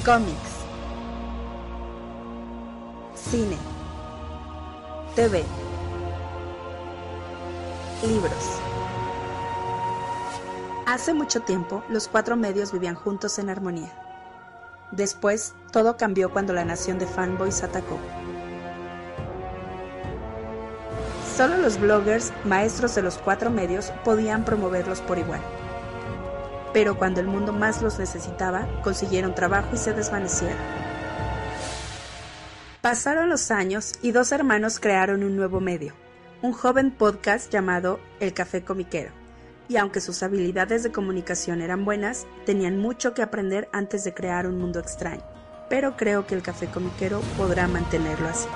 Cómics, cine, TV, libros. Hace mucho tiempo, los cuatro medios vivían juntos en armonía. Después, todo cambió cuando la nación de fanboys atacó. Solo los bloggers, maestros de los cuatro medios, podían promoverlos por igual. Pero cuando el mundo más los necesitaba, consiguieron trabajo y se desvanecieron. Pasaron los años y dos hermanos crearon un nuevo medio, un joven podcast llamado El Café Comiquero. Y aunque sus habilidades de comunicación eran buenas, tenían mucho que aprender antes de crear un mundo extraño. Pero creo que El Café Comiquero podrá mantenerlo así.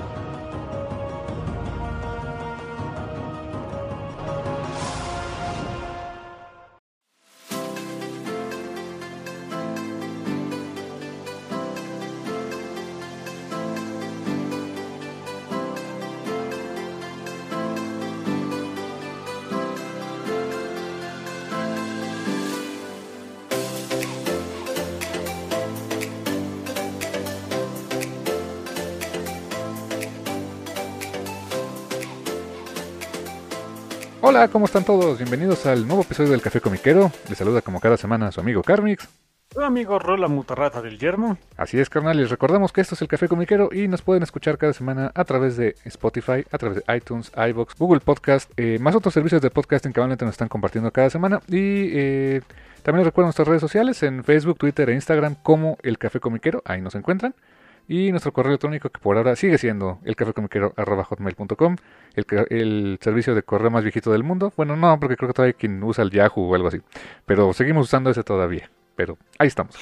Hola, ¿cómo están todos? Bienvenidos al nuevo episodio del Café Comiquero. Les saluda como cada semana su amigo Carmix. Tu amigo Rola Mutarrata del Yermo. Así es, carnal, les recordamos que esto es el Café Comiquero y nos pueden escuchar cada semana a través de Spotify, a través de iTunes, iVoox, Google Podcast, más otros servicios de podcasting que normalmente nos están compartiendo cada semana. Y también les recuerdo nuestras redes sociales en Facebook, Twitter e Instagram como el Café Comiquero, ahí nos encuentran. Y nuestro correo electrónico, que por ahora sigue siendo elcafecomiquero@hotmail.com, el servicio de correo más viejito del mundo. Bueno, no, porque creo que todavía hay quien usa el Yahoo o algo así. Pero seguimos usando ese todavía. Pero ahí estamos.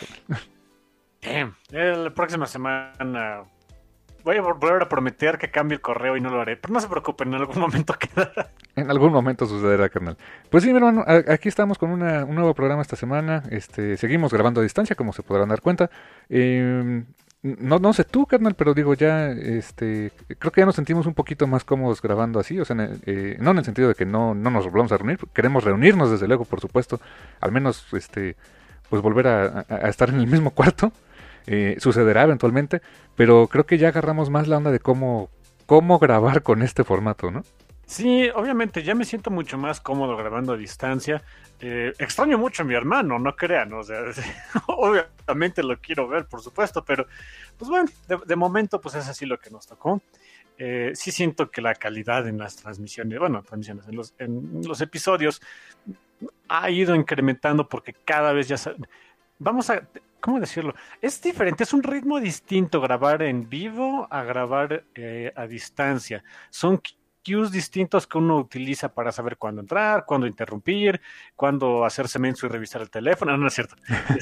La próxima semana voy a volver a prometer que cambie el correo y no lo haré. Pero no se preocupen, en algún momento quedará. En algún momento sucederá, carnal. Pues sí, mi hermano, aquí estamos con un nuevo programa esta semana. Seguimos grabando a distancia, como se podrán dar cuenta. No sé tú, carnal, pero digo ya, creo que ya nos sentimos un poquito más cómodos grabando así, o sea, no en el sentido de que no nos volvamos a reunir, queremos reunirnos desde luego, por supuesto, al menos, pues volver a estar en el mismo cuarto, sucederá eventualmente, pero creo que ya agarramos más la onda de cómo grabar con este formato, ¿no? Sí, obviamente ya me siento mucho más cómodo grabando a distancia. Extraño mucho a mi hermano, no crean, o sea, obviamente lo quiero ver, por supuesto, pero pues bueno, de momento pues es así lo que nos tocó. Sí siento que la calidad en las transmisiones, en los episodios ha ido incrementando porque cada vez ¿cómo decirlo? Es diferente, es un ritmo distinto grabar en vivo a grabar a distancia. Son cues distintos que uno utiliza para saber cuándo entrar, cuándo interrumpir, cuándo hacerse menso y revisar el teléfono. No es cierto.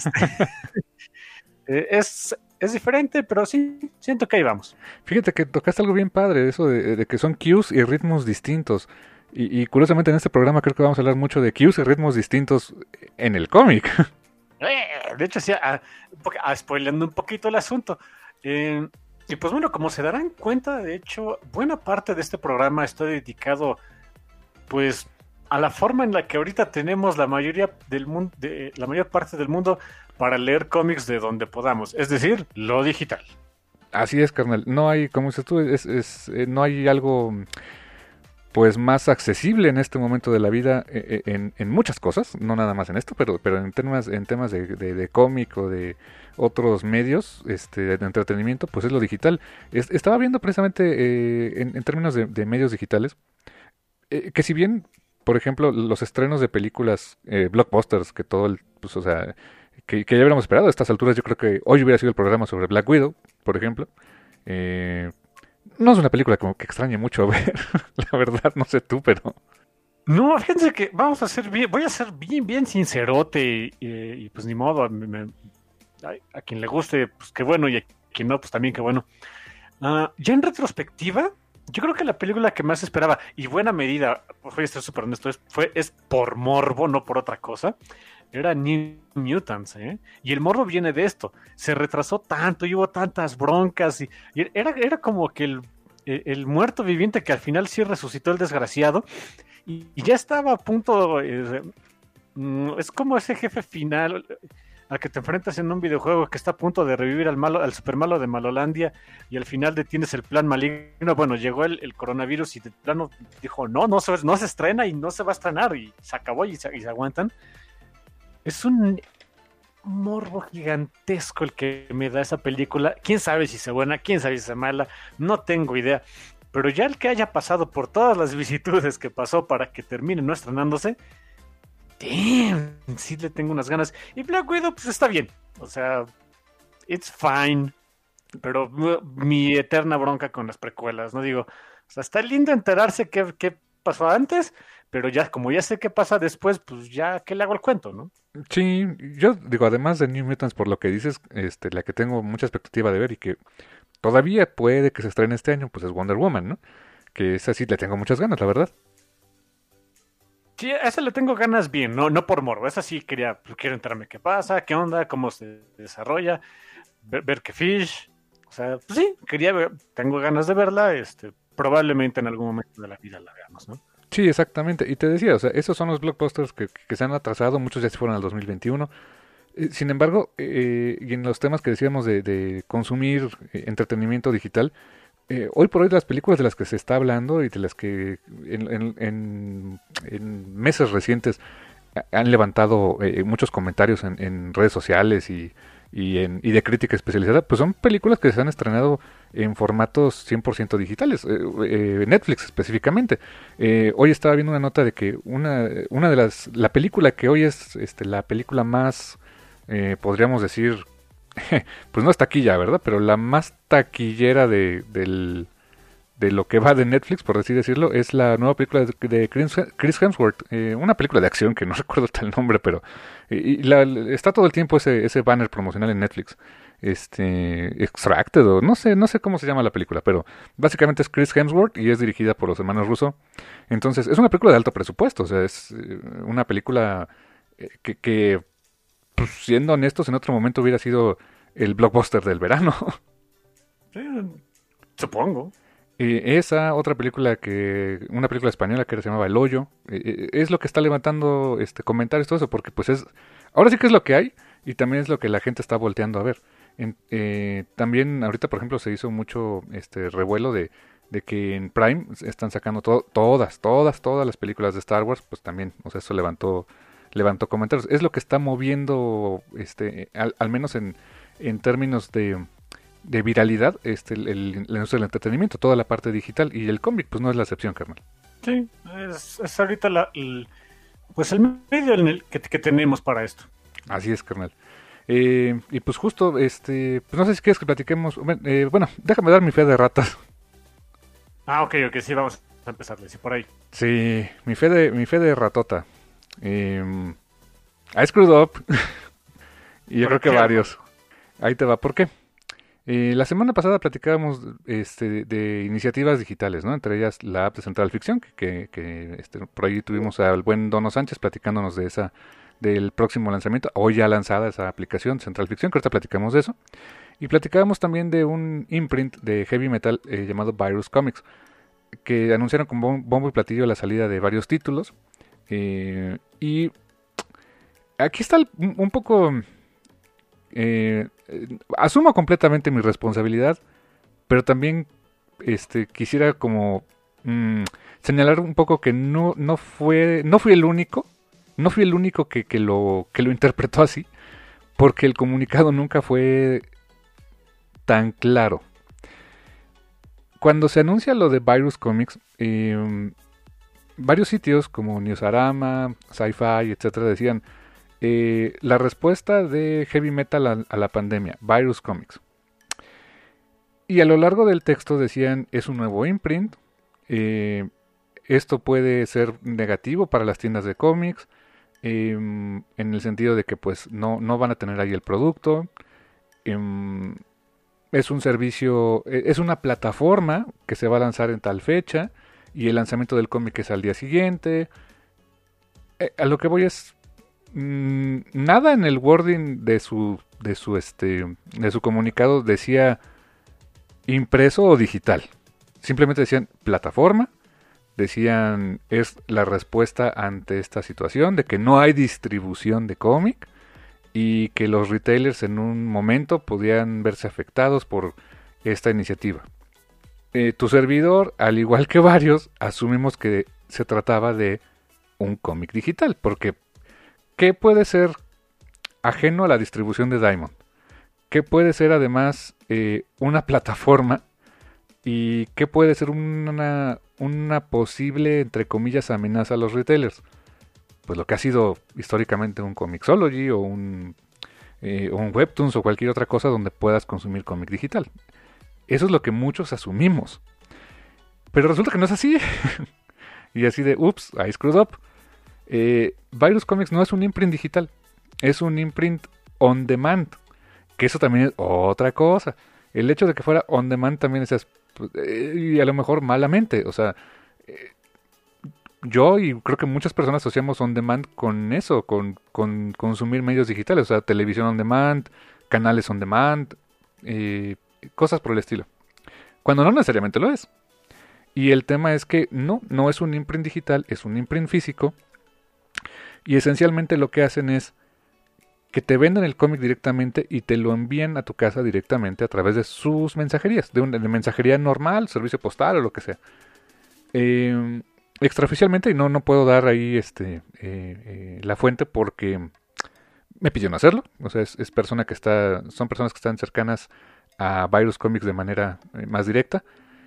Es diferente, pero sí, siento que ahí vamos. Fíjate que tocaste algo bien padre, eso de que son cues y ritmos distintos. Y curiosamente en este programa creo que vamos a hablar mucho de cues y ritmos distintos en el cómic. De hecho, sí, spoileando un poquito el asunto. Y pues bueno, como se darán cuenta, de hecho, buena parte de este programa está dedicado, pues, a la forma en la que ahorita tenemos la mayoría del mundo, la mayor parte del mundo para leer cómics de donde podamos, es decir, lo digital. Así es, carnal. No hay, como dices tú, no hay algo pues más accesible en este momento de la vida en muchas cosas, no nada más en esto, pero en temas de cómic o de otros medios de entretenimiento, pues es lo digital. Estaba viendo precisamente en términos de medios digitales, que si bien, por ejemplo, los estrenos de películas blockbusters, que pues, o sea, que ya hubiéramos esperado a estas alturas, yo creo que hoy hubiera sido el programa sobre Black Widow, por ejemplo. No es una película como que extrañe mucho ver, la verdad, no sé tú, pero... No, fíjense que voy a ser bien sincerote y pues ni modo, a quien le guste, pues qué bueno, y a quien no, pues también qué bueno. Ya en retrospectiva, yo creo que la película que más esperaba, y buena medida, pues voy a estar súper honesto, es por morbo, no por otra cosa, era New Mutants, ¿eh? Y el morbo viene de esto. Se retrasó tanto y hubo tantas broncas. Y era como que el muerto viviente que al final sí resucitó el desgraciado. Y ya estaba a punto. Es como ese jefe final. a que te enfrentas en un videojuego que está a punto de revivir al malo, al super malo de Malolandia, y al final detienes el plan maligno. Bueno, llegó el coronavirus y de plano dijo, no se estrena y no se va a estrenar, y se acabó y se aguantan. Es un morbo gigantesco el que me da esa película. Quién sabe si sea buena, quién sabe si sea mala, no tengo idea. Pero ya el que haya pasado por todas las vicisitudes que pasó para que termine no estrenándose, damn, sí le tengo unas ganas. Y Black Widow, pues está bien. O sea, it's fine. Pero mi eterna bronca con las precuelas, ¿no? Digo, o sea, está lindo enterarse qué pasó antes, pero ya, como ya sé qué pasa después, pues ya, ¿qué le hago al cuento, no? Sí, yo digo, además de New Mutants, por lo que dices, la que tengo mucha expectativa de ver y que todavía puede que se estrene este año, pues es Wonder Woman, ¿no? Que esa sí le tengo muchas ganas, la verdad. Sí, a esa le tengo ganas bien, no por morbo. Esa sí quiero enterarme qué pasa, qué onda, cómo se desarrolla, ver qué fish. O sea, pues sí, tengo ganas de verla, probablemente en algún momento de la vida la veamos, ¿no? Sí, exactamente. Y te decía, o sea, esos son los blockbusters que se han atrasado, muchos ya se fueron al 2021. Sin embargo, y en los temas que decíamos de consumir entretenimiento digital, hoy por hoy las películas de las que se está hablando y de las que en meses recientes han levantado muchos comentarios en redes sociales y de crítica especializada, pues son películas que se han estrenado en formatos 100% digitales, Netflix específicamente. Hoy estaba viendo una nota de que una de la película que hoy es la película más, podríamos decir, pues no es taquilla, ¿verdad? Pero la más taquillera de lo que va de Netflix, por así decirlo, es la nueva película de Chris Hemsworth, una película de acción que no recuerdo el nombre, pero está todo el tiempo ese banner promocional en Netflix, Extracted, o no sé cómo se llama la película, pero básicamente es Chris Hemsworth y es dirigida por los hermanos Russo. Entonces es una película de alto presupuesto, o sea, es una película que pues, siendo honestos, en otro momento hubiera sido el blockbuster del verano. Sí, supongo. Esa otra película una película española que se llamaba El Hoyo, es lo que está levantando comentarios todo eso, porque pues ahora sí que es lo que hay y también es lo que la gente está volteando a ver. También ahorita por ejemplo se hizo mucho revuelo de que en Prime están sacando todas las películas de Star Wars, pues también, o sea, eso levantó comentarios. Es lo que está moviendo, al menos en términos de viralidad, la industria del entretenimiento, toda la parte digital, y el cómic, pues no es la excepción, carnal. Sí, es ahorita pues el medio en el que tenemos para esto. Así es, carnal. Y pues justo, pues no sé si quieres que platiquemos. Bueno, déjame dar mi fe de ratas. Ok, sí, vamos a empezar, sí, por ahí. Sí, mi fe de ratota. I screwed up. Y yo creo que varios. Ahí te va, ¿por qué? La semana pasada platicábamos de iniciativas digitales, ¿no? Entre ellas la app de Central Ficción, que por ahí tuvimos al buen Dono Sánchez platicándonos del próximo lanzamiento, hoy ya lanzada esa aplicación Central Ficción, que ahorita platicamos de eso. Y platicábamos también de un imprint de heavy metal llamado Virus Comics, que anunciaron con bombo y platillo la salida de varios títulos. Y aquí está un poco... asumo completamente mi responsabilidad, pero también quisiera como señalar un poco que no fui el único que lo interpretó así, porque el comunicado nunca fue tan claro. Cuando se anuncia lo de Virus Comics, varios sitios como Newsarama, Sci-Fi, etcétera, decían la respuesta de heavy metal a la pandemia, Virus Comics. Y a lo largo del texto decían, es un nuevo imprint, esto puede ser negativo para las tiendas de cómics, en el sentido de que pues no van a tener ahí el producto, es un servicio, es una plataforma que se va a lanzar en tal fecha y el lanzamiento del cómic es al día siguiente. A lo que voy es nada en el wording de su comunicado decía impreso o digital. Simplemente decían plataforma, decían es la respuesta ante esta situación de que no hay distribución de cómic y que los retailers en un momento podían verse afectados por esta iniciativa. Tu servidor, al igual que varios, asumimos que se trataba de un cómic digital, porque ¿qué puede ser ajeno a la distribución de Diamond? ¿Qué puede ser además una plataforma? ¿Y qué puede ser una posible, entre comillas, amenaza a los retailers? Pues lo que ha sido históricamente un Comixology o un Webtoons o cualquier otra cosa donde puedas consumir cómic digital. Eso es lo que muchos asumimos. Pero resulta que no es así. Y así de, ups, I screwed up. Virus Comics no es un imprint digital. Es un imprint on demand. Que eso también es otra cosa. El hecho de que fuera on demand también es... y a lo mejor malamente. O sea, yo y creo que muchas personas asociamos on demand con eso. Con consumir medios digitales. O sea, televisión on demand, canales on demand, cosas por el estilo. Cuando no necesariamente lo es. Y el tema es que no es un imprint digital, es un imprint físico. Y esencialmente lo que hacen es que te venden el cómic directamente y te lo envían a tu casa directamente a través de sus mensajerías, de mensajería normal, servicio postal o lo que sea. Extraoficialmente, y no puedo dar ahí la fuente porque me pidieron hacerlo. O sea, son personas que están cercanas a Virus Comics de manera más directa.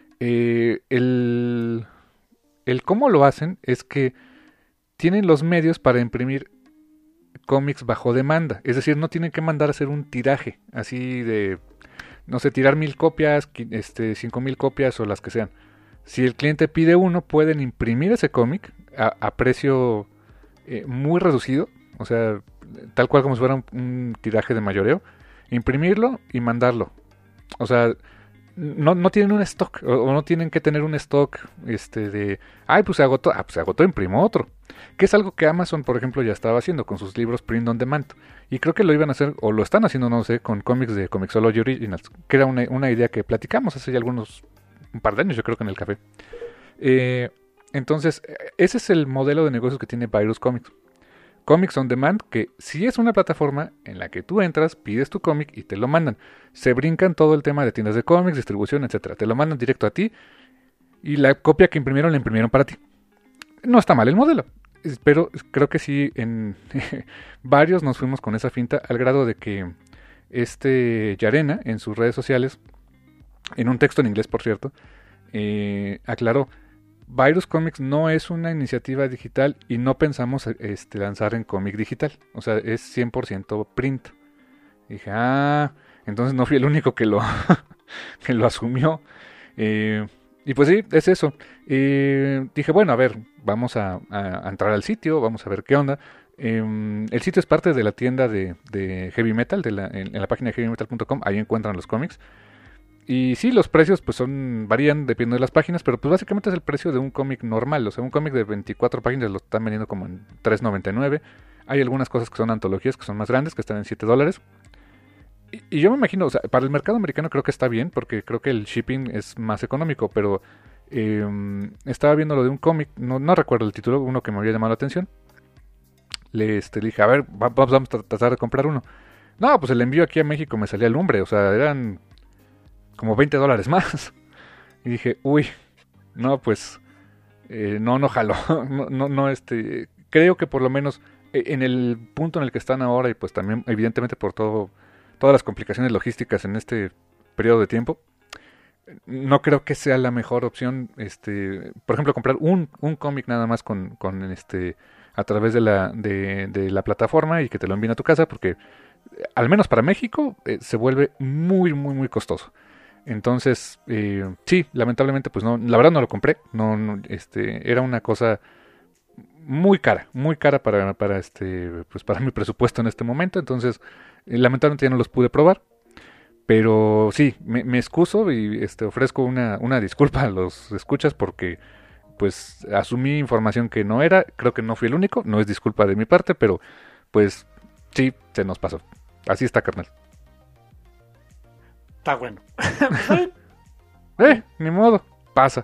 El cómo lo hacen es que tienen los medios para imprimir cómics bajo demanda. Es decir, no tienen que mandar a hacer un tiraje así de, no sé, tirar 1000 copias, 5000 copias o las que sean. Si el cliente pide uno, pueden imprimir ese cómic a precio muy reducido, o sea, tal cual como si fuera un tiraje de mayoreo, imprimirlo y mandarlo. O sea, no tienen un stock, o no tienen que tener un stock de, pues se agotó, imprimo otro. Que es algo que Amazon, por ejemplo, ya estaba haciendo con sus libros print on demand. Y creo que lo iban a hacer, o lo están haciendo, no sé, con cómics de Comixology Originals, que era una idea que platicamos hace ya un par de años, yo creo que en el café. Entonces, ese es el modelo de negocios que tiene Virus Comics. Comics on Demand, que sí es una plataforma en la que tú entras, pides tu cómic y te lo mandan. Se brincan todo el tema de tiendas de cómics, distribución, etcétera. Te lo mandan directo a ti y la copia que imprimieron la imprimieron para ti. No está mal el modelo, pero creo que sí en varios nos fuimos con esa finta al grado de que Yarena en sus redes sociales, en un texto en inglés por cierto, aclaró: Virus Comics no es una iniciativa digital y no pensamos lanzar en cómic digital. O sea, es 100% print. Y dije, entonces no fui el único que lo, que lo asumió. Y pues sí, es eso. Dije, bueno, a ver, vamos a entrar al sitio, vamos a ver qué onda. El sitio es parte de la tienda de Heavy Metal, en la página de heavymetal.com, ahí encuentran los cómics. Y sí, los precios pues varían dependiendo de las páginas, pero pues básicamente es el precio de un cómic normal. O sea, un cómic de 24 páginas lo están vendiendo como en $3.99. Hay algunas cosas que son antologías, que son más grandes, que están en $7. Y yo me imagino, o sea, para el mercado americano creo que está bien, porque creo que el shipping es más económico, pero estaba viendo lo de un cómic, no recuerdo el título, uno que me había llamado la atención. Le dije, a ver, vamos a tratar de comprar uno. No, pues el envío aquí a México me salía lumbre, o sea, eran como $20 más. Y dije, uy, no, pues no jaló. Creo que por lo menos en el punto en el que están ahora, y pues también evidentemente por todas las complicaciones logísticas en este periodo de tiempo, no creo que sea la mejor opción, por ejemplo, comprar un cómic nada más con a través de la plataforma y que te lo envíen a tu casa, porque al menos para México se vuelve muy, muy, muy costoso. Entonces, sí, lamentablemente, pues no, la verdad no lo compré. Era una cosa muy cara para pues para mi presupuesto en este momento. Entonces, lamentablemente ya no los pude probar. Pero sí, me excuso y ofrezco una disculpa a los escuchas porque pues asumí información que no era. Creo que no fui el único, no es disculpa de mi parte, pero pues sí, se nos pasó. Así está, carnal. Está bueno. Ni modo, pasa.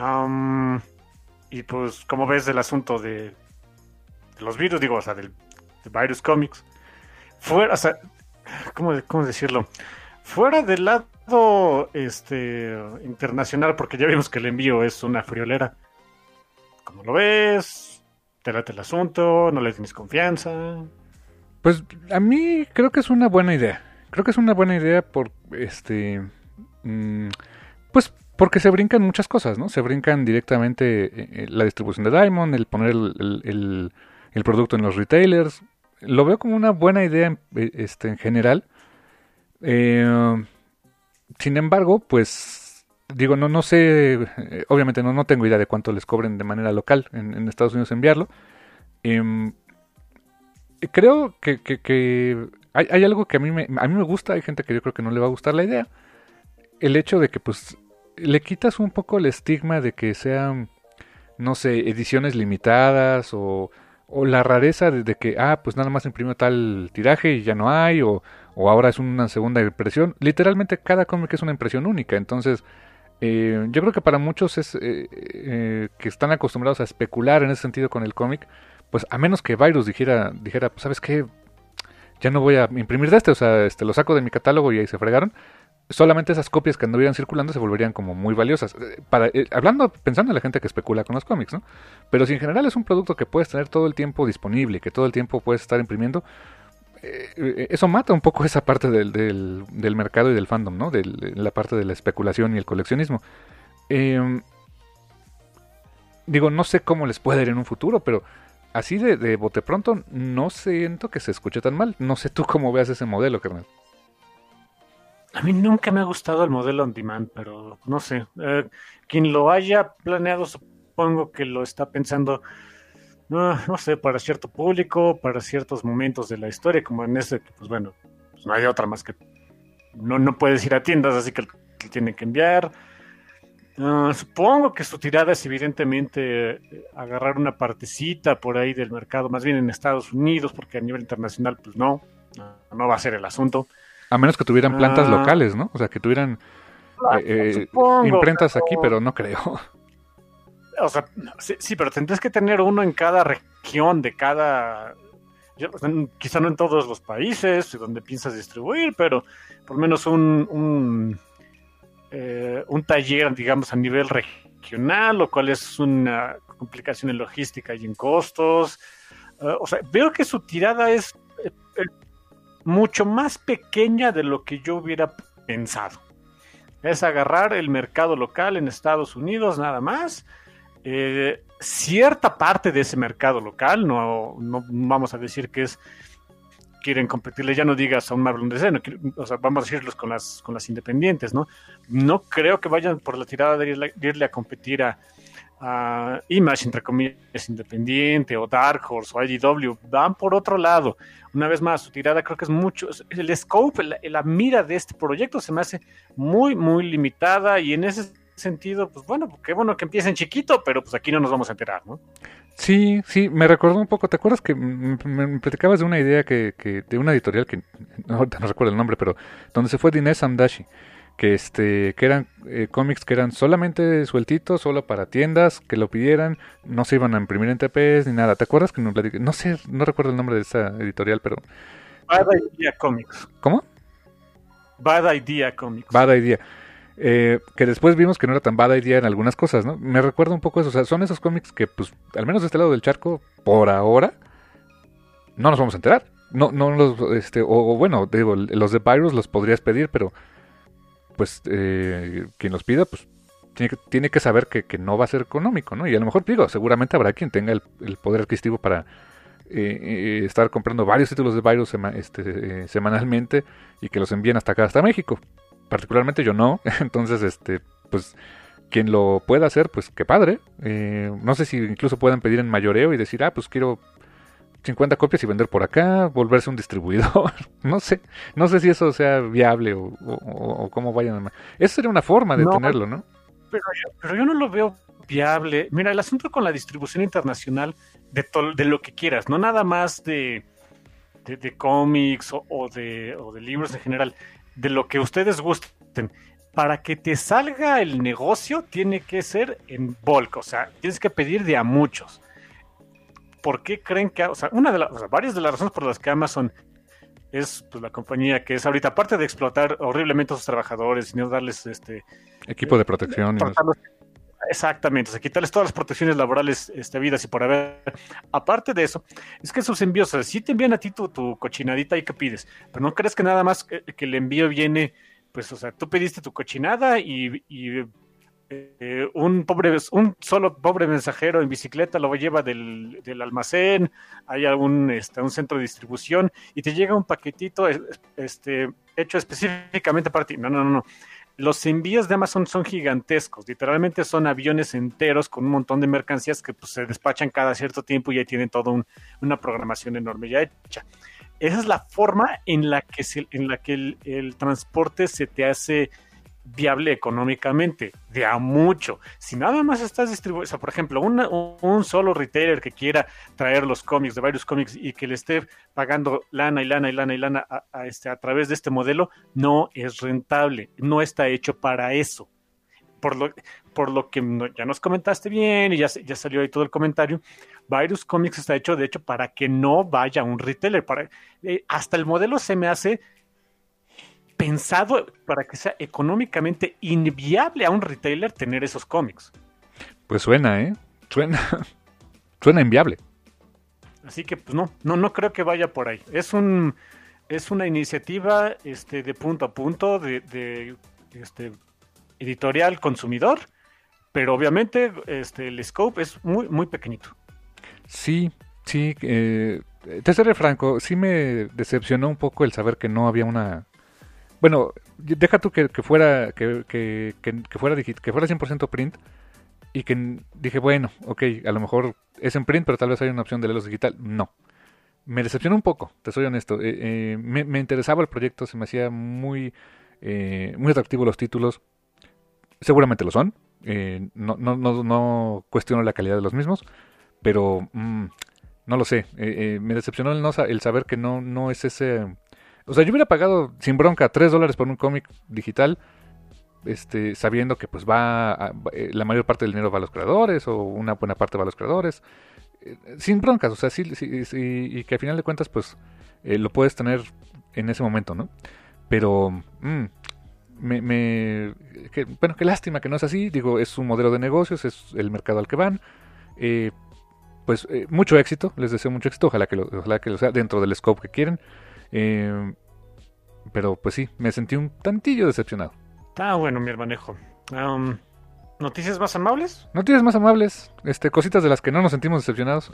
Y pues, ¿cómo ves el asunto de los virus? Digo, o sea, del de Virus Comics, fuera, o sea, ¿cómo decirlo? Fuera del lado internacional, porque ya vimos que el envío es una friolera. ¿Cómo lo ves? ¿Te late el asunto? ¿No le tienes confianza? Pues a mí creo que es una buena idea. Creo que es una buena idea pues porque se brincan muchas cosas, ¿no? Se brincan directamente la distribución de Diamond, el poner el producto en los retailers. Lo veo como una buena idea en general. Sin embargo, pues digo, no sé, obviamente no tengo idea de cuánto les cobren de manera local en Estados Unidos enviarlo. Creo que hay algo que a mí me gusta, hay gente que yo creo que no le va a gustar la idea. El hecho de que pues le quitas un poco el estigma de que sean, no sé, ediciones limitadas o la rareza de que, pues nada más imprimió tal tiraje y ya no hay, o ahora es una segunda impresión. Literalmente cada cómic es una impresión única, entonces yo creo que para muchos que están acostumbrados a especular en ese sentido con el cómic, pues a menos que Virus dijera pues sabes qué, ya no voy a imprimir de o sea, lo saco de mi catálogo y ahí se fregaron. Solamente esas copias que anduvieran circulando se volverían como muy valiosas. Pensando en la gente que especula con los cómics, ¿no? Pero si en general es un producto que puedes tener todo el tiempo disponible, que todo el tiempo puedes estar imprimiendo, eso mata un poco esa parte del mercado y del fandom, ¿no? De la parte de la especulación y el coleccionismo. Digo, no sé cómo les puede ir en un futuro, pero así de bote pronto no siento que se escuche tan mal. No sé tú cómo veas ese modelo, carnal. A mí nunca me ha gustado el modelo on demand, pero no sé. Quien lo haya planeado, supongo que lo está pensando, no sé, para cierto público, para ciertos momentos de la historia, como en este, pues bueno, pues no hay otra más que no puedes ir a tiendas, así que tienen que enviar. Supongo que su tirada es evidentemente agarrar una partecita por ahí del mercado, más bien en Estados Unidos, porque a nivel internacional, pues no va a ser el asunto. A menos que tuvieran plantas locales, ¿no? O sea, que tuvieran imprentas aquí, pero no creo. O sea, sí, pero tendrías que tener uno en cada región de cada... Quizá no en todos los países donde piensas distribuir, pero por lo menos un taller, digamos, a nivel regional, lo cual es una complicación en logística y en costos. O sea, veo que su tirada es mucho más pequeña de lo que yo hubiera pensado. Es agarrar el mercado local en Estados Unidos nada más. Cierta parte de ese mercado local, no vamos a decir que quieren competirle, ya no digas a un Marvel DC, o sea, vamos a decirlos con las independientes, ¿no? No creo que vayan por la tirada de irle a competir a Image, entre comillas, independiente, o Dark Horse, o IDW, van por otro lado. Una vez más, su tirada creo que es mucho, el scope, la mira de este proyecto se me hace muy, muy limitada, y en ese sentido, pues bueno, qué bueno que empiecen chiquito, pero pues aquí no nos vamos a enterar, ¿no? Sí, me recordó un poco. ¿Te acuerdas que me platicabas de una idea de una editorial que no recuerdo el nombre, pero donde se fue Dinesh Samdashi, que eran cómics que eran solamente sueltitos, solo para tiendas, que lo pidieran, no se iban a imprimir en TPS ni nada? ¿Te acuerdas que no sé, no recuerdo el nombre de esa editorial, pero Bad Idea Comics. ¿Cómo? Bad Idea Comics. Bad Idea. Que después vimos que no era tan bad idea en algunas cosas, ¿no? Me recuerda un poco eso, o sea, son esos cómics que, pues, al menos de este lado del charco, por ahora, no nos vamos a enterar. No los, o bueno, digo, los de Virus los podrías pedir, pero, pues, quien los pida, pues, tiene que saber que no va a ser económico, ¿no? Y a lo mejor, digo, seguramente habrá quien tenga el poder adquisitivo para estar comprando varios títulos de Virus semanalmente y que los envíen hasta acá, hasta México. Particularmente yo no, entonces pues quien lo pueda hacer, pues qué padre. No sé si incluso puedan pedir en mayoreo y decir, pues quiero 50 copias y vender por acá, volverse un distribuidor. No sé si eso sea viable o cómo vayan. Esa sería una forma de tenerlo, ¿no? Pero yo no lo veo viable. Mira, el asunto con la distribución internacional de lo que quieras, no nada más de cómics o de libros en general, de lo que ustedes gusten, para que te salga el negocio tiene que ser en bulk, o sea, tienes que pedir de a muchos. por qué creen que, o sea, varias de las razones por las que Amazon es pues, la compañía que es ahorita, aparte de explotar horriblemente a sus trabajadores y no darles equipo de protección. Exactamente, o sea, quitarles todas las protecciones laborales vidas y por haber. Aparte de eso, es que sus envíos, o sea, sí te envían a ti tu cochinadita y que pides, pero no crees que nada más que el envío viene, pues, o sea, tú pediste tu cochinada y un solo pobre mensajero en bicicleta lo lleva del almacén, hay un centro de distribución y te llega un paquetito hecho específicamente para ti. No. Los envíos de Amazon son gigantescos, literalmente son aviones enteros con un montón de mercancías que pues, se despachan cada cierto tiempo y ya tienen toda una programación enorme ya hecha. Esa es la forma en la que el transporte se te hace viable económicamente, de a mucho. Si nada más estás distribuyendo, o sea, por ejemplo, un solo retailer que quiera traer los cómics de varios cómics y que le esté pagando lana a través de este modelo, no es rentable, no está hecho para eso. Por lo que ya nos comentaste bien y ya salió ahí todo el comentario, Virus Comics está hecho, de hecho, para que no vaya un retailer. Hasta el modelo se me hace pensado para que sea económicamente inviable a un retailer tener esos cómics. Pues suena, suena inviable. Así que pues no creo que vaya por ahí. Es una iniciativa de punto a punto de editorial consumidor, pero obviamente el scope es muy muy pequeñito. Sí, te seré franco, sí me decepcionó un poco el saber que no había una. Bueno, deja tú que fuera que fuera 100% print y que dije, bueno, ok, a lo mejor es en print, pero tal vez hay una opción de leerlos digital. No, me decepcionó un poco, te soy honesto. Me interesaba el proyecto, se me hacía muy atractivo los títulos. Seguramente lo son. No cuestiono la calidad de los mismos, pero no lo sé. Me decepcionó el saber que no es ese. O sea, yo hubiera pagado sin bronca $3 por un cómic digital, sabiendo que pues la mayor parte del dinero va a los creadores o una buena parte va a los creadores, sin broncas, o sea, sí, y que al final de cuentas pues lo puedes tener en ese momento, ¿no? Pero qué lástima que no es así. Digo, es un modelo de negocios, es el mercado al que van. Pues mucho éxito, les deseo mucho éxito, ojalá que lo sea dentro del scope que quieren. Pero pues sí, me sentí un tantillo decepcionado. Está bueno mi hermanejo. ¿Noticias más amables? Noticias más amables, cositas de las que no nos sentimos decepcionados.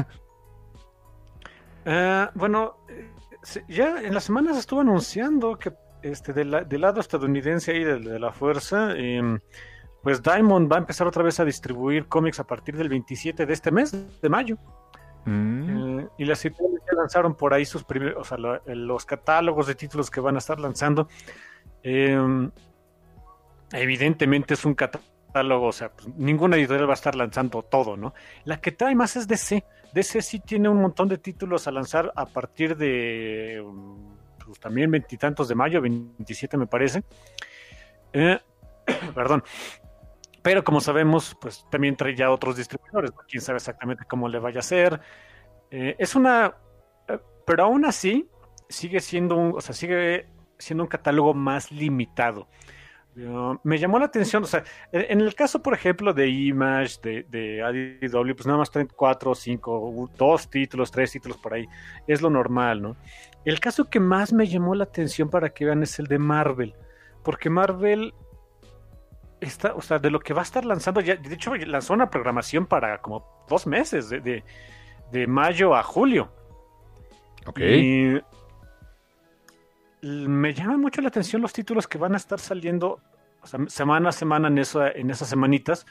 Bueno, ya en las semanas estuvo anunciando que del lado estadounidense ahí de la fuerza, pues Diamond va a empezar otra vez a distribuir cómics a partir del 27 de este mes, de mayo. Y las editoriales ya lanzaron por ahí sus primeros, o sea, los catálogos de títulos que van a estar lanzando. Evidentemente es un catálogo, o sea, pues, ninguna editorial va a estar lanzando todo, ¿no? La que trae más es DC. DC sí tiene un montón de títulos a lanzar a partir de pues, también 20 y tantos de mayo, 27 me parece. Perdón. Pero como sabemos, pues también trae ya otros distribuidores, ¿no? Quién sabe exactamente cómo le vaya a hacer. Pero aún así sigue siendo un catálogo más limitado. Me llamó la atención, o sea, en el caso, por ejemplo, de Image, de IDW, pues nada más traen 4, 5, 2 títulos, 3 títulos por ahí. Es lo normal, ¿no? El caso que más me llamó la atención para que vean es el de Marvel. Porque Marvel o sea, de lo que va a estar lanzando, ya, de hecho, lanzó una programación para como 2 meses, de mayo a julio. Ok. Y me llama mucho la atención los títulos que van a estar saliendo, o sea, semana a semana en esas semanitas.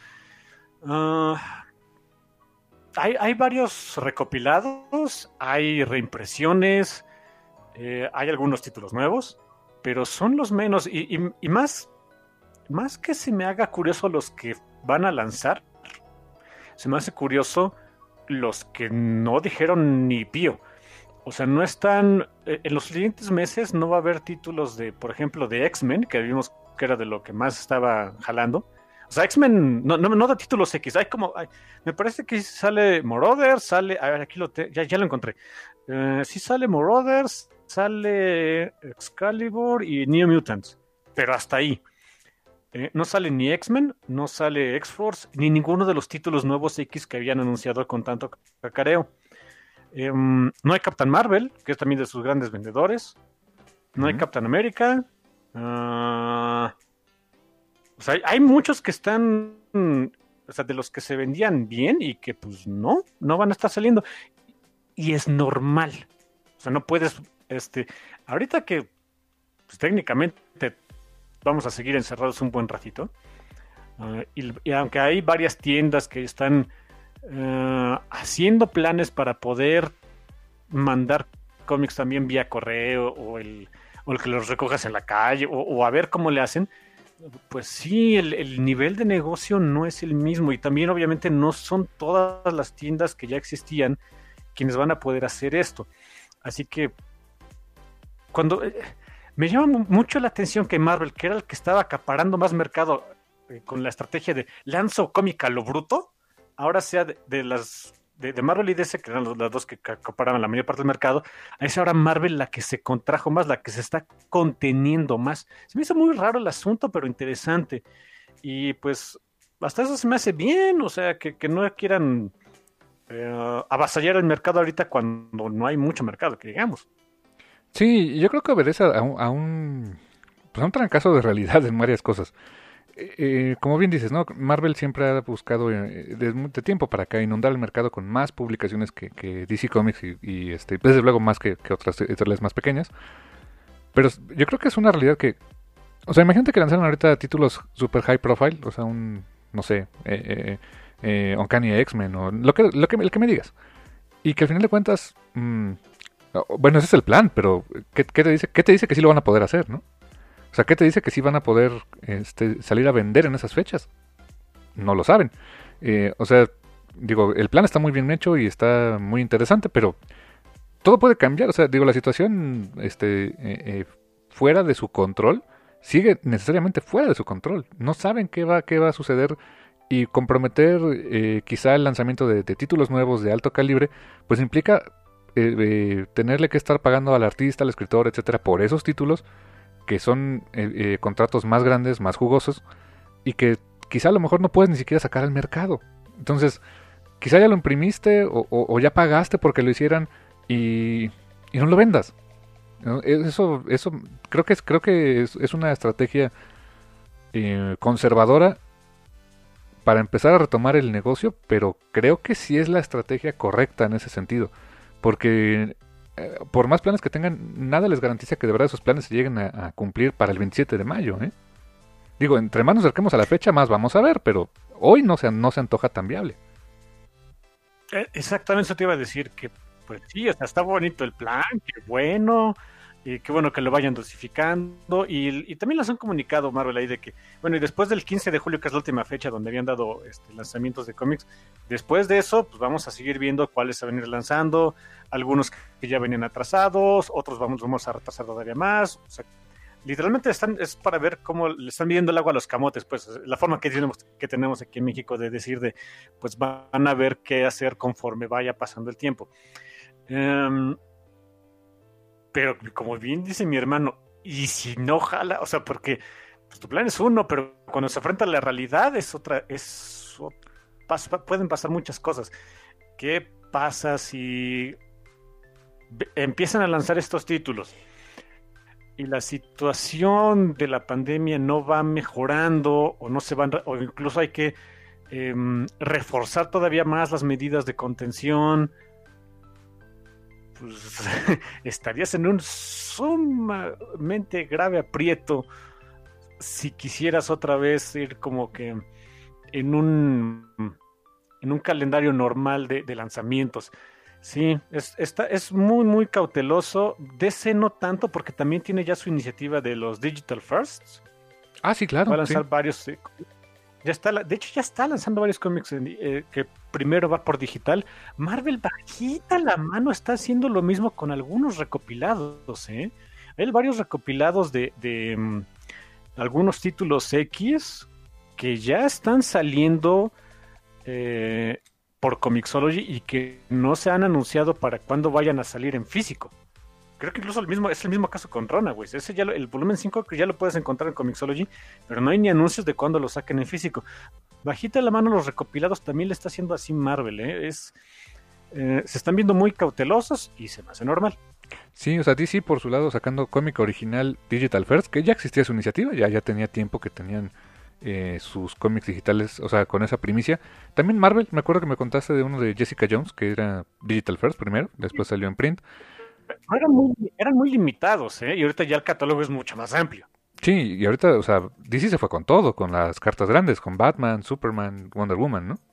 Hay varios recopilados, hay reimpresiones, hay algunos títulos nuevos, pero son los menos y más que se me haga curioso los que van a lanzar, se me hace curioso los que no dijeron ni pío. O sea, no están. En los siguientes meses no va a haber títulos por ejemplo, de X-Men, que vimos que era de lo que más estaba jalando. O sea, X-Men no da títulos X. Me parece que sale Marauders, sale. A ver, aquí ya lo encontré. Sí sale Marauders, sale Excalibur y New Mutants. Pero hasta ahí. No sale ni X-Men, no sale X-Force, ni ninguno de los títulos nuevos X que habían anunciado con tanto cacareo. No hay Captain Marvel, que es también de sus grandes vendedores. No hay Captain America. O sea, hay muchos que están, o sea, de los que se vendían bien y que pues no van a estar saliendo. Y es normal. O sea, no puedes, ahorita que pues, técnicamente vamos a seguir encerrados un buen ratito. Y aunque hay varias tiendas que están haciendo planes para poder mandar cómics también vía correo o el que los recojas en la calle o a ver cómo le hacen, pues sí, el nivel de negocio no es el mismo y también obviamente no son todas las tiendas que ya existían quienes van a poder hacer esto. Así que cuando me llama mucho la atención que Marvel, que era el que estaba acaparando más mercado con la estrategia de lanzo cómica a lo bruto, ahora sea de Marvel y DC, que eran las dos que acaparaban la mayor parte del mercado, es ahora Marvel la que se contrajo más, la que se está conteniendo más. Se me hizo muy raro el asunto, pero interesante. Y pues hasta eso se me hace bien, o sea, que no quieran avasallar el mercado ahorita cuando no hay mucho mercado, que digamos. Sí, yo creo que obedece a un trancazo de realidad en varias cosas. Como bien dices, ¿no? Marvel siempre ha buscado de tiempo para acá inundar el mercado con más publicaciones que DC Comics y desde luego más que otras editoriales más pequeñas. Pero yo creo que es una realidad que, o sea, imagínate que lanzaron ahorita títulos super high profile, o sea, no sé, Uncanny X-Men o el que me digas. Y que al final de cuentas, bueno, ese es el plan, pero ¿qué te dice que sí lo van a poder hacer, ¿no? O sea, ¿qué te dice que sí van a poder salir a vender en esas fechas? No lo saben. O sea, digo, el plan está muy bien hecho y está muy interesante, pero todo puede cambiar. O sea, digo, la situación fuera de su control sigue necesariamente fuera de su control. No saben qué va a suceder y comprometer quizá el lanzamiento de títulos nuevos de alto calibre, pues implica tenerle que estar pagando al artista, al escritor, etcétera, por esos títulos que son contratos más grandes, más jugosos y que quizá a lo mejor no puedes ni siquiera sacar al mercado. Entonces, quizá ya lo imprimiste o ya pagaste porque lo hicieran y no lo vendas, ¿no? Eso creo que es una estrategia conservadora para empezar a retomar el negocio, pero creo que sí es la estrategia correcta en ese sentido, porque por más planes que tengan, nada les garantiza que de verdad esos planes se lleguen a cumplir para el 27 de mayo, ¿eh? Digo, entre más nos acerquemos a la fecha, más vamos a ver, pero hoy no se antoja tan viable. Exactamente eso te iba a decir, que pues sí, o sea, está bonito el plan, qué bueno que lo vayan dosificando y también les han comunicado Marvel ahí de que, bueno, y después del 15 de julio, que es la última fecha donde habían dado lanzamientos de cómics, después de eso, pues vamos a seguir viendo cuáles se van a ir lanzando, algunos que ya venían atrasados, otros vamos a retrasar todavía más, o sea, literalmente es para ver cómo le están midiendo el agua a los camotes, pues la forma que tenemos aquí en México de decir pues van a ver qué hacer conforme vaya pasando el tiempo. Pero como bien dice mi hermano, y si no jala, o sea, porque pues, tu plan es uno, pero cuando se enfrenta a la realidad es otra, pueden pasar muchas cosas. ¿Qué pasa si empiezan a lanzar estos títulos y la situación de la pandemia no va mejorando o no se van, o incluso hay que reforzar todavía más las medidas de contención? Pues estarías en un sumamente grave aprieto si quisieras otra vez ir como que en un calendario normal de lanzamientos. Sí, es muy, muy cauteloso. DC no tanto, porque también tiene ya su iniciativa de los Digital Firsts. Ah, sí, claro. Va a lanzar varios. De hecho, ya está lanzando varios cómics que primero va por digital. Marvel, bajita la mano, está haciendo lo mismo con algunos recopilados. Hay varios recopilados de algunos títulos X que ya están saliendo por Comixology y que no se han anunciado para cuándo vayan a salir en físico. Creo que incluso es el mismo caso con Runaways. Ese ya el volumen 5 que ya lo puedes encontrar en Comixology, pero no hay ni anuncios de cuándo lo saquen en físico. Bajita la mano los recopilados también le está haciendo así Marvel, se están viendo muy cautelosos y se me hace normal. Sí, o sea, DC por su lado sacando cómic original Digital First, que ya existía su iniciativa, ya tenía tiempo que tenían sus cómics digitales, o sea, con esa primicia. También Marvel, me acuerdo que me contaste de uno de Jessica Jones, que era Digital First primero, después salió en print. Eran muy limitados, y ahorita ya el catálogo es mucho más amplio. Sí, y ahorita, o sea, DC se fue con todo, con las cartas grandes, con Batman, Superman, Wonder Woman, ¿no?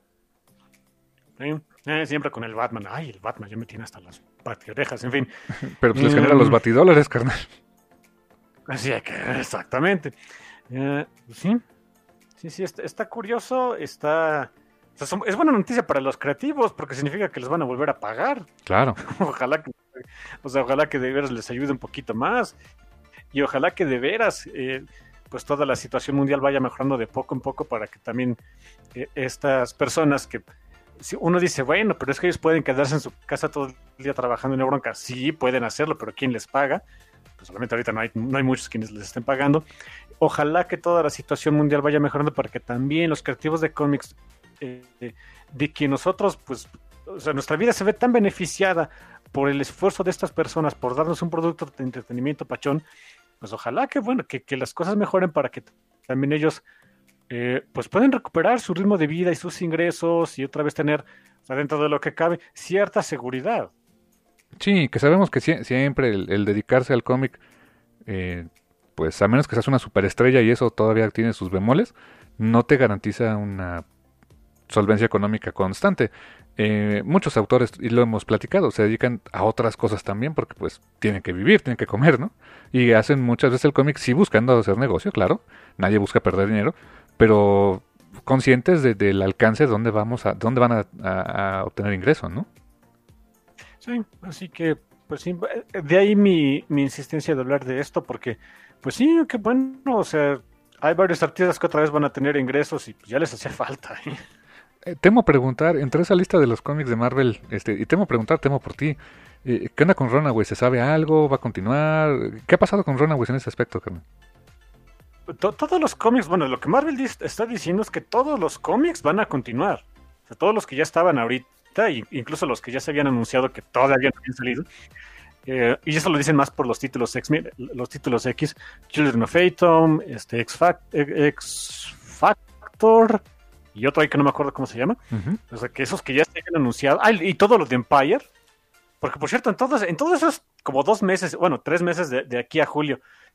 Sí, siempre con el Batman. Ay, el Batman ya me tiene hasta las orejas, en fin. Pero pues les genera los batidólares, carnal. Así que, exactamente. Sí, está curioso, es buena noticia para los creativos porque significa que les van a volver a pagar. Claro. Ojalá que de veras les ayude un poquito más y ojalá que de veras pues toda la situación mundial vaya mejorando de poco en poco para que también estas personas que si uno dice, bueno, pero es que ellos pueden quedarse en su casa todo el día trabajando en bronca. Sí, pueden hacerlo, pero ¿quién les paga? Pues solamente ahorita no hay muchos quienes les estén pagando. Ojalá que toda la situación mundial vaya mejorando para que también los creativos de cómics, de que nosotros, pues, o sea, nuestra vida se ve tan beneficiada por el esfuerzo de estas personas, por darnos un producto de entretenimiento pachón, pues ojalá que, bueno, que las cosas mejoren para que también ellos pues pueden recuperar su ritmo de vida y sus ingresos y otra vez tener, o sea, dentro de lo que cabe, cierta seguridad. Sí, que sabemos que siempre el dedicarse al cómic, pues a menos que seas una superestrella y eso todavía tiene sus bemoles, no te garantiza una solvencia económica constante. Muchos autores, y lo hemos platicado, se dedican a otras cosas también porque pues tienen que vivir, tienen que comer, ¿no? Y hacen muchas veces el cómic sí buscando hacer negocio, claro, nadie busca perder dinero, pero conscientes del alcance de dónde van a obtener ingresos, ¿no? Sí, así que, pues sí, de ahí mi insistencia de hablar de esto, porque, pues sí, qué bueno, o sea, hay varios artistas que otra vez van a tener ingresos y pues ya les hacía falta. Temo preguntar, entre esa lista de los cómics de Marvel, y temo por ti, ¿qué onda con Runaways? ¿Se sabe algo? ¿Va a continuar? ¿Qué ha pasado con Runaways en ese aspecto, carnal? Todos los cómics, bueno, lo que Marvel está diciendo es que todos los cómics van a continuar. O sea, todos los que ya estaban ahorita, incluso los que ya se habían anunciado que todavía no habían salido. Y eso lo dicen más por los títulos X, Children of Atom, X Factor y otro ahí que no me acuerdo cómo se llama. Uh-huh. O sea, que esos que ya se habían anunciado. Y todo lo de Empire. Porque, por cierto, en todos esos como 2 meses, bueno, 3 meses de aquí a julio,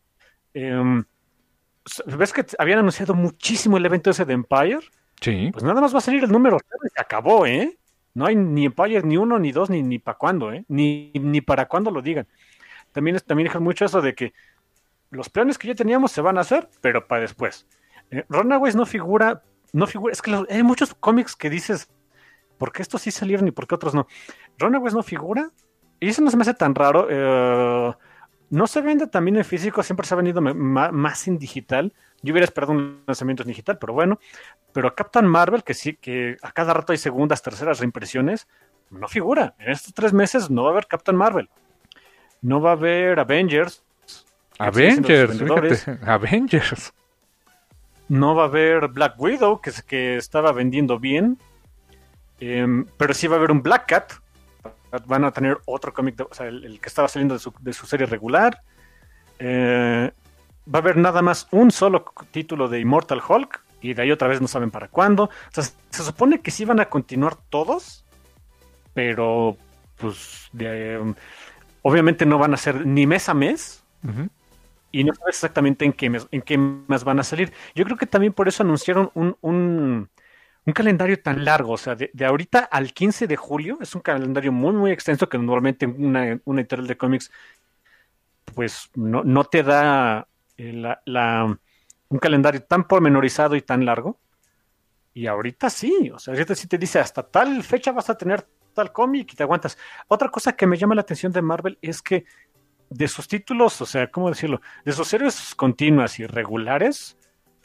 ¿ves que habían anunciado muchísimo el evento ese de Empire? Sí. Pues nada más va a salir el número 0 y se acabó, ¿eh? No hay ni Empire, ni 1, ni 2, ni para cuándo, ¿eh? Ni para cuándo lo digan. También dijeron mucho eso de que los planes que ya teníamos se van a hacer, pero para después. Runaways no figura, es que hay muchos cómics que dices, ¿por qué estos sí salieron y por qué otros no? Runaways no figura, y eso no se me hace tan raro. No se vende también en físico, siempre se ha vendido más en digital. Yo hubiera esperado un lanzamiento en digital, pero bueno. Pero Captain Marvel, que sí, que a cada rato hay segundas, terceras reimpresiones, no figura. En estos 3 meses no va a haber Captain Marvel. No va a haber Avengers. Fíjate, Avengers. No va a haber Black Widow, que estaba vendiendo bien. Pero sí va a haber un Black Cat. Van a tener otro cómic, o sea, el que estaba saliendo de su serie regular. Va a haber nada más un solo título de Immortal Hulk. Y de ahí otra vez no saben para cuándo. O sea, se supone que sí van a continuar todos. Pero, pues, obviamente no van a ser ni mes a mes. Uh-huh. Y no sabes exactamente en qué mes van a salir. Yo creo que también por eso anunciaron un calendario tan largo. O sea, de ahorita al 15 de julio. Es un calendario muy, muy extenso que normalmente una editorial de cómics pues no te da un calendario tan pormenorizado y tan largo. Y ahorita sí, o sea, ahorita sí te dice hasta tal fecha vas a tener tal cómic y te aguantas. Otra cosa que me llama la atención de Marvel es que de sus títulos, o sea, ¿cómo decirlo? De sus series continuas y regulares,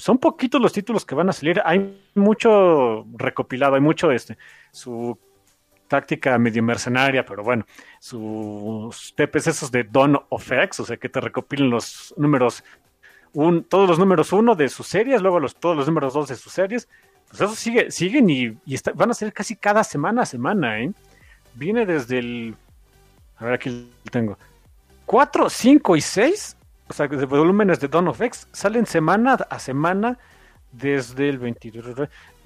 son poquitos los títulos que van a salir. Hay mucho recopilado, hay mucho su táctica medio mercenaria, pero bueno, sus TPs esos de Dawn of X, o sea, que te recopilen los números, todos los números 1 de sus series, luego todos los números 2 de sus series, pues eso siguen y van a ser casi cada semana a semana, ¿eh? Viene desde a ver, aquí lo tengo, 4, 5 y 6, o sea, de volúmenes de Dawn of X, salen semana a semana desde el 22,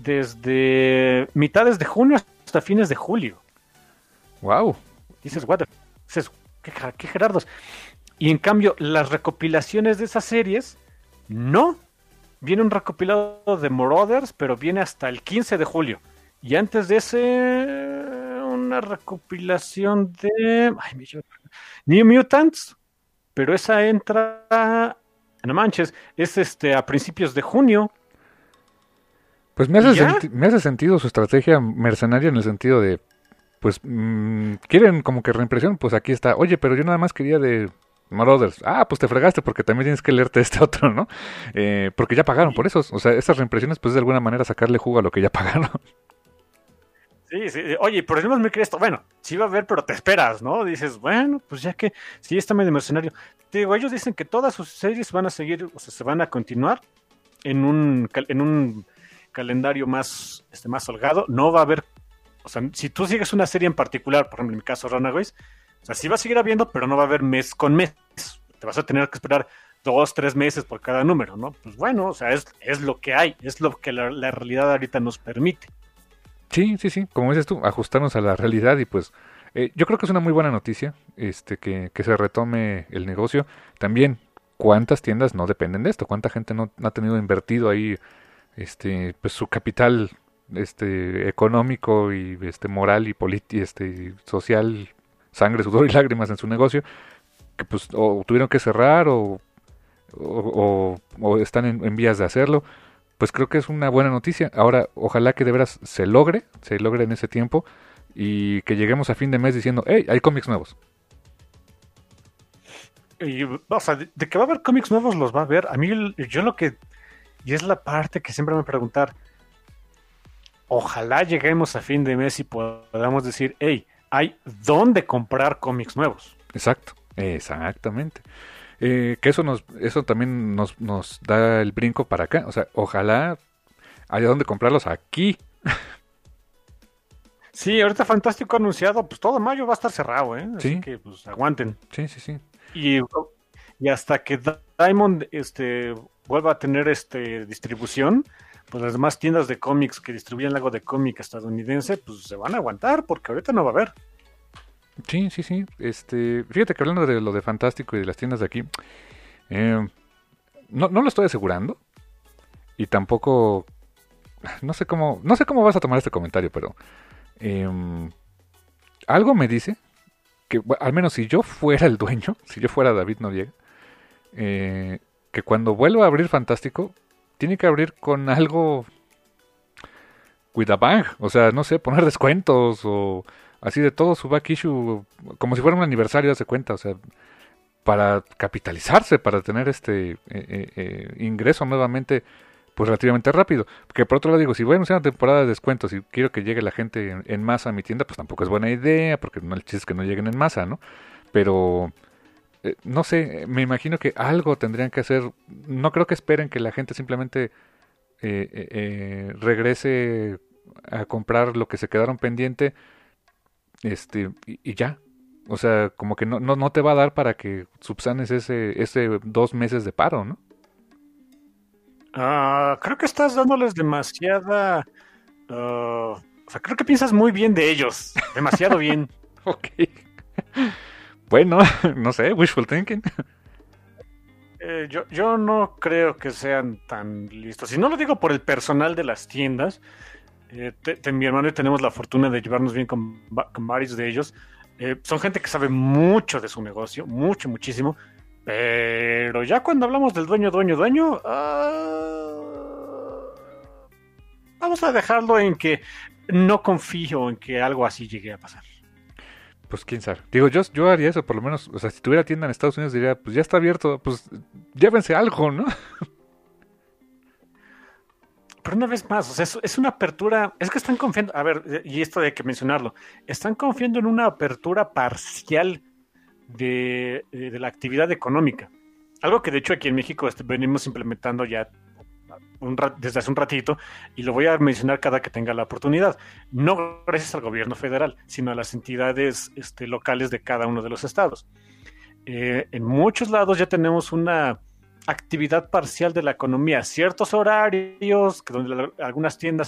desde mitades de junio hasta fines de julio. Wow. Dices, ¿qué Gerardos? Y en cambio, las recopilaciones de esas series, no. Viene un recopilado de Marauders, pero viene hasta el 15 de julio. Y antes de ese, una recopilación de New Mutants, pero esa entra, no manches, es a principios de junio. Pues me hace sentido su estrategia mercenaria en el sentido de, pues, quieren como que reimpresión, pues aquí está. Oye, pero yo nada más quería de Marauders. Ah, pues te fregaste porque también tienes que leerte este otro, ¿no? Porque ya pagaron por esos. O sea, estas reimpresiones, pues de alguna manera sacarle jugo a lo que ya pagaron. Sí. Oye, por eso me crees esto. Bueno, sí va a haber, pero te esperas, ¿no? Dices, bueno, pues ya que sí está medio mercenario. Te digo, ellos dicen que todas sus series van a seguir, o sea, se van a continuar en un calendario más holgado. No va a haber, o sea, si tú sigues una serie en particular, por ejemplo, en mi caso Runaways, o sea, sí va a seguir habiendo, pero no va a haber mes con mes. Te vas a tener que esperar 2, 3 meses por cada número, ¿no? Pues bueno, o sea, es lo que hay, es lo que la realidad ahorita nos permite. Sí, como dices tú, ajustarnos a la realidad y pues yo creo que es una muy buena noticia que se retome el negocio. También, ¿cuántas tiendas no dependen de esto? ¿Cuánta gente no ha tenido invertido ahí pues su capital económico y moral y social, sangre, sudor y lágrimas en su negocio, que pues o tuvieron que cerrar o están en vías de hacerlo? Pues creo que es una buena noticia. Ahora, ojalá que de veras se logre en ese tiempo y que lleguemos a fin de mes diciendo, hey, hay cómics nuevos. Y, o sea, de que va a haber cómics nuevos los va a haber. A mí, yo lo que, y es la parte que siempre me preguntar, ojalá lleguemos a fin de mes y podamos decir, hey, hay dónde comprar cómics nuevos. Exactamente. Que eso también nos da el brinco para acá. O sea, ojalá haya donde comprarlos aquí. Sí, ahorita Fantástico anunciado, pues todo mayo va a estar cerrado, ¿eh? Así ¿Sí? que pues aguanten. Sí. Y hasta que Diamond vuelva a tener distribución, pues las demás tiendas de cómics que distribuyen algo de cómic estadounidense, pues se van a aguantar, porque ahorita no va a haber. Sí. Fíjate que hablando de lo de Fantástico y de las tiendas de aquí, no lo estoy asegurando y tampoco no sé cómo vas a tomar este comentario, pero algo me dice que al menos si yo fuera el dueño, si yo fuera David Noriega, que cuando vuelva a abrir Fantástico tiene que abrir con algo with a bang, o sea, no sé, poner descuentos o así de todo su back issue, como si fuera un aniversario, hace cuenta, o sea, para capitalizarse, para tener ingreso nuevamente, pues relativamente rápido. Porque por otro lado digo, si voy a anunciar una temporada de descuentos y quiero que llegue la gente en masa a mi tienda, pues tampoco es buena idea, porque no, el chiste es que no lleguen en masa, ¿no? Pero, no sé, me imagino que algo tendrían que hacer. No creo que esperen que la gente simplemente regrese a comprar lo que se quedaron pendiente, y ya. O sea, como que no te va a dar para que subsanes ese 2 meses de paro, ¿no? Creo que estás dándoles demasiada... o sea, creo que piensas muy bien de ellos. Demasiado bien. Ok. Bueno, no sé, wishful thinking. Yo no creo que sean tan listos. Y no lo digo por el personal de las tiendas. Mi hermano y tenemos la fortuna de llevarnos bien con varios de ellos. Son gente que sabe mucho de su negocio, muchísimo. Pero ya cuando hablamos del dueño, vamos a dejarlo en que no confío en que algo así llegue a pasar. Pues quién sabe. Digo, yo haría eso, por lo menos. O sea, si tuviera tienda en Estados Unidos diría, pues ya está abierto, pues llévense algo, ¿no? pero una vez más, o sea, es una apertura, es que están confiando, a ver, y esto hay que mencionarlo, están confiando en una apertura parcial de la actividad económica. Algo que de hecho aquí en México venimos implementando ya desde hace un ratito, y lo voy a mencionar cada que tenga la oportunidad. No gracias al gobierno federal, sino a las entidades locales de cada uno de los estados. En muchos lados ya tenemos una actividad parcial de la economía, ciertos horarios, donde algunas tiendas,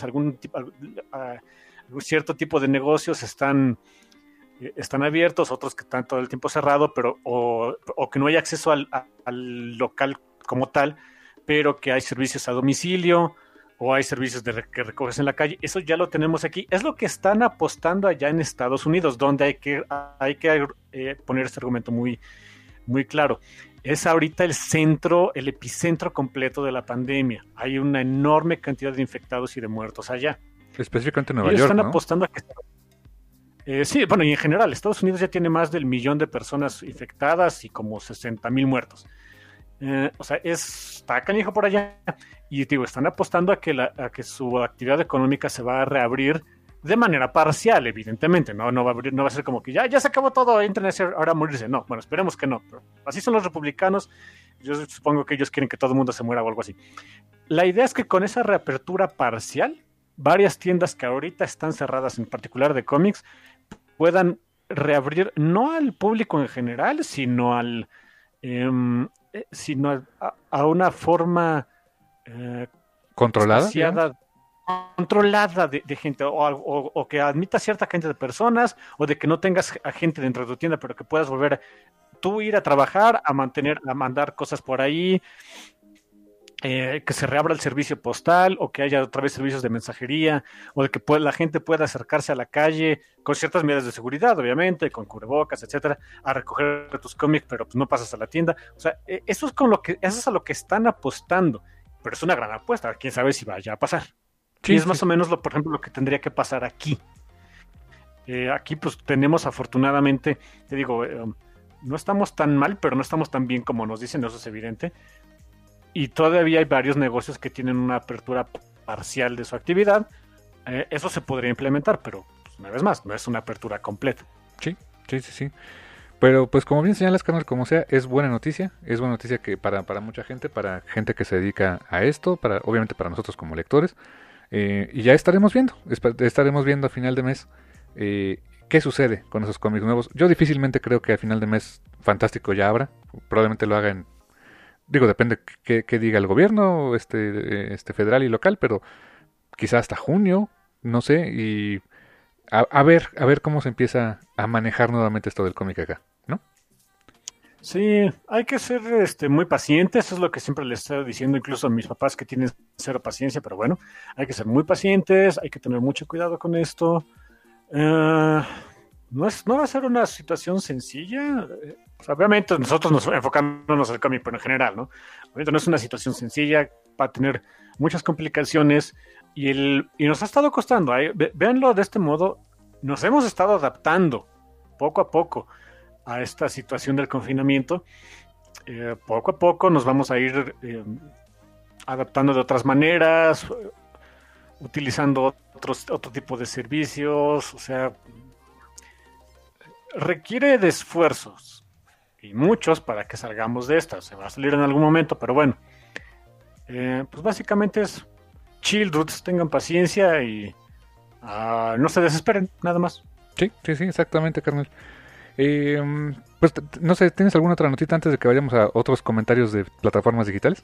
cierto tipo de negocios están abiertos, otros que están todo el tiempo cerrado, pero o que no hay acceso al local como tal, pero que hay servicios a domicilio o hay servicios que recoges en la calle. Eso ya lo tenemos aquí. Es lo que están apostando allá en Estados Unidos, donde hay que poner este argumento muy, muy claro. Es ahorita el epicentro completo de la pandemia. Hay una enorme cantidad de infectados y de muertos allá. Específicamente en Nueva Ellos York, están ¿no? apostando a que... sí, bueno, y en general, Estados Unidos ya tiene más del 1,000,000 de personas infectadas y como 60,000 muertos. O sea, está canijo por allá. Y digo, están apostando a que su actividad económica se va a reabrir de manera parcial, evidentemente. No va a ser como que ya se acabó todo, entren ahora a morirse. No, bueno, esperemos que no. Pero así son los republicanos. Yo supongo que ellos quieren que todo el mundo se muera o algo así. La idea es que con esa reapertura parcial, varias tiendas que ahorita están cerradas, en particular de cómics, puedan reabrir no al público en general, sino a una forma ¿Controlada? controlada de gente, o que admita cierta gente de personas, o de que no tengas a gente dentro de tu tienda, pero que puedas volver tú ir a trabajar, a mandar cosas por ahí, que se reabra el servicio postal, o que haya otra vez servicios de mensajería, o de que la gente pueda acercarse a la calle con ciertas medidas de seguridad, obviamente, con cubrebocas, etcétera, a recoger tus cómics, pero pues no pasas a la tienda. O sea, eso es a lo que están apostando, pero es una gran apuesta. Quién sabe si vaya a pasar. Sí, y es más o menos, por ejemplo, lo que tendría que pasar aquí. Aquí pues tenemos afortunadamente, te digo, no estamos tan mal, pero no estamos tan bien como nos dicen, eso es evidente. Y todavía hay varios negocios que tienen una apertura parcial de su actividad. Eso se podría implementar, pero pues, una vez más, no es una apertura completa. Sí. Pero pues como bien señalas, carnal, como sea, es buena noticia que para mucha gente, para gente que se dedica a esto, obviamente para nosotros como lectores, y ya estaremos viendo a final de mes qué sucede con esos cómics nuevos. Yo difícilmente creo que a final de mes Fantástico ya abra, probablemente lo haga depende qué diga el gobierno federal y local, pero quizá hasta junio, no sé, y a ver cómo se empieza a manejar nuevamente esto del cómic acá, ¿no? Sí, hay que ser muy pacientes, eso es lo que siempre les estoy diciendo incluso a mis papás, que tienen cero paciencia, pero bueno, hay que ser muy pacientes, hay que tener mucho cuidado con esto. No va a ser una situación sencilla. Obviamente nosotros nos enfocándonos al cómic, pero en general, ¿no? Obviamente no es una situación sencilla, va a tener muchas complicaciones y nos ha estado costando. Véanlo de este modo, nos hemos estado adaptando poco a poco a esta situación del confinamiento. Poco a poco nos vamos a ir adaptando de otras maneras, utilizando otro tipo de servicios, o sea, requiere de esfuerzos y muchos para que salgamos de esta. Se va a salir en algún momento, pero bueno, pues básicamente es chill, dudes, tengan paciencia y no se desesperen, nada más. Sí, exactamente, carnal. Pues no sé, ¿tienes alguna otra notita antes de que vayamos a otros comentarios de plataformas digitales?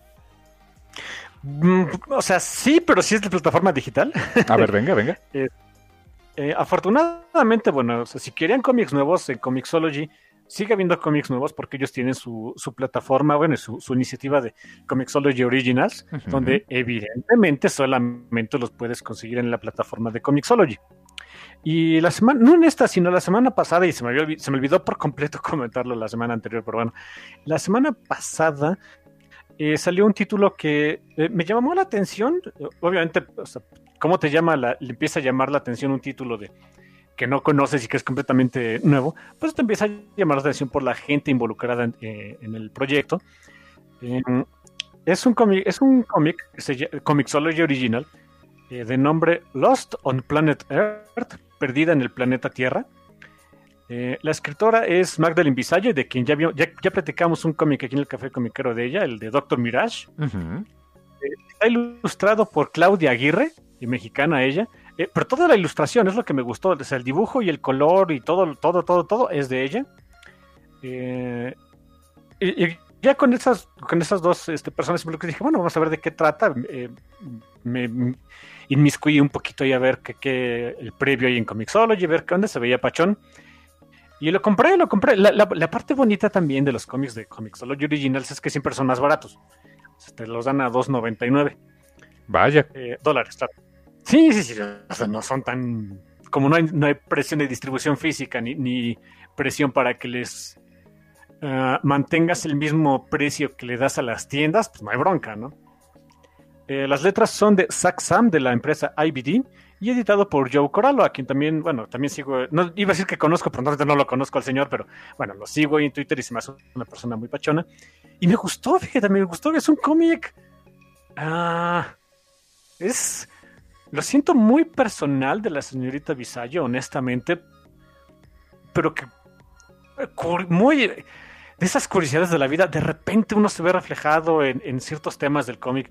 O sea, sí, pero sí es de plataforma digital. A ver, venga. Afortunadamente, bueno, o sea, si querían cómics nuevos en Comixology, sigue habiendo cómics nuevos porque ellos tienen su plataforma, bueno, su iniciativa de Comixology Originals, donde evidentemente solamente los puedes conseguir en la plataforma de Comixology. Y la semana, no en esta, sino la semana pasada, y se me olvidó por completo comentarlo la semana anterior, pero bueno, la semana pasada salió un título que me llamó la atención. Obviamente, o sea, ¿cómo le empieza a llamar la atención un título que no conoces y que es completamente nuevo? Pues te empieza a llamar la atención por la gente involucrada en el proyecto. Es un cómic, Comixology Original, de nombre Lost on Planet Earth, Perdida en el Planeta Tierra. La escritora es Magdalene Visayo, de quien ya platicamos un cómic aquí en el Café Comiquero de ella, el de Doctor Mirage. Uh-huh. Está ilustrado por Claudia Aguirre, y mexicana ella, pero toda la ilustración es lo que me gustó, o sea, el dibujo y el color y todo es de ella. Y ya con esas dos personas dije, bueno, vamos a ver de qué trata. Me inmiscuí un poquito ahí a ver qué el previo ahí en Comixology, ver qué onda, se veía pachón. Y lo compré. La parte bonita también de los cómics de Comixology Originals es que siempre son más baratos. O sea, te los dan a $2.99. Vaya. Dólares, claro. Sí. O sea, no son tan... Como no hay presión de distribución física ni presión para que les mantengas el mismo precio que le das a las tiendas, pues no hay bronca, ¿no? Las letras son de Zach Sam, de la empresa IBD, y editado por Joe Corallo, a quien también sigo, no iba a decir que conozco, pero no lo conozco al señor, pero bueno, lo sigo ahí en Twitter y se me hace una persona muy pachona. Y me gustó, fíjate, es un cómic. Lo siento muy personal de la señorita Visayo, honestamente, pero que muy de esas curiosidades de la vida, de repente uno se ve reflejado en ciertos temas del cómic.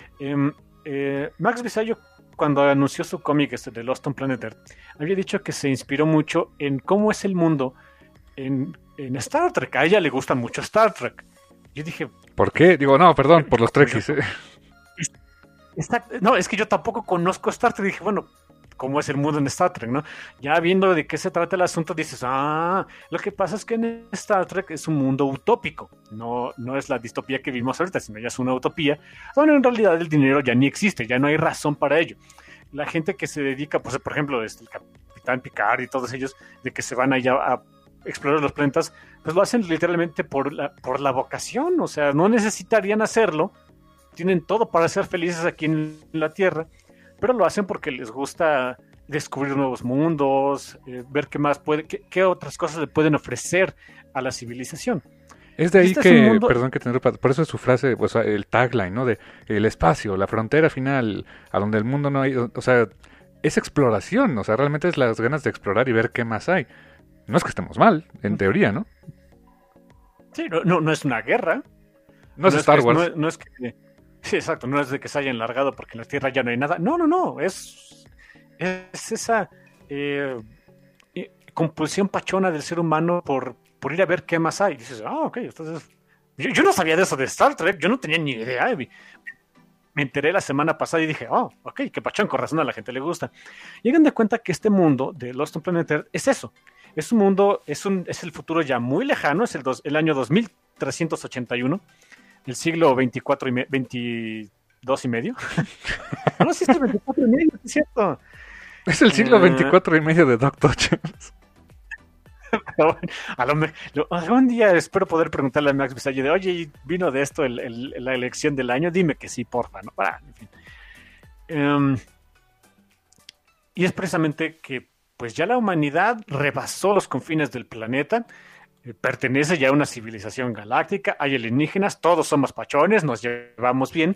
Max Visayo, cuando anunció su cómic de Lost on Planet Earth, había dicho que se inspiró mucho en cómo es el mundo en Star Trek. A ella le gusta mucho Star Trek. Yo dije... ¿Por qué? Digo, no, perdón, por los Trekkies. No, es que yo tampoco conozco Star Trek. Dije, bueno, ¿cómo es el mundo en Star Trek, no? Ya viendo de qué se trata el asunto, dices, lo que pasa es que en Star Trek es un mundo utópico. No es la distopía que vimos ahorita, sino ya es una utopía. Bueno, en realidad el dinero ya ni existe, ya no hay razón para ello. La gente que se dedica, pues, por ejemplo, el Capitán Picard y todos ellos, de que se van allá a explorar los planetas, pues lo hacen literalmente por la vocación. O sea, no necesitarían hacerlo. Tienen todo para ser felices aquí en la Tierra, pero lo hacen porque les gusta descubrir nuevos mundos, ver qué otras cosas le pueden ofrecer a la civilización. Es de ahí perdón que te interrumpa, por eso es su frase, o sea, el tagline, ¿no? De el espacio, la frontera final, a donde el mundo no hay, o sea, es exploración, o sea, realmente es las ganas de explorar y ver qué más hay. No es que estemos mal, en teoría, ¿no? Sí, no es una guerra. No es Star Wars. No es que... Sí, exacto, no es de que se hayan largado porque en la Tierra ya no hay nada. No, es esa compulsión pachona del ser humano por ir a ver qué más hay. Y dices, ok, entonces... Yo no sabía de eso de Star Trek, yo no tenía ni idea. Me enteré la semana pasada y dije, ok, qué pachón, con razón a la gente le gusta. Llegan de cuenta que este mundo de Lost on Planet Earth es eso. Es un mundo, es el futuro ya muy lejano, es el año 2381. El siglo 22 y medio. No, sí es el 24 y medio, es cierto. Es el siglo 24 y medio de Doctor Jones. Algún día espero poder preguntarle a Max Visayo de, oye, ¿vino de esto la elección del año? Dime que sí, porfa, ¿no? En fin. Y es precisamente que pues ya la humanidad rebasó los confines del planeta. Pertenece ya a una civilización galáctica, hay alienígenas, todos somos pachones, nos llevamos bien.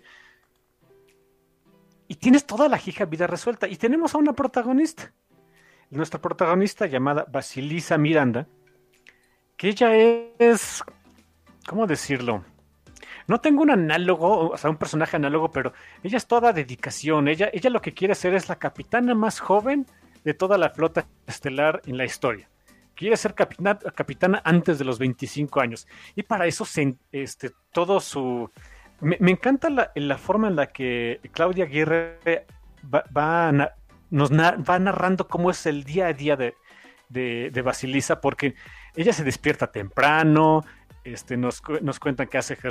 Y tienes toda la hija vida resuelta. Y tenemos a una protagonista. Nuestra protagonista llamada Vasilisa Miranda, que ella es... ¿Cómo decirlo? No tengo un análogo, o sea, un personaje análogo, pero ella es toda dedicación. Ella lo que quiere ser es la capitana más joven de toda la flota estelar en la historia. Quiere ser capitana antes de los 25 años. Y para eso todo su... Me encanta la forma en la que Claudia Aguirre nos va narrando cómo es el día a día de Vasilisa, porque ella se despierta temprano, nos cuentan que hace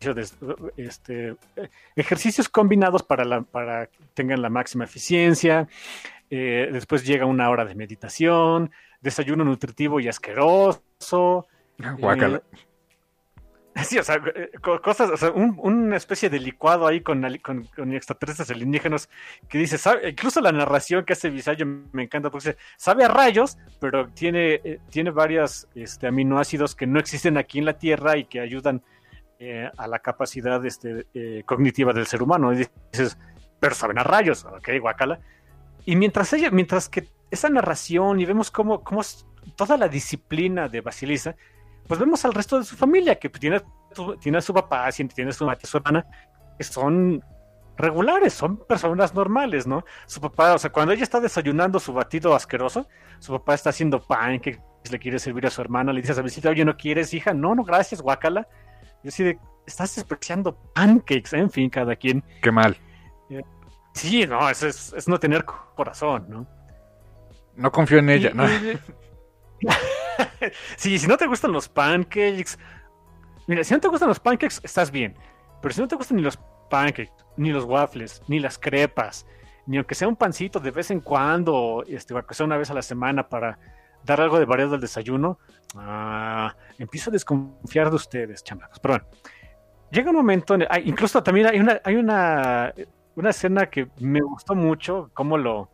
ejercicios combinados para que tengan la máxima eficiencia. Después llega una hora de meditación, desayuno nutritivo y asqueroso. Guácala. Sí, o sea, cosas, o sea, una especie de licuado ahí con extraterrestres alienígenas que dice, incluso la narración que hace Visayo me encanta porque dice, sabe a rayos, pero tiene varios aminoácidos que no existen aquí en la Tierra y que ayudan a la capacidad cognitiva del ser humano. Y dices, pero saben a rayos, ok, guacala. Y mientras que esa narración y vemos cómo toda la disciplina de Basilisa, pues vemos al resto de su familia, que tiene a su papá, tiene a su hermana, que son regulares, son personas normales, ¿no? Su papá, o sea, cuando ella está desayunando su batido asqueroso, su papá está haciendo pan que le quiere servir a su hermana, le dice a su visita, oye, ¿no quieres, hija? No, gracias, guácala. Y así de, estás despreciando pancakes, en fin, cada quien. Qué mal. Sí, no, es no tener corazón, ¿no? No confío en ella, ¿no? Sí, si no te gustan los pancakes, mira, si no te gustan los pancakes, estás bien. Pero si no te gustan ni los pancakes, ni los waffles, ni las crepas, ni aunque sea un pancito de vez en cuando, aunque sea una vez a la semana para dar algo de variedad al desayuno, empiezo a desconfiar de ustedes, chamacos. Pero bueno, llega un momento, incluso también hay una escena que me gustó mucho, o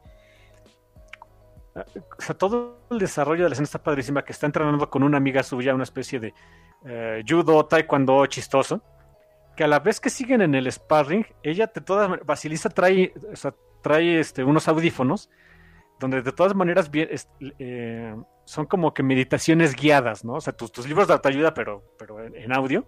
sea, todo el desarrollo de la escena está padrísima, que está entrenando con una amiga suya, una especie de judo, taekwondo chistoso, que a la vez que siguen en el sparring, Basilisa trae unos audífonos, donde de todas maneras son como que meditaciones guiadas, ¿no? O sea, tus libros de autoayuda, pero en audio.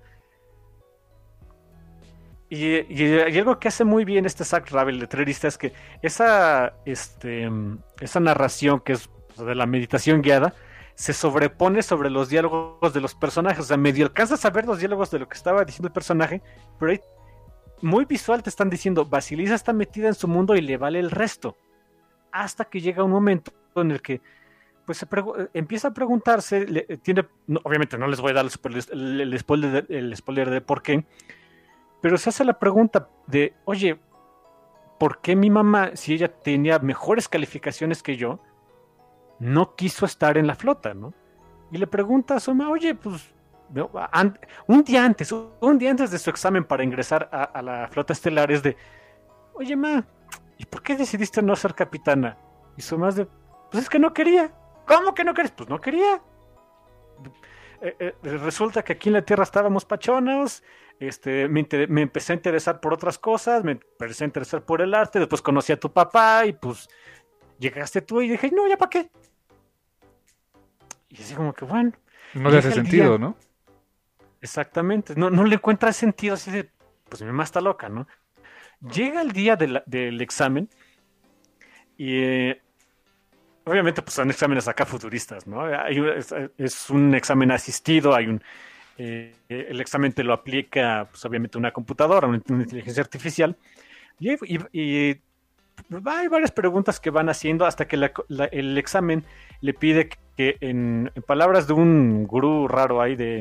Y algo que hace muy bien Zach Ravel, el letrerista, es que esa narración que es de la meditación guiada se sobrepone sobre los diálogos de los personajes. O sea, medio alcanzas a ver los diálogos de lo que estaba diciendo el personaje, pero ahí muy visual te están diciendo, Basilisa está metida en su mundo y le vale el resto. Hasta que llega un momento en el que pues empieza a preguntarse, obviamente no les voy a dar el spoiler de por qué, pero se hace la pregunta de, oye, ¿por qué mi mamá, si ella tenía mejores calificaciones que yo, no quiso estar en la flota, ¿no? Y le pregunta a su mamá, oye, pues, un día antes de su examen para ingresar a la flota estelar es de, oye, ma, ¿y por qué decidiste no ser capitana? Y su mamá es de, pues es que no quería. ¿Cómo que no querías? Pues no quería. Resulta que aquí en la Tierra estábamos pachonos, me empecé a interesar por otras cosas, me empecé a interesar por el arte, después conocí a tu papá y pues llegaste tú y dije, no, ¿ya para qué? Y así como que, bueno. No le hace sentido, ¿no? Exactamente, no le encuentra sentido, así de, pues mi mamá está loca, ¿no? Llega el día del examen y obviamente pues son exámenes acá futuristas, ¿no? Es un examen asistido, el examen te lo aplica pues obviamente una computadora, una inteligencia artificial y hay varias preguntas que van haciendo hasta que el examen le pide que en palabras de un gurú raro ahí de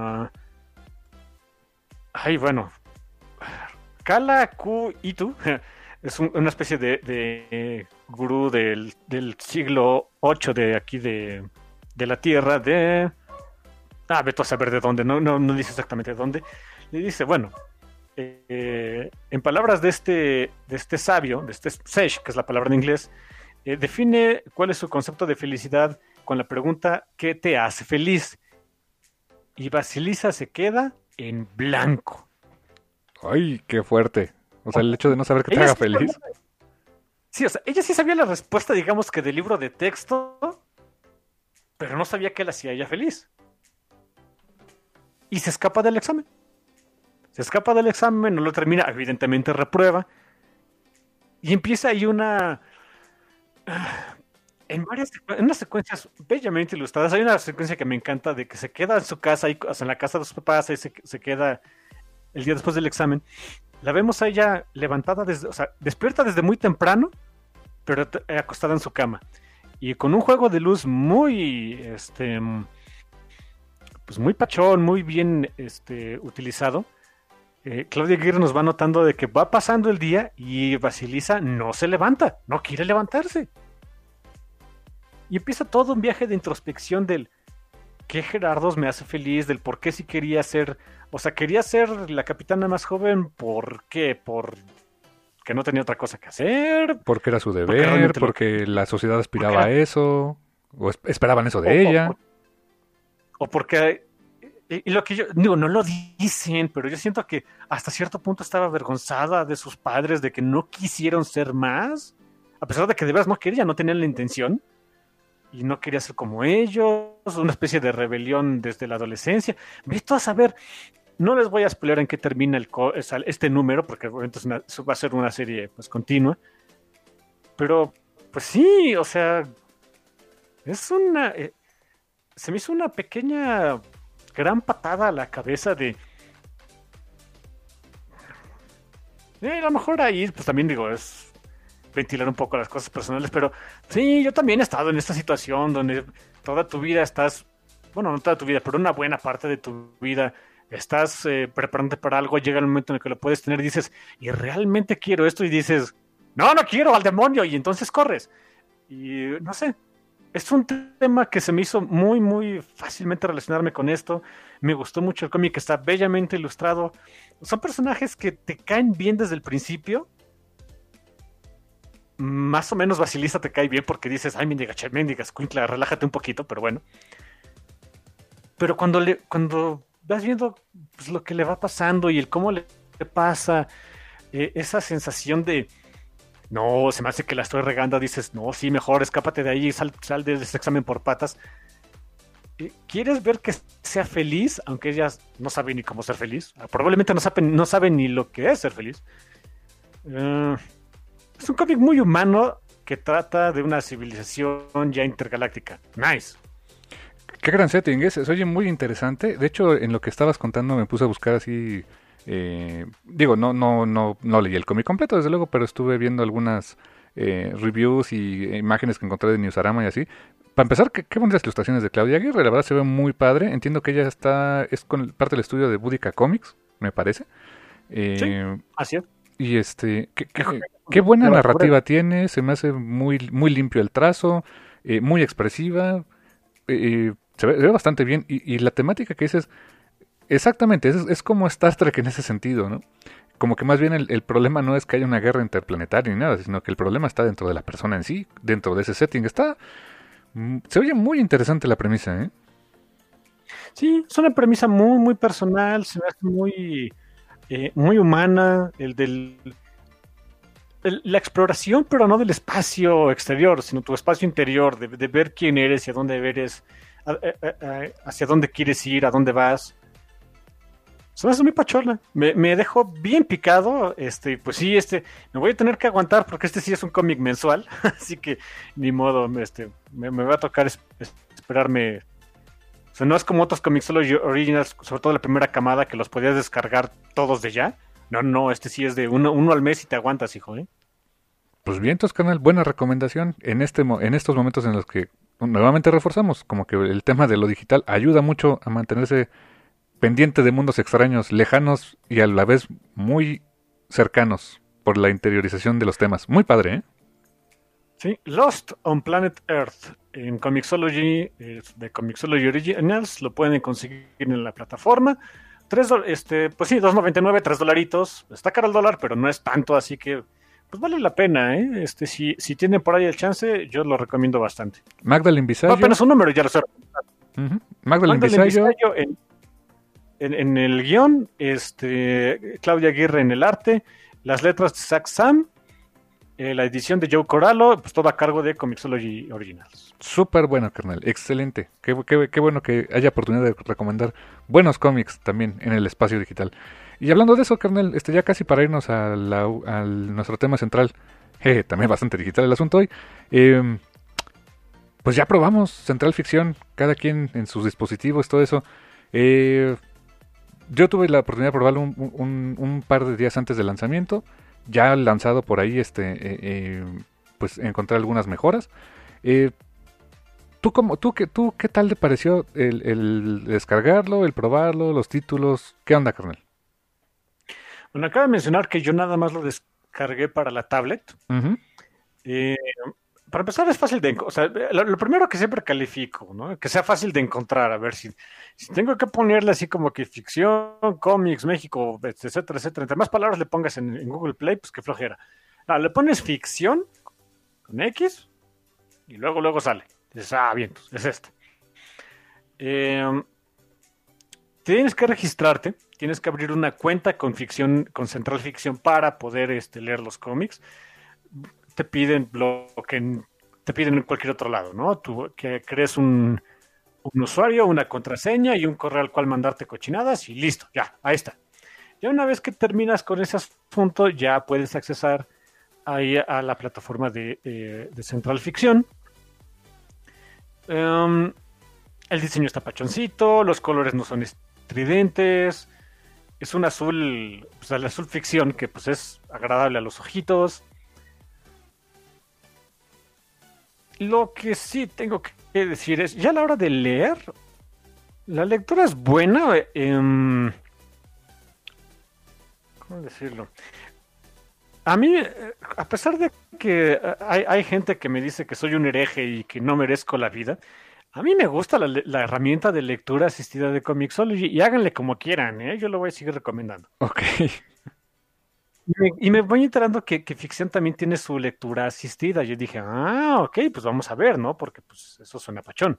Kala Ku Itu es una especie de gurú del siglo VIII de aquí de la Tierra vete a saber de dónde, no dice exactamente de dónde. Le dice, bueno, en palabras de este sabio, de este sage, que es la palabra en inglés, define cuál es su concepto de felicidad con la pregunta ¿qué te hace feliz? Y Basilisa se queda en blanco. Ay, qué fuerte. O sea, el hecho de no saber qué te haga feliz. Sí, o sea, ella sí sabía la respuesta, digamos que del libro de texto, pero no sabía qué le hacía a ella feliz. Y se escapa del examen. No lo termina, evidentemente reprueba. Y empieza ahí en unas secuencias bellamente ilustradas. Hay una secuencia que me encanta de que se queda en su casa, o sea, en la casa de sus papás, y se queda el día después del examen. La vemos a ella levantada, despierta desde muy temprano, pero acostada en su cama. Y con un juego de luz muy, pues muy pachón, muy bien utilizado. Claudia Aguirre nos va notando de que va pasando el día y Basilisa no se levanta, no quiere levantarse. Y empieza todo un viaje de introspección del qué Gerardos me hace feliz, del por qué sí quería ser, quería ser la capitana más joven, ¿por qué? Porque no tenía otra cosa que hacer. Porque era su deber, porque la sociedad aspiraba a eso, o esperaban eso de ella. O porque Y lo que yo digo, no lo dicen, pero yo siento que hasta cierto punto estaba avergonzada de sus padres, de que no quisieron ser más, a pesar de que de veras no quería, no tenían la intención, y no quería ser como ellos, una especie de rebelión desde la adolescencia. Vete a saber, no les voy a spoiler en qué termina este número, porque obviamente va a ser una serie pues continua, pero pues sí, o sea, es se me hizo una pequeña gran patada a la cabeza de... a lo mejor ahí, pues también digo, es ventilar un poco las cosas personales, pero sí, yo también he estado en esta situación donde toda tu vida estás, bueno, no toda tu vida, pero una buena parte de tu vida estás preparándote para algo, llega el momento en el que lo puedes tener y dices, y realmente quiero esto, y dices, no, no quiero, al demonio, y entonces corres. Y no sé, es un tema que se me hizo muy, muy fácilmente relacionarme con esto. Me gustó mucho el cómic, está bellamente ilustrado. Son personajes que te caen bien desde el principio. Más o menos Basilista te cae bien porque dices, ay, mendiga escuincla, relájate un poquito, pero bueno. Pero cuando vas viendo pues, lo que le va pasando y el cómo le pasa, esa sensación de no, se me hace que la estoy regando, dices, no, sí, mejor escápate de ahí, sal de ese examen por patas. ¿Quieres ver que sea feliz? Aunque ella no sabe ni cómo ser feliz. Probablemente no sabe ni lo que es ser feliz. Es un cómic muy humano que trata de una civilización ya intergaláctica. Nice. Qué gran setting es, se oye muy interesante. De hecho, en lo que estabas contando me puse a buscar así... digo, no leí el cómic completo, desde luego, pero estuve viendo algunas reviews y imágenes que encontré de Newsarama y así. Para empezar, qué bonitas ilustraciones de Claudia Aguirre, la verdad se ve muy padre. Entiendo que ella es con parte del estudio de Boudica Comics, me parece. Sí, así es. Y qué buena narrativa tiene, se me hace muy, muy limpio el trazo, muy expresiva, se ve bastante bien. Y la temática que dices, exactamente, es como Star Trek en ese sentido, ¿no? Como que más bien el problema no es que haya una guerra interplanetaria ni nada, sino que el problema está dentro de la persona en sí, dentro de ese setting. Se oye muy interesante la premisa, ¿eh? Sí, es una premisa muy, muy personal, se me hace muy humana, la exploración, pero no del espacio exterior, sino tu espacio interior, de ver quién eres y a dónde eres, hacia dónde quieres ir, a dónde vas. Se me hace muy pachorla. Me dejó bien picado. Pues sí, me voy a tener que aguantar porque este sí es un cómic mensual. Así que ni modo, me va a tocar esperarme. O sea, no es como otros cómics solo originals, sobre todo la primera camada, que los podías descargar todos de ya. No, este sí es de uno al mes y te aguantas, hijo, ¿eh? Pues bien, entonces, canal, buena recomendación en estos momentos en los que nuevamente reforzamos, como que el tema de lo digital ayuda mucho a mantenerse pendiente de mundos extraños, lejanos y a la vez muy cercanos por la interiorización de los temas. Muy padre, ¿eh? Sí, Lost on Planet Earth en Comixology, de Comixology Originals, lo pueden conseguir en la plataforma. Pues sí, $2.99, $3. Está caro el dólar, pero no es tanto, así que pues vale la pena, ¿eh? Si tienen por ahí el chance, yo lo recomiendo bastante. Magdalene Visayo. Apenas un número, ya lo sé. Magdalene Visayo. En el guión, Claudia Aguirre en el arte, las letras de Zach Sam, la edición de Joe Corallo, pues todo a cargo de Comixology Originals. Súper bueno, carnal, excelente. Qué bueno que haya oportunidad de recomendar buenos cómics también en el espacio digital. Y hablando de eso, carnal, ya casi para irnos a nuestro tema central, también bastante digital el asunto hoy, pues ya probamos Central Ficción, cada quien en sus dispositivos, todo eso. Yo tuve la oportunidad de probarlo un par de días antes del lanzamiento. Ya lanzado por ahí, pues encontré algunas mejoras. ¿Tú qué tal te pareció el descargarlo, el probarlo, los títulos? ¿Qué onda, carnal? Bueno, acabo de mencionar que yo nada más lo descargué para la tablet. Uh-huh. Para empezar es fácil o sea, lo primero que siempre califico, ¿no? Que sea fácil de encontrar, a ver si tengo que ponerle así como que ficción, cómics, México, etcétera, etcétera. Entre más palabras le pongas en Google Play, pues qué flojera. Le pones ficción con X y luego sale. Dices, bien, pues es este. tienes que registrarte, tienes que abrir una cuenta con Central Ficción para poder leer los cómics. Te piden lo que te piden en cualquier otro lado, ¿no? Tú que crees un usuario, una contraseña y un correo al cual mandarte cochinadas y listo, ya, ahí está. Ya una vez que terminas con ese asunto, ya puedes accesar ahí a la plataforma de Central Ficción. El diseño está pachoncito, los colores no son estridentes, es un azul, pues el azul ficción que pues es agradable a los ojitos. Lo que sí tengo que decir es, ya a la hora de leer, la lectura es buena. ¿Cómo decirlo? A mí, a pesar de que hay gente que me dice que soy un hereje y que no merezco la vida, a mí me gusta la herramienta de lectura asistida de Comixology y háganle como quieran, ¿eh? Yo lo voy a seguir recomendando. Ok. Y me voy enterando que Ficción también tiene su lectura asistida. Yo dije, ok, pues vamos a ver, ¿no? Porque pues eso suena pachón.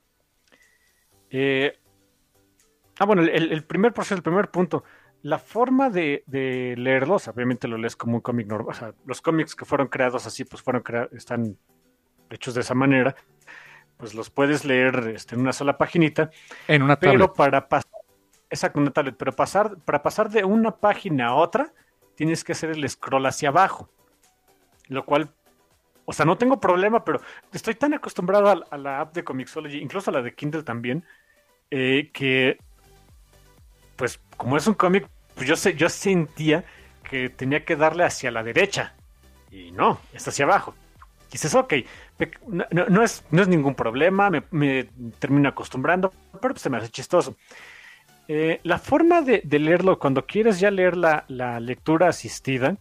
Bueno, el primer proceso, el primer punto. La forma de leerlos, obviamente lo lees como un cómic normal. O sea, los cómics que fueron creados así, pues están hechos de esa manera. Pues los puedes leer en una sola paginita. En una tablet. Pero para pasar, exacto, una tablet. Pero para pasar de una página a otra, tienes que hacer el scroll hacia abajo. Lo cual, o sea, no tengo problema, pero estoy tan acostumbrado a la app de Comixology, incluso a la de Kindle también, que, pues, como es un cómic, pues yo sentía que tenía que darle hacia la derecha. Y no, es hacia abajo. Y dices, ok, no es ningún problema, me termino acostumbrando, pero pues se me hace chistoso. La forma de leerlo, cuando quieres ya leer la lectura asistida,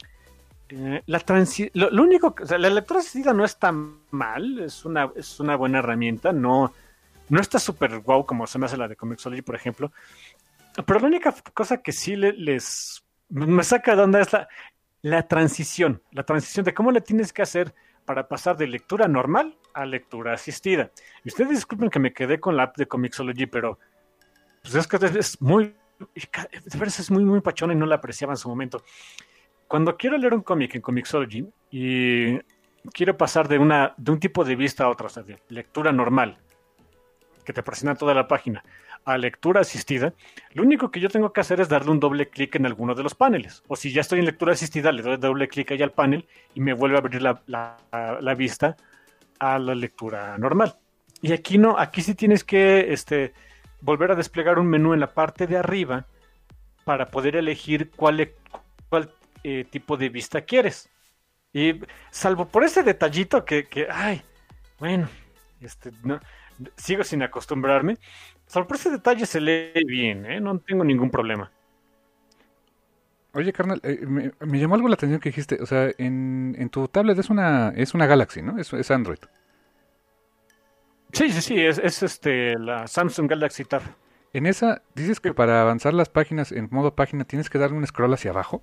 lo único, o sea, la lectura asistida no está mal, es una buena herramienta, no está súper guau como se me hace la de Comixology, por ejemplo, pero la única cosa que sí me saca de onda es la transición de cómo le tienes que hacer para pasar de lectura normal a lectura asistida. Y ustedes disculpen que me quedé con la app de Comixology, pero pues es que es muy, de veras es muy, muy pachona y no la apreciaba en su momento. Cuando quiero leer un cómic en Comixology y quiero pasar de un tipo de vista a otro, o sea, de lectura normal, que te presenta toda la página, a lectura asistida, lo único que yo tengo que hacer es darle un doble clic en alguno de los paneles. O si ya estoy en lectura asistida, le doy doble clic ahí al panel y me vuelve a abrir la vista a la lectura normal. Y aquí no, aquí sí tienes que volver a desplegar un menú en la parte de arriba para poder elegir cuál tipo de vista quieres. Y salvo por ese detallito que ay, bueno, no, sigo sin acostumbrarme. Salvo por ese detalle se lee bien, ¿eh? No tengo ningún problema. Oye, carnal, me llamó algo la atención que dijiste. O sea, en tu tablet es una Galaxy, ¿no? Es Android. Sí, es la Samsung Galaxy Tab. En esa, dices que para avanzar las páginas en modo página tienes que darle un scroll hacia abajo.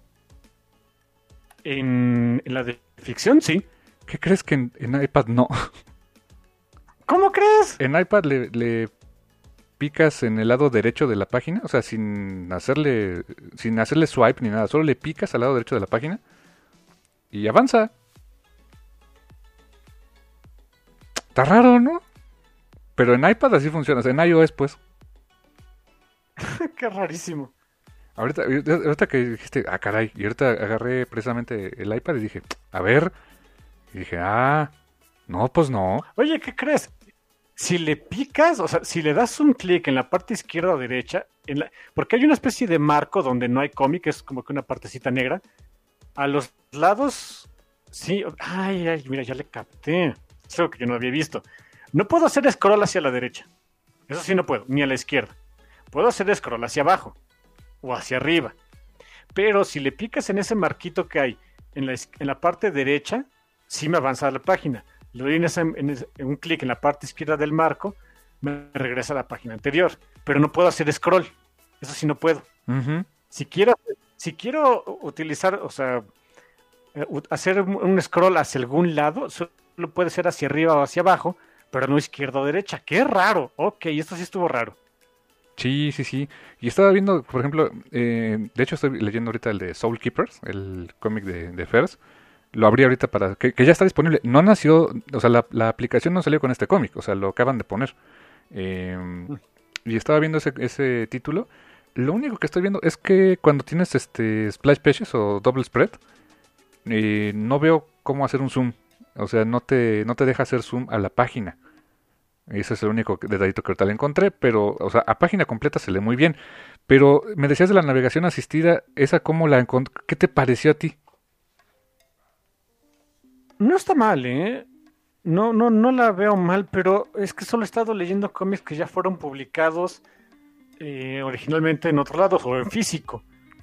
En la de ficción, sí. ¿Qué crees que en iPad no? ¿Cómo crees? En iPad le picas en el lado derecho de la página, o sea, sin hacerle swipe ni nada, solo le picas al lado derecho de la página y avanza. Está raro, ¿no? Pero en iPad así funciona, o sea, en iOS pues. Qué rarísimo. Ahorita que dijiste, caray, y ahorita agarré precisamente el iPad y dije, a ver, y dije, no, pues no. Oye, ¿qué crees? Si le picas, o sea, si le das un clic en la parte izquierda o derecha, porque hay una especie de marco donde no hay cómic, es como que una partecita negra, a los lados, sí, ay, mira, ya le capté, es algo que yo no había visto. No puedo hacer scroll hacia la derecha, eso sí no puedo, ni a la izquierda. Puedo hacer scroll hacia abajo o hacia arriba, pero si le picas en ese marquito que hay en la parte derecha, sí me avanza a la página. Le doy en un clic en la parte izquierda del marco, me regresa a la página anterior, pero no puedo hacer scroll, eso sí no puedo. Uh-huh. Si quiero utilizar, o sea, hacer un scroll hacia algún lado, solo puede ser hacia arriba o hacia abajo, pero no izquierda o derecha. ¡Qué raro! Ok, esto sí estuvo raro. Sí, sí, sí. Y estaba viendo, por ejemplo, de hecho estoy leyendo ahorita el de Soul Keepers, el cómic de Fers. Lo abrí ahorita para que ya está disponible. No nació, o sea, la aplicación no salió con este cómic, o sea, lo acaban de poner. Eh, y estaba viendo ese título. Lo único que estoy viendo es que cuando tienes splash pages o double spread, no veo cómo hacer un zoom. O sea, no te deja hacer zoom a la página. Ese es el único detallito que ahorita le encontré, pero, o sea, a página completa se lee muy bien. Pero me decías de la navegación asistida, ¿esa cómo la encontré? ¿Qué te pareció a ti? No está mal, ¿eh? No la veo mal, pero es que solo he estado leyendo cómics que ya fueron publicados originalmente en otros lados o en físico.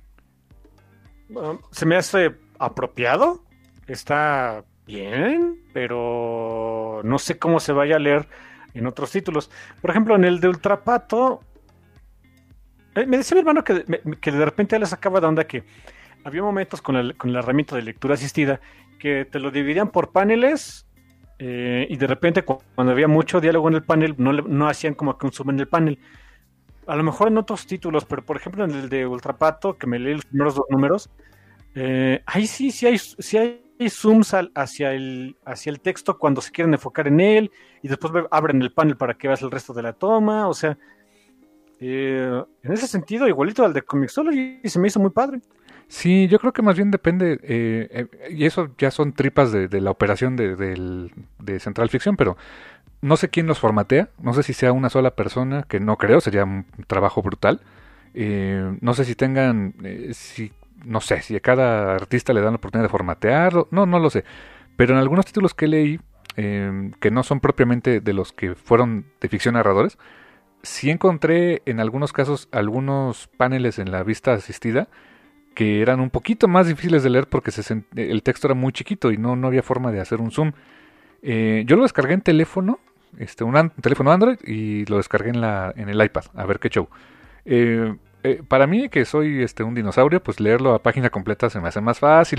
Se me hace apropiado, está bien, pero no sé cómo se vaya a leer en otros títulos. Por ejemplo, en el de Ultrapato, me decía mi hermano que de repente les sacaba de onda que había momentos con la herramienta de lectura asistida que te lo dividían por paneles y de repente cuando había mucho diálogo en el panel no hacían como que un zoom en el panel. A lo mejor en otros títulos, pero por ejemplo en el de Ultrapato, que me leí los primeros dos números, ahí sí hay zooms hacia el texto cuando se quieren enfocar en él y después abren el panel para que veas el resto de la toma. O sea, en ese sentido, igualito al de Comixology, y se me hizo muy padre. Sí, yo creo que más bien depende, y eso ya son tripas de la operación de Central Ficción, pero no sé quién los formatea, no sé si sea una sola persona, que no creo, sería un trabajo brutal. No sé si tengan, no sé, si a cada artista le dan la oportunidad de formatearlo, no lo sé. Pero en algunos títulos que leí, que no son propiamente de los que fueron de ficción narradores, sí encontré en algunos casos algunos paneles en la vista asistida que eran un poquito más difíciles de leer porque el texto era muy chiquito y no había forma de hacer un zoom. Yo lo descargué en teléfono, un teléfono Android, y lo descargué en el iPad, a ver qué show. Para mí, que soy un dinosaurio, pues leerlo a página completa se me hace más fácil.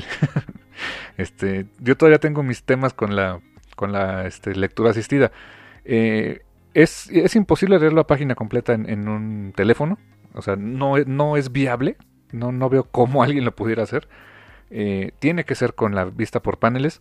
Yo todavía tengo mis temas con la lectura asistida. Es imposible leerlo a página completa en un teléfono. O sea, no es viable. No veo cómo alguien lo pudiera hacer. Tiene que ser con la vista por paneles.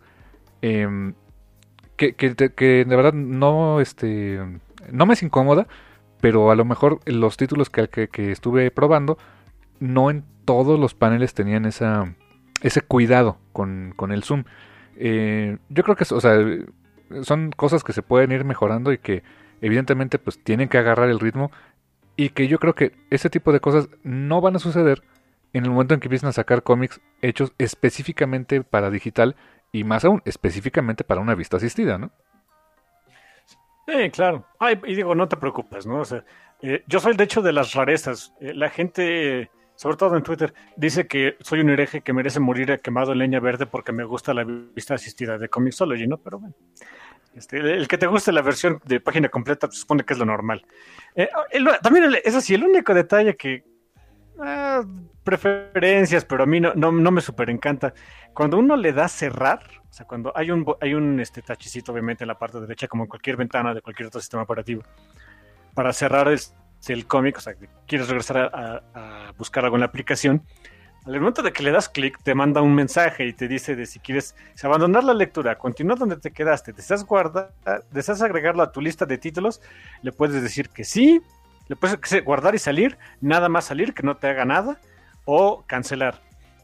Que de verdad no me es incómoda, pero a lo mejor los títulos que estuve probando, no en todos los paneles tenían ese cuidado con el zoom. Yo creo que o sea, son cosas que se pueden ir mejorando y que evidentemente pues tienen que agarrar el ritmo, y que yo creo que ese tipo de cosas no van a suceder en el momento en que empiezan a sacar cómics hechos específicamente para digital, y más aún, específicamente para una vista asistida, ¿no? Sí, claro. Ay, y digo, no te preocupes, ¿no? O sea, yo soy de hecho de las rarezas. La gente, sobre todo en Twitter, dice que soy un hereje que merece morir quemado en leña verde porque me gusta la vista asistida de Comixology, ¿no? Pero bueno, el que te guste la versión de página completa, pues, supone que es lo normal. También, eso sí, el único detalle que preferencias, pero a mí no me súper encanta. Cuando uno le da cerrar, o sea, cuando hay un tachecito, obviamente, en la parte derecha, como en cualquier ventana de cualquier otro sistema operativo, para cerrar el cómic, o sea, que quieres regresar a buscar algo en la aplicación, al momento de que le das clic, te manda un mensaje y te dice de si quieres abandonar la lectura, continuar donde te quedaste, deseas agregarlo a tu lista de títulos, le puedes decir que sí. Le puedes guardar y salir, nada más salir, que no te haga nada, o cancelar.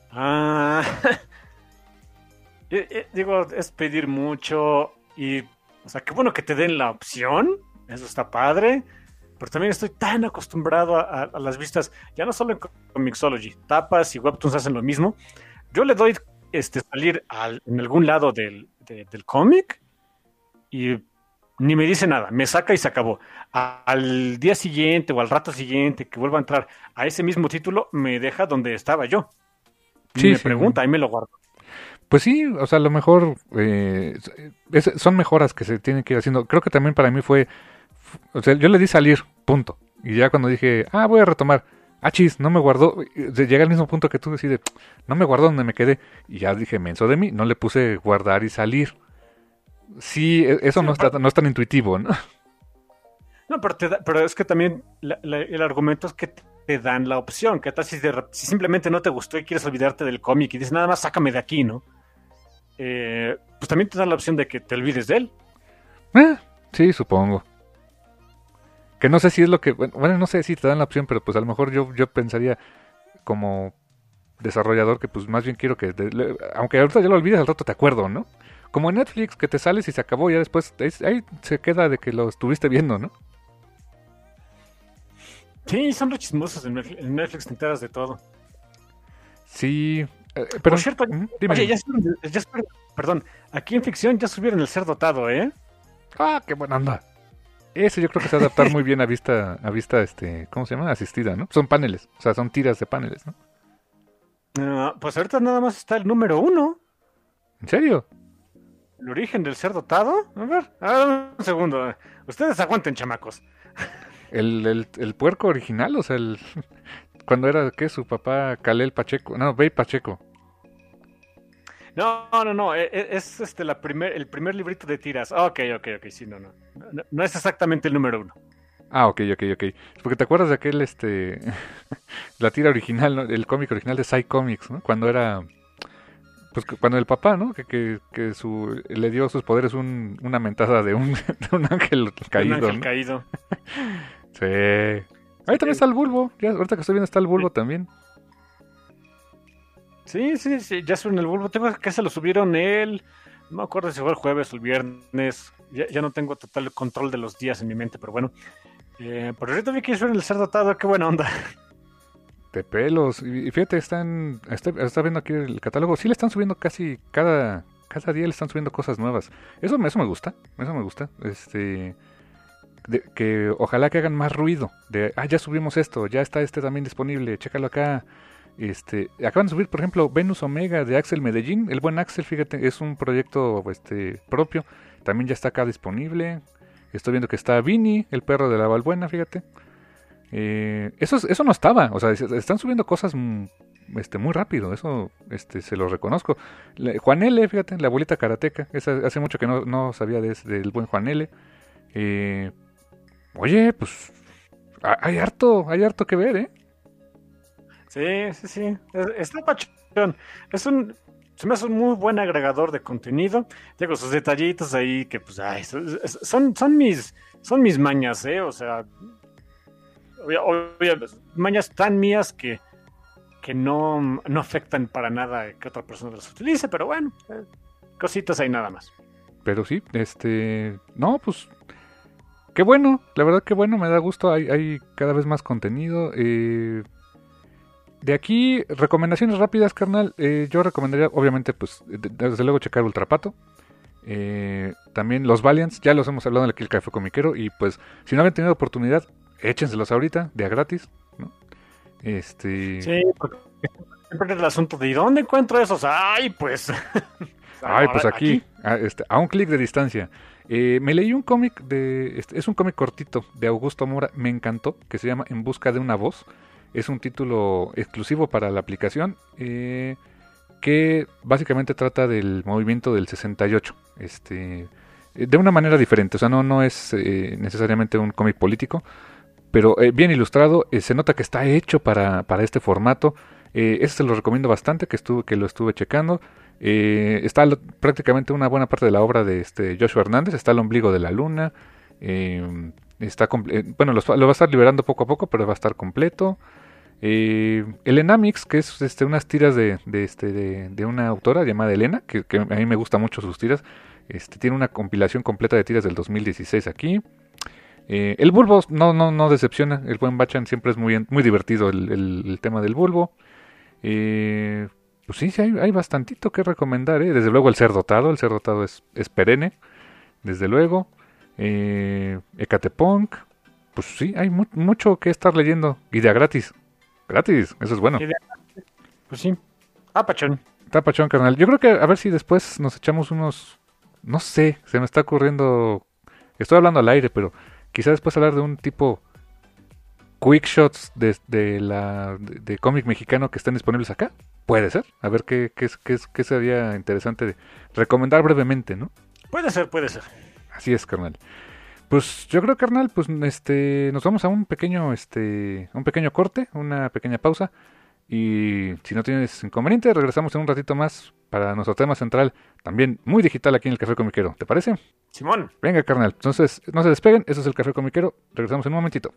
Digo, es pedir mucho y, o sea, qué bueno que te den la opción, eso está padre, pero también estoy tan acostumbrado a las vistas, ya no solo en Comixology, Tapas y Webtoons hacen lo mismo. Yo le doy salir en algún lado del cómic y ni me dice nada, me saca y se acabó. Al día siguiente o al rato siguiente que vuelva a entrar a ese mismo título, me deja donde estaba yo. Y Sí, me sí. pregunta, ahí me lo guardo. Pues sí, o sea, a lo mejor son mejoras que se tienen que ir haciendo. Creo que también para mí o sea, yo le di salir, punto. Y ya cuando dije, voy a retomar, chis, no me guardó, llega al mismo punto que tú decides, no me guardó donde me quedé. Y ya dije, menso de mí, no le puse guardar y salir. Sí, eso Sí, no es tan intuitivo, ¿no? No, pero es que también el argumento es que te dan la opción. Que tal si simplemente no te gustó y quieres olvidarte del cómic y dices, nada más sácame de aquí, ¿no? Pues también te dan la opción de que te olvides de él. Sí, supongo. Que no sé si es lo que... Bueno, no sé si te dan la opción, pero pues a lo mejor yo pensaría como desarrollador que pues más bien quiero que... aunque ahorita ya lo olvides, al rato te acuerdo, ¿no? Como en Netflix, que te sales y se acabó, ya después ahí se queda de que lo estuviste viendo, ¿no? Sí, son re chismosos en Netflix, te enteras de todo. Sí, pero... Por cierto, dime. oye, perdón, aquí en ficción ya subieron el ser dotado, ¿eh? Ah, qué buena onda. Ese yo creo que se va a adaptar muy bien a vista, ¿cómo se llama? Asistida, ¿no? Son paneles, o sea, son tiras de paneles, ¿no? Pues ahorita nada más está el número 1. ¿En serio? ¿El origen del ser dotado? A ver, un segundo. Ustedes aguanten, chamacos. El puerco original, o sea, cuando era, ¿qué? Su papá, Kalel Pacheco, no, Bey Pacheco. No, es el primer librito de tiras. Ok, sí, no es exactamente el número 1. Ah, ok. Porque te acuerdas de aquel, la tira original, ¿no? El cómic original de Psy Comics, ¿no? Cuando era, pues cuando el papá, ¿no? Que le dio sus poderes una mentada de un ángel caído, Un ángel ¿no? caído. Sí. Ahí también está el Bulbo. Ya, ahorita que estoy viendo está el Bulbo también. Sí, ya subieron el bulbo. Tengo que se lo subieron no me acuerdo si fue el jueves o el viernes. Ya no tengo total control de los días en mi mente, pero bueno. Pero ahorita vi que subieron el ser dotado, qué buena onda. De pelos. Y fíjate, está viendo aquí el catálogo. Sí le están subiendo casi cada día le están subiendo cosas nuevas. Eso me gusta. Que ojalá que hagan más ruido. Ya subimos esto, ya está también disponible, chécalo acá. Acaban de subir, por ejemplo, Venus Omega de Axel Medellín. El buen Axel, fíjate, es un proyecto propio. También ya está acá disponible. Estoy viendo que está Vini, el perro de la Valbuena, fíjate. Eso no estaba. O sea, están subiendo cosas muy rápido. Eso se lo reconozco. Juan L, fíjate, la abuelita karateca. Hace mucho que no sabía del buen Juan L. Oye, pues hay harto que ver, ¿eh? Sí. Está pachón. Se me hace un muy buen agregador de contenido. Tengo sus detallitos ahí que, pues, son mis mañas, ¿eh? O sea, mañas tan mías que no afectan para nada que otra persona las utilice, pero bueno, cositas ahí nada más. Pero sí, no, pues, qué bueno, la verdad que bueno, me da gusto, hay cada vez más contenido. De aquí, recomendaciones rápidas, carnal. Yo recomendaría, obviamente, pues, desde luego checar Ultrapato. También los Valiants, ya los hemos hablado en el Café Comiquero. Y pues, si no habían tenido oportunidad, échenselos ahorita, de a gratis, ¿no? Sí, porque siempre es el asunto de ¿y dónde encuentro esos? Ay, pues. Pues aquí. A un clic de distancia. Me leí un cómic es un cómic cortito de Augusto Mora, me encantó, que se llama En busca de una voz. Es un título exclusivo para la aplicación que básicamente trata del movimiento del 68. De una manera diferente, o sea, no es necesariamente un cómic político, pero bien ilustrado. Se nota que está hecho para este formato. Ese se lo recomiendo bastante, que lo estuve checando. Está prácticamente una buena parte de la obra de Joshua Hernández. Está El ombligo de la luna. Bueno, lo va a estar liberando poco a poco, pero va a estar completo. El Enamix, que es unas tiras de una autora llamada Elena, que a mí me gusta mucho sus tiras. Tiene una compilación completa de tiras del 2016 aquí. El Bulbo no decepciona. El buen Bachan siempre es muy divertido el tema del Bulbo. Pues sí, hay bastantito que recomendar, ¿eh? Desde luego el ser dotado es perenne, desde luego. Ecatepunk, pues sí, hay mucho que estar leyendo. Y de a gratis, eso es bueno. Pues sí, pachón. Está pachón, carnal. Yo creo que a ver si después nos echamos unos, no sé, se me está ocurriendo, estoy hablando al aire, pero quizá después hablar de un tipo quick shots de cómic mexicano que estén disponibles acá. Puede ser. A ver qué sería interesante de recomendar brevemente, ¿no? Puede ser. Así es, carnal. Pues yo creo, carnal, pues nos vamos a un pequeño corte, una pequeña pausa. Y si no tienes inconveniente, regresamos en un ratito más para nuestro tema central, también muy digital aquí en el Café Comiquero. ¿Te parece? Simón. Venga, carnal. Entonces, no se despeguen. Eso es el Café Comiquero. Regresamos en un momentito.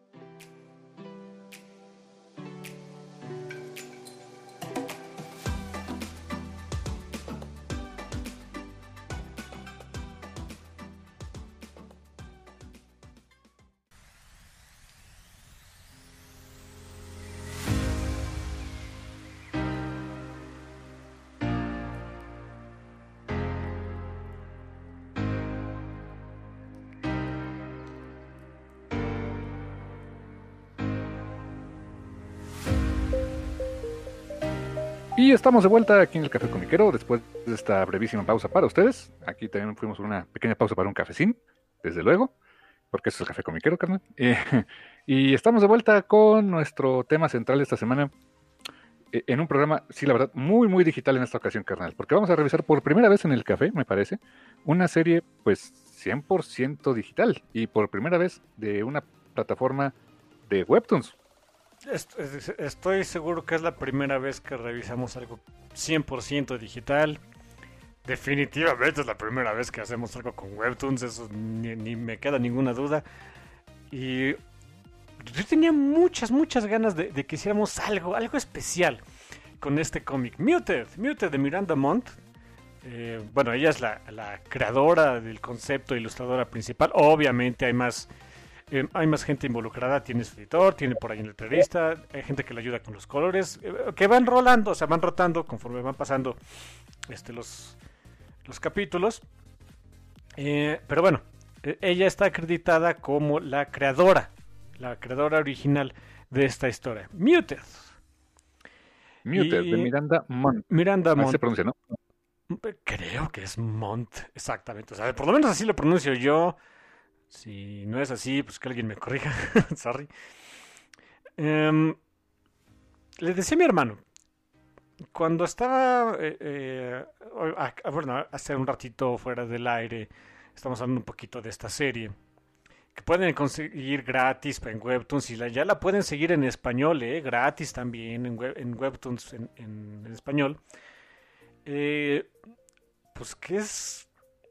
Y estamos de vuelta aquí en el Café Comiquero después de esta brevísima pausa para ustedes. Aquí también fuimos una pequeña pausa para un cafecín, desde luego, porque eso es el Café Comiquero, carnal. Y estamos de vuelta con nuestro tema central esta semana en un programa, sí, la verdad, muy, muy digital en esta ocasión, carnal, porque vamos a revisar por primera vez en el café, me parece, una serie, pues, 100% digital y por primera vez de una plataforma de Webtoons. Estoy seguro que es la primera vez que revisamos algo 100% digital. Definitivamente es la primera vez que hacemos algo con Webtoons, eso ni me queda ninguna duda. Y yo tenía muchas ganas de que hiciéramos algo especial con este cómic. Muted de Miranda Montt. Bueno, ella es la creadora del concepto, ilustradora principal. Obviamente hay más gente involucrada, tiene su editor, tiene por ahí un letrerista, hay gente que le ayuda con los colores, que van rolando, o sea, van rotando conforme van pasando los capítulos. Pero bueno, ella está acreditada como la creadora original de esta historia. Muted De Miranda Montt. Miranda Montt. Así se pronuncia, ¿no? Creo que es Montt, exactamente. O sea, por lo menos así lo pronuncio yo. Si no es así, pues que alguien me corrija. Sorry. Le decía a mi hermano, cuando estaba, bueno, hace un ratito fuera del aire, estamos hablando un poquito de esta serie, que pueden conseguir gratis en Webtoons, y ya la pueden seguir en español, gratis también en Webtoons en español. Pues que es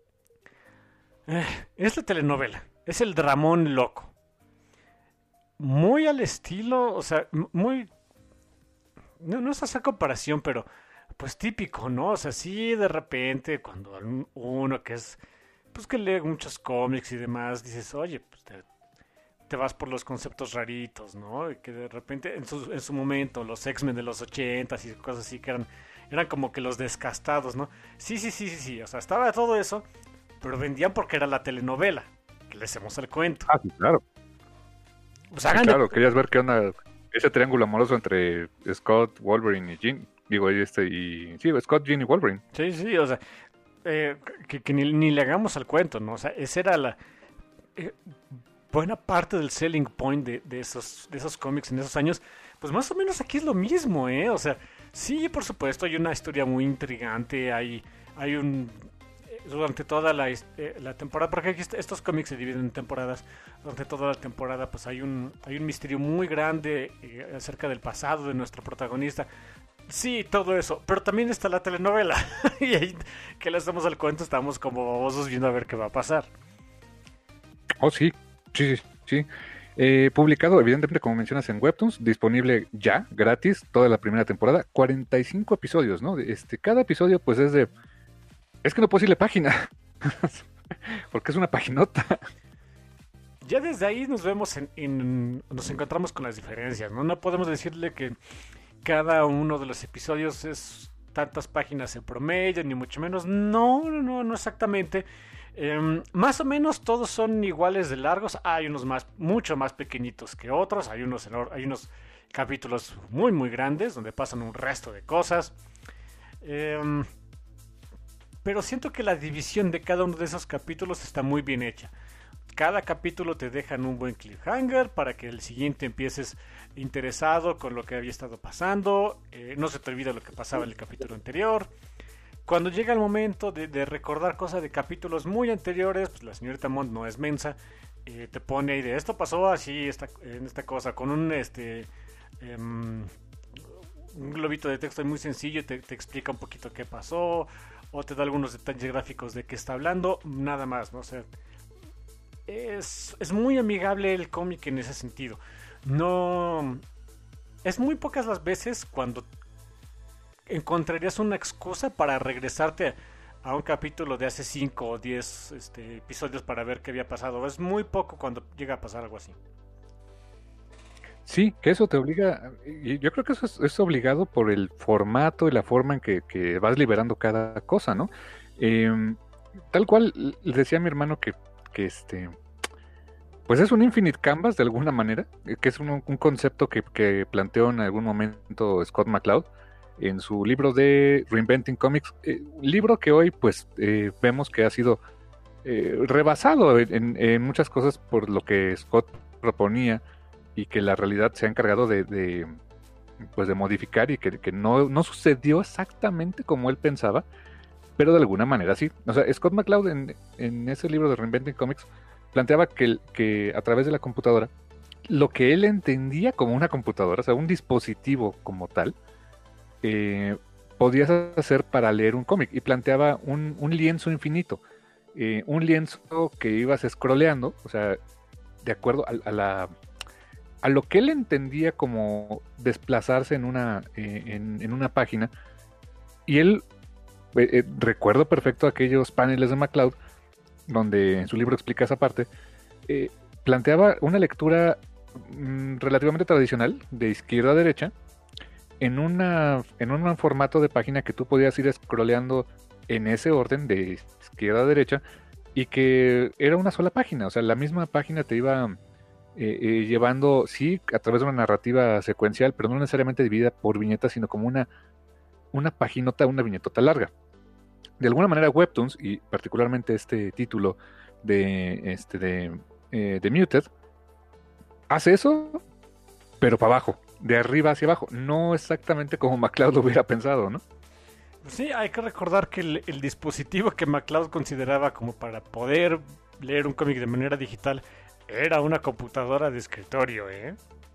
la telenovela. Es el dramón loco. Muy al estilo, o sea, muy... No es hacer comparación, pero pues típico, ¿no? O sea, sí, de repente, cuando uno que es... Pues que lee muchos cómics y demás, dices, oye, pues te vas por los conceptos raritos, ¿no? Y que de repente, en su momento, los X-Men de los 80s y cosas así, que eran como que los descastados, ¿no? Sí, o sea, estaba todo eso, pero vendían porque era la telenovela. Que le hacemos el cuento. Ah, sí, claro. Pues sí, claro, querías ver qué onda ese triángulo amoroso entre Scott, Wolverine y Jean. Digo, sí, Scott, Jean y Wolverine. Sí, o sea, que ni le hagamos al cuento, ¿no? O sea, esa era la buena parte del selling point de esos cómics en esos años. Pues más o menos aquí es lo mismo, ¿eh? O sea, sí, por supuesto, hay una historia muy intrigante, hay un... Durante toda la temporada, porque aquí estos cómics se dividen en temporadas. Durante toda la temporada pues hay un misterio muy grande acerca del pasado de nuestro protagonista. Sí, todo eso, pero también está la telenovela. Y ahí que le hacemos al cuento, estamos como babosos viendo a ver qué va a pasar. Oh, sí. Publicado, evidentemente, como mencionas, en Webtoons, disponible ya, gratis, toda la primera temporada, 45 episodios, ¿no? Cada episodio pues es de... Es que no puedo decirle página, porque es una paginota. Ya desde ahí nos vemos nos encontramos con las diferencias, ¿no? No podemos decirle que cada uno de los episodios es tantas páginas en promedio, ni mucho menos. No exactamente. Más o menos todos son iguales de largos. Hay unos mucho más pequeñitos que otros. Hay unos capítulos muy, muy grandes donde pasan un resto de cosas. Pero siento que la división de cada uno de esos capítulos está muy bien hecha. Cada capítulo te dejan un buen cliffhanger para que el siguiente empieces interesado con lo que había estado pasando. No se te olvida lo que pasaba en el capítulo anterior. cuando llega el momento de recordar cosas de capítulos muy anteriores, pues la señorita Mont no es mensa, te pone ahí de esto pasó así, en esta cosa, con un globito de texto muy sencillo, te explica un poquito qué pasó, o te da algunos detalles gráficos de qué está hablando, nada más, ¿no? O sea, es muy amigable el cómic en ese sentido. No... Es muy pocas las veces cuando encontrarías una excusa para regresarte a un capítulo de hace 5 o 10 episodios para ver qué había pasado. Es muy poco cuando llega a pasar algo así. Sí, que eso te obliga, y yo creo que eso es obligado por el formato y la forma en que vas liberando cada cosa, ¿no? Tal cual le decía a mi hermano que pues es un infinite canvas de alguna manera, que es un concepto que planteó en algún momento Scott McCloud en su libro de Reinventing Comics, un libro que hoy pues vemos que ha sido rebasado en muchas cosas por lo que Scott proponía y que la realidad se ha encargado de modificar y que no sucedió exactamente como él pensaba, pero de alguna manera sí. O sea, Scott McCloud en ese libro de Reinventing Comics planteaba que a través de la computadora, lo que él entendía como una computadora, o sea, un dispositivo como tal, podías hacer para leer un cómic, y planteaba un lienzo infinito, un lienzo que ibas scrolleando, o sea, de acuerdo a lo que él entendía como desplazarse en una página, y él, recuerdo perfecto aquellos paneles de McCloud, donde en su libro explica esa parte, planteaba una lectura relativamente tradicional, de izquierda a derecha, en un formato de página que tú podías ir scrolleando en ese orden, de izquierda a derecha, y que era una sola página, o sea, la misma página te iba llevando, sí, a través de una narrativa secuencial, pero no necesariamente dividida por viñetas, sino como una paginota, una viñetota larga. De alguna manera Webtoons, y particularmente este título de Muted, hace eso, pero para abajo, de arriba hacia abajo, no exactamente como McCloud lo hubiera pensado, ¿no? Sí, hay que recordar que el dispositivo que McCloud consideraba como para poder leer un cómic de manera digital era una computadora de escritorio, ¿eh?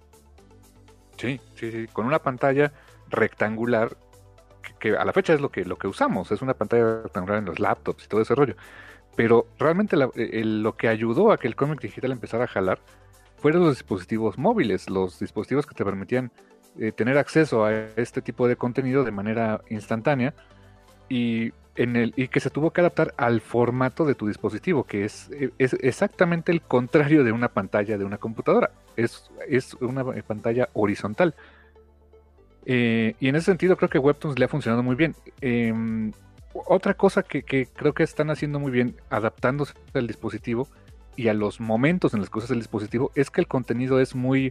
Sí, con una pantalla rectangular que a la fecha es lo que usamos, es una pantalla rectangular en los laptops y todo ese rollo. Pero realmente lo que ayudó a que el cómic digital empezara a jalar fueron los dispositivos móviles, los dispositivos que te permitían tener acceso a este tipo de contenido de manera instantánea, y que se tuvo que adaptar al formato de tu dispositivo, que es exactamente el contrario de una pantalla de una computadora. Es una pantalla horizontal. Y en ese sentido creo que Webtoons le ha funcionado muy bien. Otra cosa que creo que están haciendo muy bien, adaptándose al dispositivo y a los momentos en los que usas el dispositivo, es que el contenido es muy...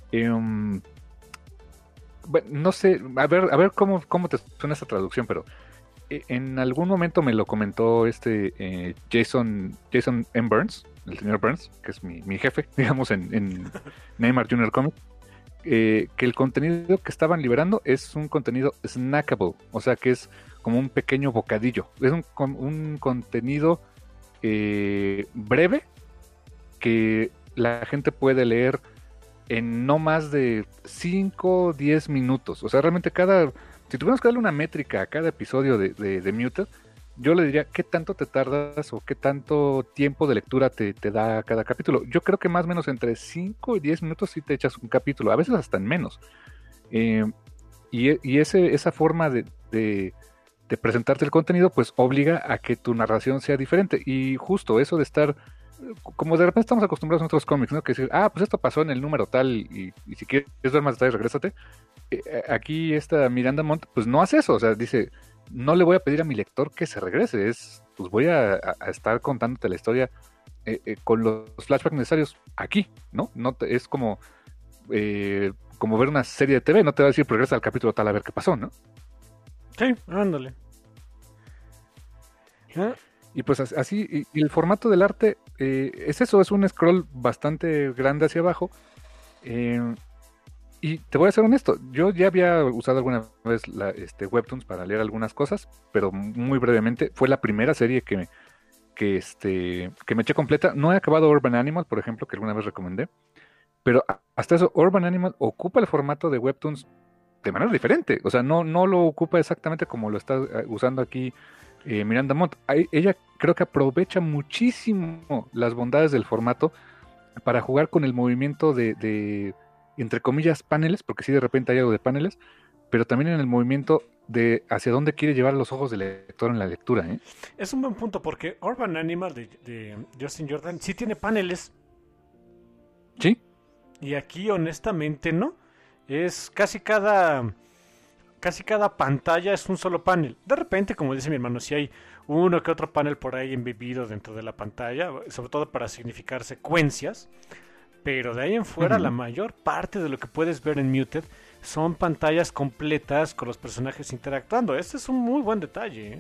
bueno, no sé, a ver cómo te suena esta traducción, pero en algún momento me lo comentó Jason M. Burns, el señor Burns, que es mi jefe, digamos, en Neymar Jr. Comics, que el contenido que estaban liberando es un contenido snackable, o sea que es como un pequeño bocadillo, es un contenido breve que la gente puede leer en no más de 5 o 10 minutos. O sea, realmente si tuviéramos que darle una métrica a cada episodio de Muted, yo le diría qué tanto te tardas o qué tanto tiempo de lectura te da cada capítulo. Yo creo que más o menos entre 5 y 10 minutos sí te echas un capítulo, a veces hasta en menos. Y esa forma de presentarte el contenido, pues obliga a que tu narración sea diferente. Y justo eso de estar, como de repente estamos acostumbrados a nuestros cómics, ¿no? Que decir, pues esto pasó en el número tal, y si quieres ver más detalles, regrésate. Aquí esta Miranda Montt, pues no hace eso, o sea, dice, no le voy a pedir a mi lector que se regrese, pues voy a estar contándote la historia con los flashbacks necesarios aquí, ¿no? Es como ver una serie de TV, no te va a decir regresa al capítulo tal a ver qué pasó, ¿no? Sí, ándale. Y pues así, y el formato del arte es eso, es un scroll bastante grande hacia abajo, Y te voy a ser honesto, yo ya había usado alguna vez Webtoons para leer algunas cosas, pero muy brevemente. Fue la primera serie que me eché completa. No he acabado Urban Animal, por ejemplo, que alguna vez recomendé, pero hasta eso, Urban Animal ocupa el formato de Webtoons de manera diferente. O sea, no lo ocupa exactamente como lo está usando aquí Miranda Montt. Ella creo que aprovecha muchísimo las bondades del formato para jugar con el movimiento de entre comillas, paneles, porque sí de repente hay algo de paneles, pero también en el movimiento de hacia dónde quiere llevar los ojos del lector en la lectura. Es un buen punto, porque Urban Animal de Justin Jordan sí tiene paneles. Sí. Y aquí, honestamente, no. Es casi cada pantalla es un solo panel. De repente, como dice mi hermano, si hay uno que otro panel por ahí embebido dentro de la pantalla, sobre todo para significar secuencias. Pero de ahí en fuera, la mayor parte de lo que puedes ver en Muted son pantallas completas con los personajes interactuando. Este es un muy buen detalle.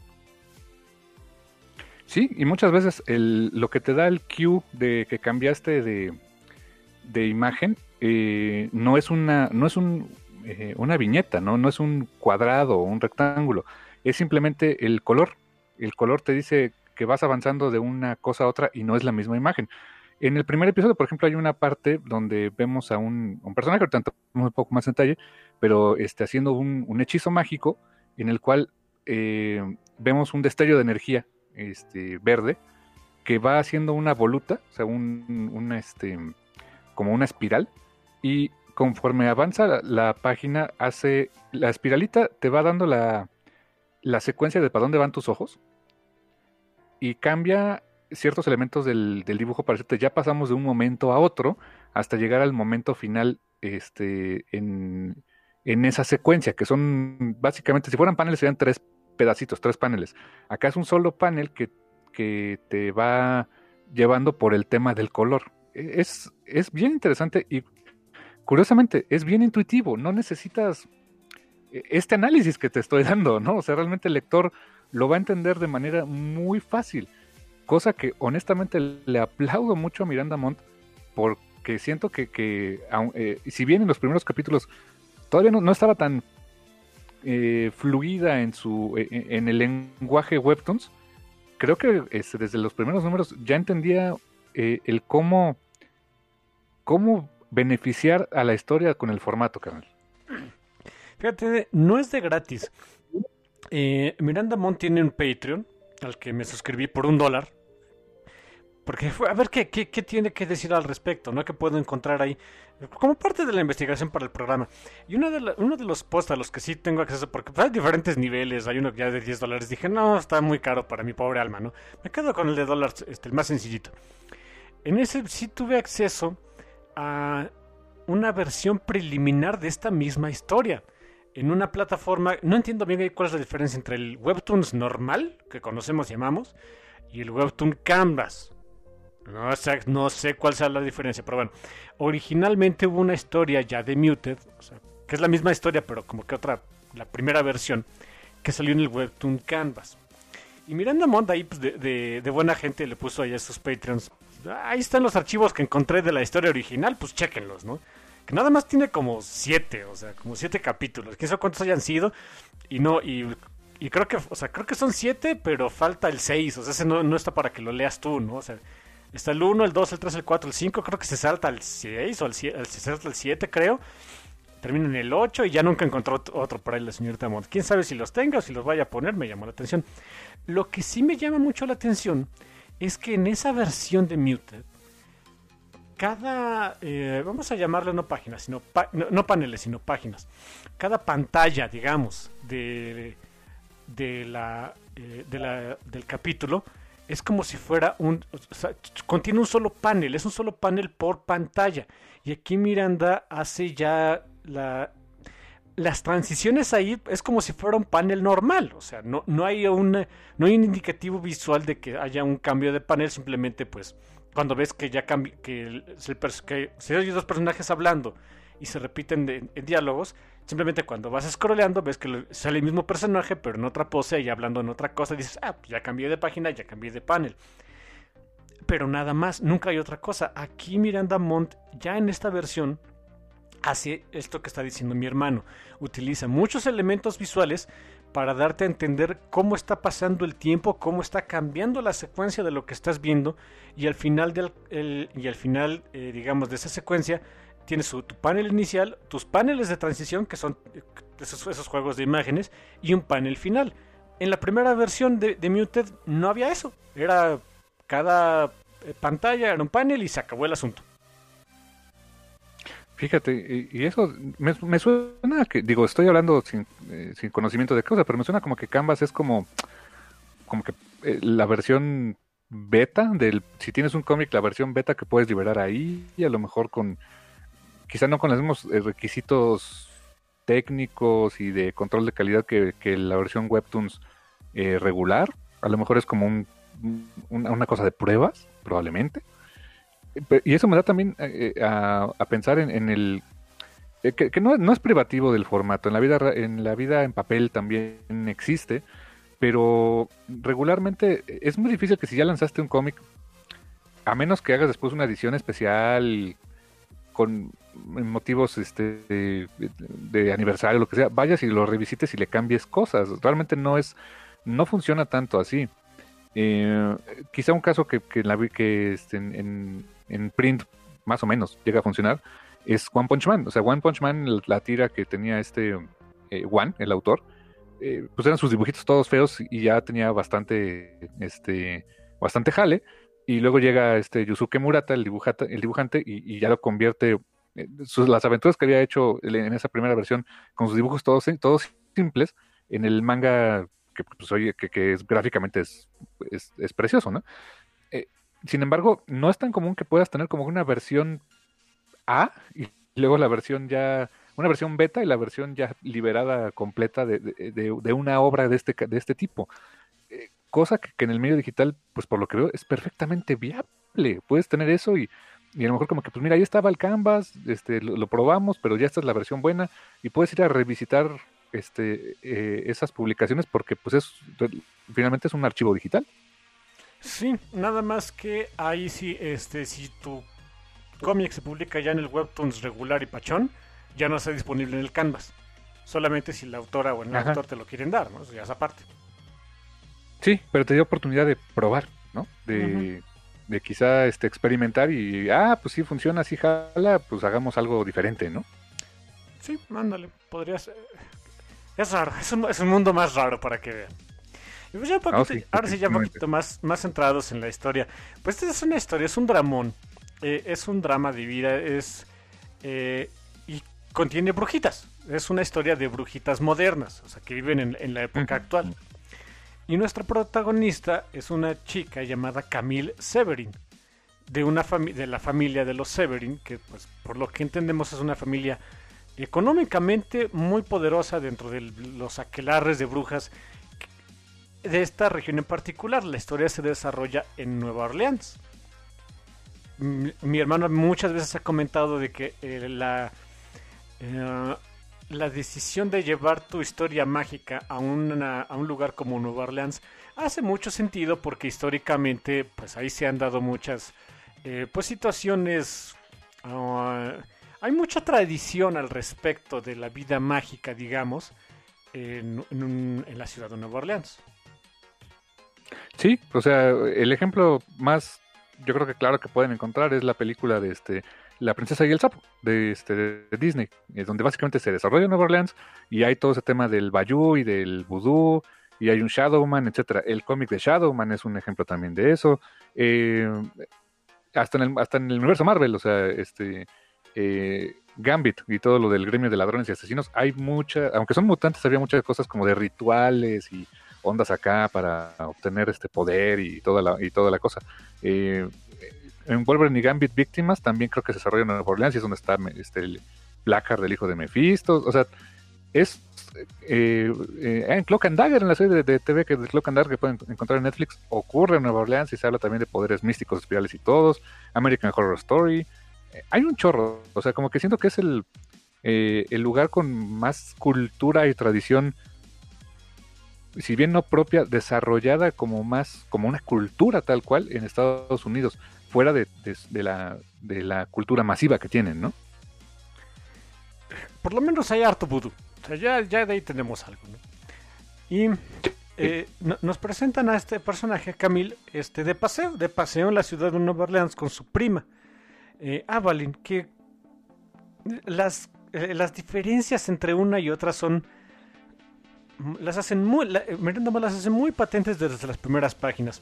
Sí, y muchas veces lo que te da el cue de que cambiaste de imagen no es una viñeta, no es un cuadrado o un rectángulo, es simplemente el color. El color te dice que vas avanzando de una cosa a otra y no es la misma imagen. En el primer episodio, por ejemplo, hay una parte donde vemos a un personaje, ahorita un poco más en detalle, pero haciendo un hechizo mágico en el cual vemos un destello de energía verde que va haciendo una voluta, o sea, como una espiral, y conforme avanza la página, hace la espiralita, te va dando la secuencia de para dónde van tus ojos y cambia ciertos elementos del dibujo para decirte, ya pasamos de un momento a otro hasta llegar al momento final en esa secuencia, que son básicamente, si fueran paneles serían tres paneles. Acá es un solo panel que te va llevando por el tema del color. Es bien interesante y curiosamente es bien intuitivo, no necesitas este análisis que te estoy dando, ¿no? O sea, realmente el lector lo va a entender de manera muy fácil. Cosa que honestamente le aplaudo mucho a Miranda Montt, porque siento que si bien en los primeros capítulos todavía no estaba tan fluida en el lenguaje Webtoons, creo que desde los primeros números ya entendía el cómo beneficiar a la historia con el formato, carnal. Fíjate, no es de gratis. Miranda Montt tiene un Patreon al que me suscribí por $1. Porque a ver qué tiene que decir al respecto, ¿no? Que puedo encontrar ahí como parte de la investigación para el programa. Y uno de los posts a los que sí tengo acceso, porque hay diferentes niveles, hay uno ya de $10. Dije, no, está muy caro para mi pobre alma, ¿no? Me quedo con el de $, el más sencillito. En ese sí tuve acceso a una versión preliminar de esta misma historia. En una plataforma, no entiendo bien cuál es la diferencia entre el Webtoons normal, que conocemos y amamos, y el Webtoon Canvas. No sé cuál sea la diferencia, pero bueno, originalmente hubo una historia ya de Muted, o sea, que es la misma historia, pero como que la primera versión, que salió en el Webtoon Canvas. Y Miranda Montt ahí, pues de buena gente, le puso ahí a sus Patreons. Ahí están los archivos que encontré de la historia original, pues chéquenlos, ¿no? Que nada más tiene como 7, o sea, como 7 capítulos. Quién sabe cuántos hayan sido. Y creo que son 7, pero falta el 6. O sea, ese no está para que lo leas tú, ¿no? O sea, está el 1, el 2, el 3, el 4, el 5. Creo que se salta al 6 o se salta al 7, creo. Termina en el 8 y ya nunca encontró otro por ahí la señorita Montt. Quién sabe si los tenga o si los vaya a poner, me llamó la atención. Lo que sí me llama mucho la atención es que en esa versión de Muted, cada, vamos a llamarle no páginas, sino no paneles, sino páginas. Cada pantalla, digamos, del capítulo es como si fuera contiene un solo panel, es un solo panel por pantalla. Y aquí Miranda hace ya las transiciones ahí, es como si fuera un panel normal. O sea, no hay un indicativo visual de que haya un cambio de panel, simplemente pues cuando ves que ya cambia, que si hay dos personajes hablando y se repiten en diálogos, simplemente cuando vas scrolleando ves que sale el mismo personaje pero en otra pose y hablando en otra cosa, y dices, pues ya cambié de página, ya cambié de panel. Pero nada más, nunca hay otra cosa. Aquí Miranda Montt, ya en esta versión, hace esto que está diciendo mi hermano. Utiliza muchos elementos visuales para darte a entender cómo está pasando el tiempo, cómo está cambiando la secuencia de lo que estás viendo, y al final, digamos, de esa secuencia tienes tu panel inicial, tus paneles de transición, que son esos juegos de imágenes, y un panel final. En la primera versión de Muted no había eso. Era cada pantalla era un panel y se acabó el asunto. Fíjate, y eso me suena que, digo, estoy hablando sin conocimiento de causa, pero me suena como que Canvas es como que la versión beta si tienes un cómic, la versión beta que puedes liberar ahí, y a lo mejor quizá no con los mismos requisitos técnicos y de control de calidad que la versión Webtoons regular. A lo mejor es como una cosa de pruebas, probablemente. Y eso me da también a pensar en el que no es privativo del formato. En la vida en papel también existe, pero regularmente es muy difícil que si ya lanzaste un cómic, a menos que hagas después una edición especial con motivos de aniversario o lo que sea, vayas y lo revisites y le cambies cosas. Realmente no funciona tanto así. Quizá un caso que en print más o menos llega a funcionar es One Punch Man. O sea, One Punch Man, la tira que tenía One, el autor, pues eran sus dibujitos todos feos y ya tenía bastante jale. Y luego llega Yusuke Murata, el dibujante, y ya lo convierte. Las aventuras que había hecho en esa primera versión, con sus dibujos todos simples, en el manga que pues oye, que gráficamente es precioso, ¿no? Sin embargo, no es tan común que puedas tener como una versión A y luego una versión beta y la versión ya liberada completa de una obra de este tipo. Cosa que en el medio digital, pues por lo que veo, es perfectamente viable. Puedes tener eso y a lo mejor como que, pues mira, ahí estaba el Canvas, lo probamos, pero ya esta es la versión buena, y puedes ir a revisitar esas publicaciones porque pues finalmente es un archivo digital. Sí, nada más que ahí sí, si tu cómic se publica ya en el Webtoons regular y pachón, ya no está disponible en el Canvas. Solamente si la autora o el autor te lo quieren dar, ¿no? Eso ya es aparte. Sí, pero te dio oportunidad de probar, ¿no? De quizá experimentar y, pues sí funciona, sí jala, pues hagamos algo diferente, ¿no? Sí, ándale, podrías... Es raro, es un mundo más raro para que vean. Y pues ya un poquito, ahora sí ya un poquito más centrados en la historia. Pues esta es una historia, es un dramón. Es un drama de vida, y contiene brujitas. Es una historia de brujitas modernas, o sea, que viven en la época actual. Y nuestra protagonista es una chica llamada Camille Severin, de la familia de los Severin, que pues por lo que entendemos es una familia económicamente muy poderosa dentro de los aquelarres de brujas de esta región en particular. La historia se desarrolla en Nueva Orleans. Mi hermano muchas veces ha comentado de que la decisión de llevar tu historia mágica a un lugar como Nueva Orleans hace mucho sentido porque históricamente pues ahí se han dado muchas pues situaciones. Hay mucha tradición al respecto de la vida mágica, digamos, en la ciudad de Nueva Orleans. Sí, o sea, el ejemplo más, yo creo que claro que pueden encontrar es la película de La princesa y el sapo de Disney, donde básicamente se desarrolla en Nueva Orleans y hay todo ese tema del Bayou y del vudú y hay un Shadowman, etcétera. El cómic de Shadowman es un ejemplo también de eso. Hasta en el universo Marvel, o sea, Gambit y todo lo del gremio de ladrones y asesinos, hay aunque son mutantes, había muchas cosas como de rituales y ondas acá para obtener poder y toda la cosa. En Wolverine y Gambit Víctimas también creo que se desarrolla en Nueva Orleans y es donde está el Blackheart del hijo de Mephisto. O sea, es en Cloak and Dagger, en la serie de TV que de Cloak and Dagger que pueden encontrar en Netflix, ocurre en Nueva Orleans y se habla también de poderes místicos, espirales y todos. American Horror Story. Hay un chorro, o sea, como que siento que es el lugar con más cultura y tradición, si bien no propia, desarrollada como una cultura tal cual en Estados Unidos, fuera de la cultura masiva que tienen, ¿no? por lo menos hay harto vudú. O sea, ya de ahí tenemos algo, ¿no? Y nos presentan a este personaje, Camille, de paseo en la ciudad de Nueva Orleans con su prima, Evelyn, que las diferencias entre una y otra las hacen muy patentes desde las primeras páginas.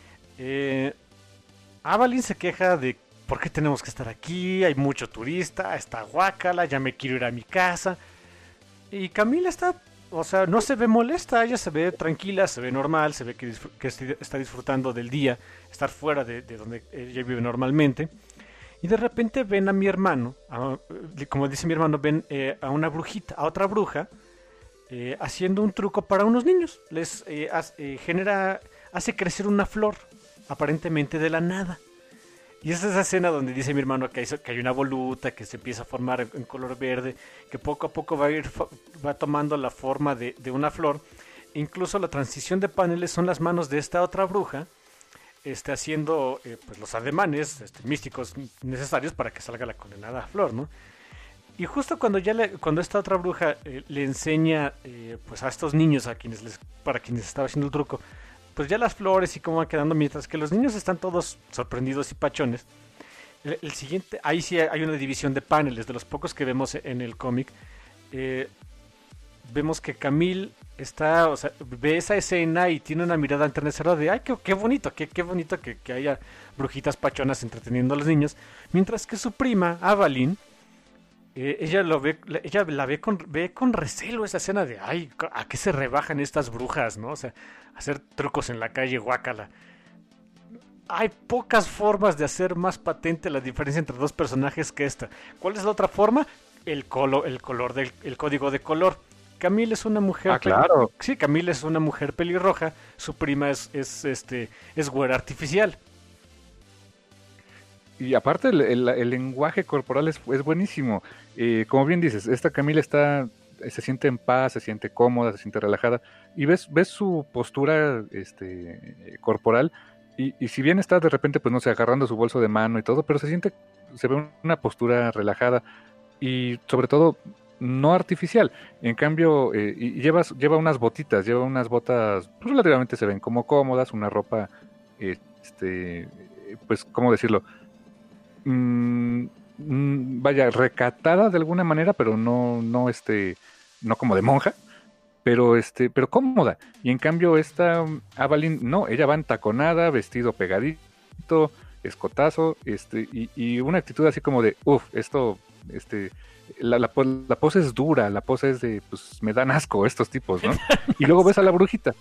Evelyn se queja de por qué tenemos que estar aquí, hay mucho turista, está guácala, ya me quiero ir a mi casa. Y Camila no se ve molesta, ella se ve tranquila, se ve normal, se ve que está disfrutando del día, estar fuera de donde ella vive normalmente. Y de repente ven a mi hermano, como dice mi hermano, ven a una brujita, a otra bruja, haciendo un truco para unos niños. Les hace crecer una flor, aparentemente de la nada. Y es esa escena donde dice mi hermano que hay una voluta que se empieza a formar en color verde, que poco a poco va tomando la forma de una flor. Incluso la transición de paneles son las manos de esta otra bruja, haciendo pues los ademanes místicos necesarios para que salga la condenada flor, ¿no? Y justo cuando esta otra bruja le enseña pues a estos niños para quienes estaba haciendo el truco, pues ya las flores y cómo van quedando, mientras que los niños están todos sorprendidos y pachones. El siguiente, ahí sí hay una división de paneles, de los pocos que vemos en el cómic. Vemos que Camille ve esa escena y tiene una mirada enternecedora de ¡ay, qué bonito! Qué bonito que haya brujitas pachonas entreteniendo a los niños! Mientras que su prima, Evelyn, ella la ve con recelo esa escena de ¡ay! ¿A qué se rebajan estas brujas, no? O sea, hacer trucos en la calle, guácala. Hay pocas formas de hacer más patente la diferencia entre dos personajes que esta. ¿Cuál es la otra forma? El código de color. Camille es una mujer. Claro. Sí, Camille es una mujer pelirroja. Su prima es güera artificial. Y aparte el lenguaje corporal es buenísimo. Como bien dices, esta Camille se siente en paz, se siente cómoda, se siente relajada. Y ves su postura corporal. Y si bien está de repente, pues no sé, agarrando su bolso de mano y todo, pero se ve una postura relajada y sobre todo no artificial. En cambio, lleva unas botas pues, relativamente se ven como cómodas, una ropa, pues, ¿cómo decirlo? Vaya, recatada de alguna manera, pero no como de monja. Pero cómoda. Y en cambio esta Evelyn, no, ella va entaconada, vestido pegadito, escotazo, y una actitud así como de, esto, la pose es dura, la pose es de, pues me dan asco estos tipos, ¿no? Y luego ves a la brujita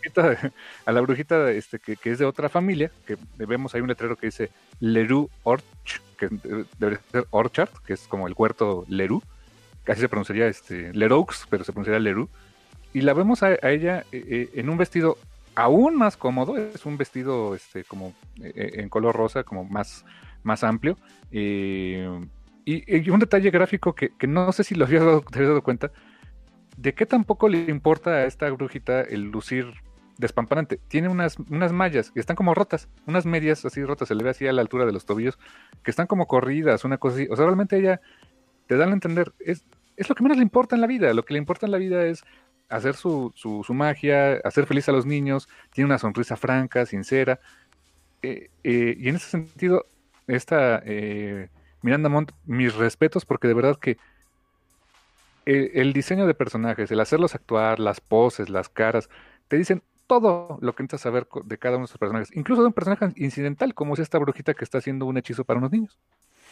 que es de otra familia, que vemos ahí un letrero que dice Leroux Orchard, que debe ser Orchard, que es como el huerto Leroux, casi se pronunciaría Leroux, pero se pronunciaría Leroux. Y la vemos a ella en un vestido aún más cómodo, es un vestido como en color rosa, como más amplio. Y un detalle gráfico que no sé si lo habías dado cuenta, de qué tampoco le importa a esta brujita el lucir despampanante. Tiene unas mallas que están como rotas, unas medias así rotas, se le ve así a la altura de los tobillos, que están como corridas, una cosa así. O sea, realmente ella te dan a entender, es lo que menos le importa en la vida. Lo que le importa en la vida es hacer su magia, hacer feliz a los niños, tiene una sonrisa franca, sincera, y en ese sentido, esta Miranda Montt, mis respetos, porque de verdad que el diseño de personajes, el hacerlos actuar, las poses, las caras, te dicen todo lo que necesitas saber de cada uno de estos personajes, incluso de un personaje incidental, como es esta brujita que está haciendo un hechizo para unos niños.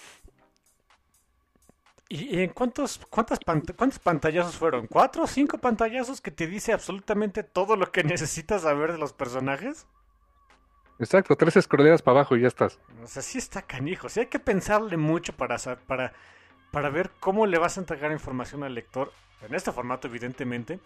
¿Y en cuántos pantallazos fueron? ¿4 o 5 pantallazos que te dice absolutamente todo lo que necesitas saber de los personajes? Exacto, 3 scrolleras para abajo y ya estás. O sea, sí está canijo. Sí hay que pensarle mucho para ver cómo le vas a entregar información al lector. En este formato, evidentemente.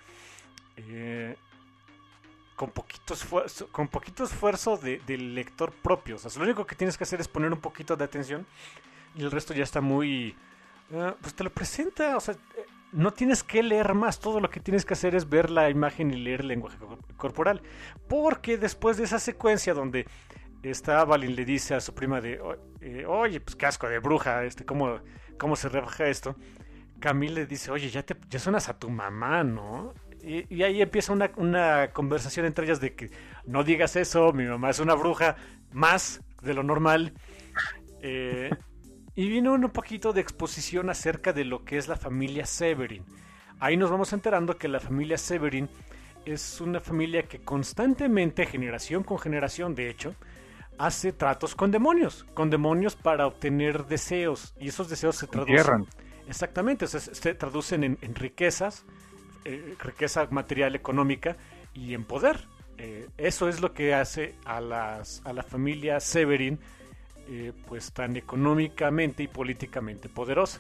Con poquito esfuerzo del lector propio. O sea, lo único que tienes que hacer es poner un poquito de atención. Y el resto ya está muy... pues te lo presenta, o sea, no tienes que leer más, todo lo que tienes que hacer es ver la imagen y leer el lenguaje corporal, porque después de esa secuencia donde Evelyn le dice a su prima de oye, pues qué asco de bruja, ¿cómo se rebaja esto? Camille le dice, oye, ya suenas a tu mamá, ¿no? Y ahí empieza una conversación entre ellas de que no digas eso, mi mamá es una bruja, más de lo normal. Y viene un poquito de exposición acerca de lo que es la familia Severin. Ahí nos vamos enterando que la familia Severin es una familia que constantemente, generación con generación, de hecho, hace tratos con demonios para obtener deseos. Y esos deseos se traducen... Exactamente, o sea, se traducen en riquezas, riqueza material, económica y en poder. Eso es lo que hace a la familia Severin pues tan económicamente y políticamente poderosa.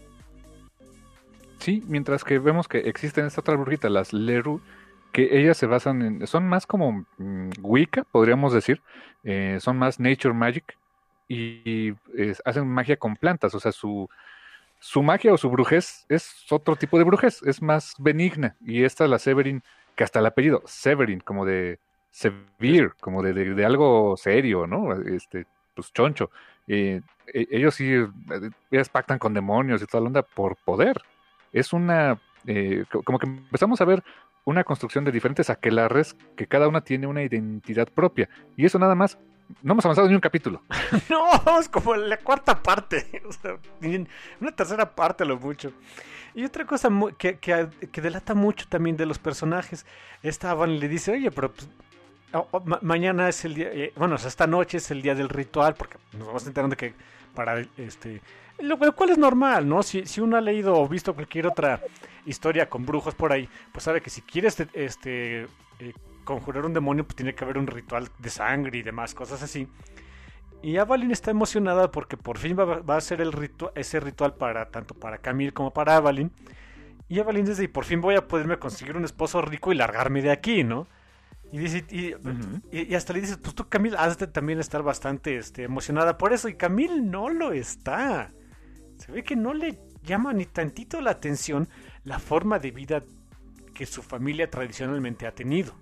Sí, mientras que vemos que existen estas otras brujitas, las Leroux, que ellas se basan en, son más como Wicca, podríamos decir, son más Nature Magic y hacen magia con plantas, o sea, su magia o su brujez es otro tipo de brujez, es más benigna, y esta la Severin, que hasta el apellido Severin, como de severe, como de algo serio, ¿no? Pues choncho. Ellos sí, ellas pactan con demonios y toda la onda por poder. Es como que empezamos a ver una construcción de diferentes aquelarres que cada una tiene una identidad propia. Y eso nada más, no hemos avanzado ni un capítulo. No, vamos como en la cuarta parte. O sea, una tercera parte a lo mucho. Y otra cosa que delata mucho también de los personajes. Esta Van le dice, oye, pero pues, mañana es el día, bueno, o sea, esta noche es el día del ritual, porque nos vamos enterando que para lo cual es normal, ¿no? Si uno ha leído o visto cualquier otra historia con brujos por ahí, pues sabe que si quieres conjurar un demonio, pues tiene que haber un ritual de sangre y demás cosas así. Y Avalyn está emocionada porque por fin va a ser ese ritual tanto para Camille como para Avalyn. Y Avalyn dice, y por fin voy a poderme conseguir un esposo rico y largarme de aquí, ¿no? Y dice, y hasta le dices, pues tú, Camille, has de también estar bastante emocionada por eso. Y Camille no lo está. Se ve que no le llama ni tantito la atención la forma de vida que su familia tradicionalmente ha tenido.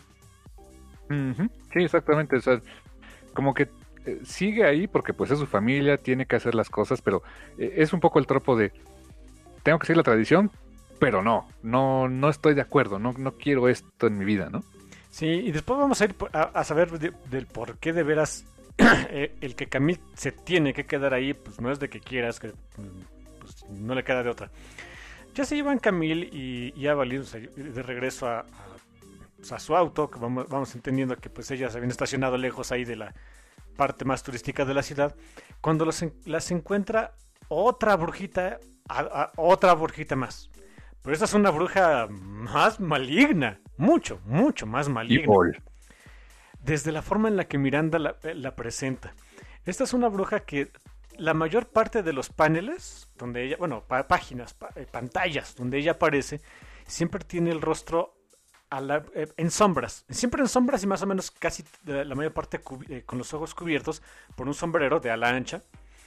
Sí, exactamente. O sea, como que sigue ahí porque pues es su familia, tiene que hacer las cosas, pero es un poco el tropo de tengo que seguir la tradición, pero no estoy de acuerdo, no quiero esto en mi vida, ¿no? Sí, y después vamos a ir a saber del por qué de veras el que Camille se tiene que quedar ahí, pues no es de que quieras, que pues, no le queda de otra. Ya se llevan Camille y Avalyn, o sea, de regreso a su auto, que vamos entendiendo que pues ellas se habían estacionado lejos ahí de la parte más turística de la ciudad, cuando las encuentra otra brujita, otra brujita más. Pero esta es una bruja más maligna, mucho más maligna. Desde la forma en la que Miranda la presenta. Esta es una bruja que la mayor parte de los paneles, donde ella, bueno, páginas, pantallas, donde ella aparece, siempre tiene el rostro en sombras. Siempre en sombras y más o menos casi la mayor parte con los ojos cubiertos por un sombrero de ala ancha.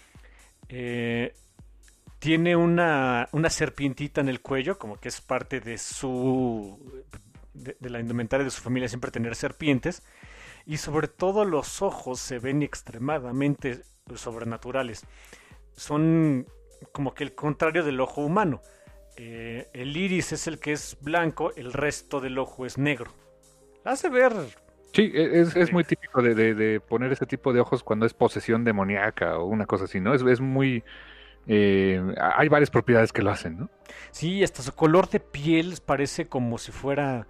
Tiene una serpientita en el cuello, como que es parte de de la indumentaria de su familia, siempre tener serpientes. Y sobre todo los ojos se ven extremadamente sobrenaturales. Son como que el contrario del ojo humano. El iris es el que es blanco, el resto del ojo es negro. Hace ver... Sí, es muy típico de poner ese tipo de ojos cuando es posesión demoníaca o una cosa así, ¿no? Es muy... hay varias propiedades que lo hacen, ¿no? Sí, hasta su color de piel parece como si fuera...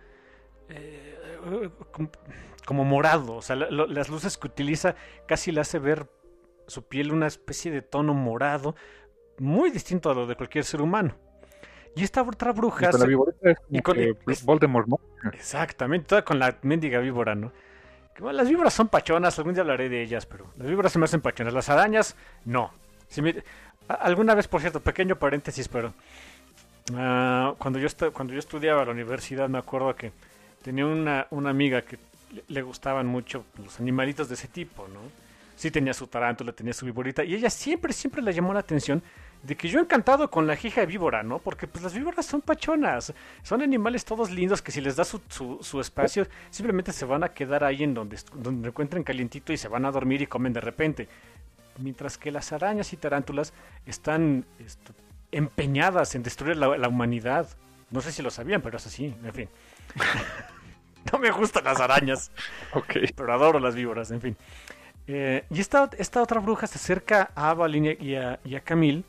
como morado. O sea, las luces que utiliza casi le hace ver su piel una especie de tono morado, muy distinto a lo de cualquier ser humano. Y esta otra bruja... Y con la víbora es como Voldemort, ¿no? Exactamente, toda con la mendiga víbora, ¿no? Bueno, las víboras son pachonas, algún día hablaré de ellas, pero las víboras se me hacen pachonas. Las arañas, no. Alguna vez, por cierto, pequeño paréntesis, pero... cuando yo estudiaba a la universidad, me acuerdo que tenía una amiga que le gustaban mucho los animalitos de ese tipo, ¿no? Sí tenía su tarántula, tenía su víborita, y ella siempre le llamó la atención de que yo encantado con la jija de víbora, ¿no? Porque pues las víboras son pachonas, son animales todos lindos que si les da su espacio, simplemente se van a quedar ahí en donde encuentren calientito y se van a dormir y comen de repente. Mientras que las arañas y tarántulas están empeñadas en destruir la humanidad. No sé si lo sabían, pero es así, en fin. No me gustan las arañas, pero adoro las víboras, en fin. Y esta otra bruja se acerca a Avalyn y a Camille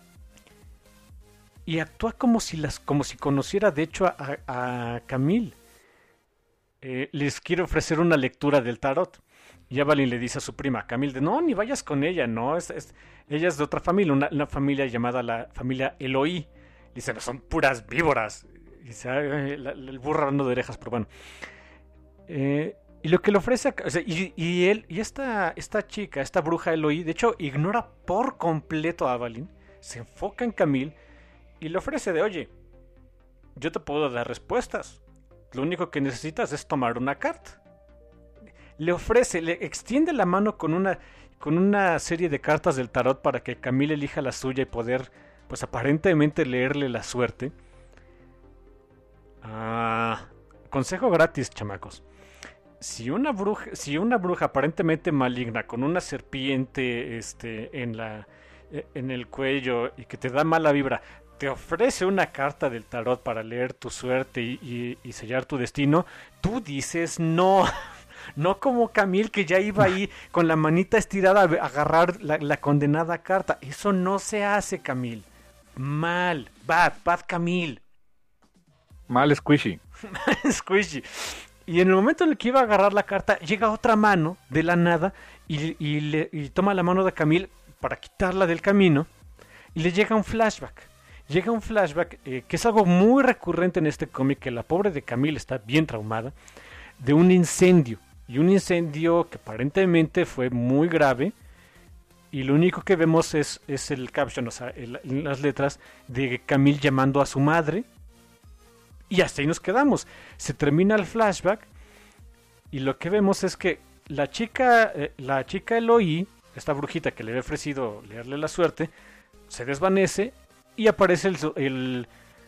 y actúa como si conociera de hecho a Camille. Les quiere ofrecer una lectura del tarot. Y Avalyn le dice a su prima Camille, no, ni vayas con ella, no, ella es de otra familia, una familia llamada la familia Eloí. Dice, no, son puras víboras. Dice, el burro hablando de orejas, pero bueno. Y lo que le ofrece, o sea, y él, y esta chica, esta bruja Eloí, de hecho, ignora por completo a Avalyn, se enfoca en Camille y le ofrece de, oye, yo te puedo dar respuestas, lo único que necesitas es tomar una carta. Le extiende la mano con una serie de cartas del tarot para que Camille elija la suya y poder, pues aparentemente leerle la suerte. Consejo gratis, chamacos. Si una bruja aparentemente maligna con una serpiente en el cuello y que te da mala vibra te ofrece una carta del tarot para leer tu suerte y sellar tu destino, tú dices no. No como Camille, que ya iba ahí con la manita estirada a agarrar la condenada carta. Eso no se hace, Camille. Mal. Bad Camille. Mal squishy. Squishy. Y en el momento en el que iba a agarrar la carta, llega otra mano de la nada y toma la mano de Camille para quitarla del camino. Y le llega un flashback. Que es algo muy recurrente en este cómic, que la pobre de Camille está bien traumada, de un incendio. Y un incendio que aparentemente fue muy grave. Y lo único que vemos es el caption, o sea, las letras de Camille llamando a su madre. Y hasta ahí nos quedamos. Se termina el flashback. Y lo que vemos es que la chica Eloí, esta brujita que le había ofrecido leerle la suerte, se desvanece. Y aparece el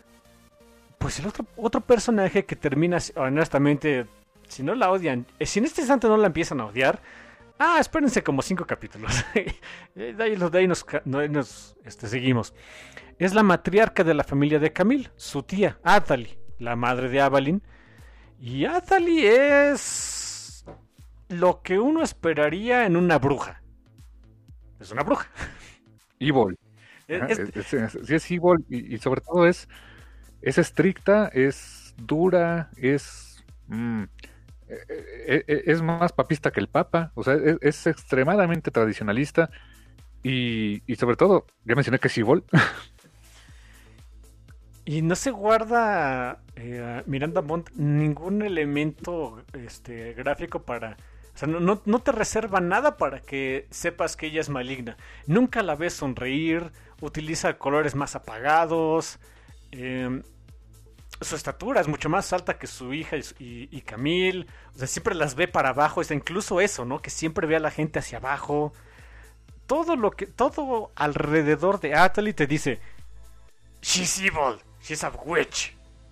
otro personaje que termina, honestamente, si no la odian, si en este instante no la empiezan a odiar, espérense como 5 capítulos. de ahí nos seguimos. Es la matriarca de la familia de Camille, su tía, Athalie, la madre de Avalyn. Y Athalie es lo que uno esperaría en una bruja. Es una bruja. Evil. Sí, es evil y sobre todo es estricta, es dura, es más papista que el papa, o sea, es extremadamente tradicionalista y sobre todo, ya mencioné que es evil. Y no se guarda Miranda Montt ningún elemento gráfico para... O sea, no te reserva nada para que sepas que ella es maligna. Nunca la ves sonreír, utiliza colores más apagados. Su estatura es mucho más alta que su hija y Camille. O sea, siempre las ve para abajo. O sea, incluso eso, ¿no? Que siempre ve a la gente hacia abajo. Todo alrededor de Athalie te dice: She's evil, she's a witch.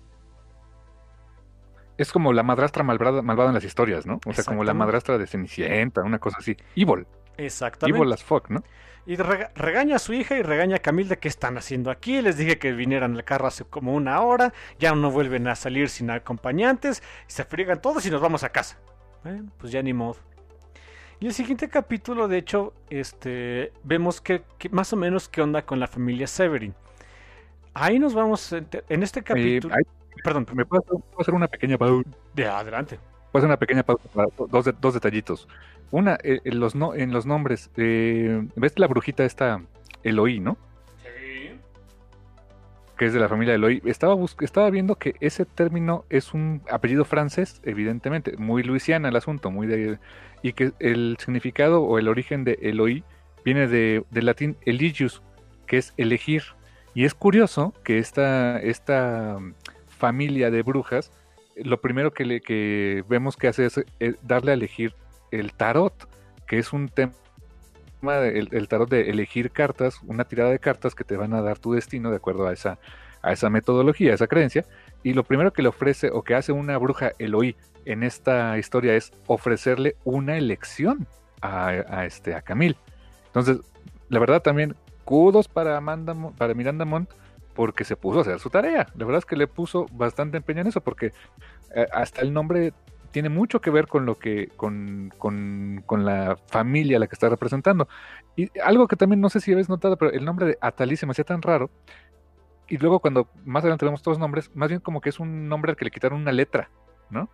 Es como la madrastra malvada en las historias, ¿no? O sea, como la madrastra de Cenicienta, una cosa así. Evil. Exactamente. Evil as fuck, ¿no? Y regaña a su hija y regaña a Camille de qué están haciendo aquí. Les dije que vinieran al carro hace como 1 hora. Ya no vuelven a salir sin acompañantes. Se friegan todos y nos vamos a casa. Pues ya ni modo. Y el siguiente capítulo, de hecho, vemos que más o menos qué onda con la familia Severin. Ahí nos vamos, en este capítulo... Perdón. ¿Me puedo hacer una pequeña pausa? Adelante. Puedo hacer una pequeña pausa para dos detallitos. Una, en los nombres, ¿ves la brujita esta Eloí, no? Sí. Que es de la familia Eloí. Estaba viendo que ese término es un apellido francés, evidentemente, muy luisiana el asunto, y que el significado o el origen de Eloí viene del latín eligius, que es elegir. Y es curioso que esta familia de brujas, lo primero que vemos que hace es darle a elegir el tarot, que es un tema, el tarot de elegir cartas, una tirada de cartas que te van a dar tu destino de acuerdo a esa metodología, a esa creencia, y lo primero que le ofrece o que hace una bruja Eloí en esta historia es ofrecerle una elección a Camille. Entonces, la verdad también, kudos para para Miranda Montt, porque se puso a hacer su tarea. La verdad es que le puso bastante empeño en eso, porque hasta el nombre tiene mucho que ver con lo que, con la familia a la que está representando. Y algo que también no sé si habéis notado, pero el nombre de Atali se me hacía tan raro. Y luego cuando más adelante vemos todos los nombres, más bien como que es un nombre al que le quitaron una letra, ¿no?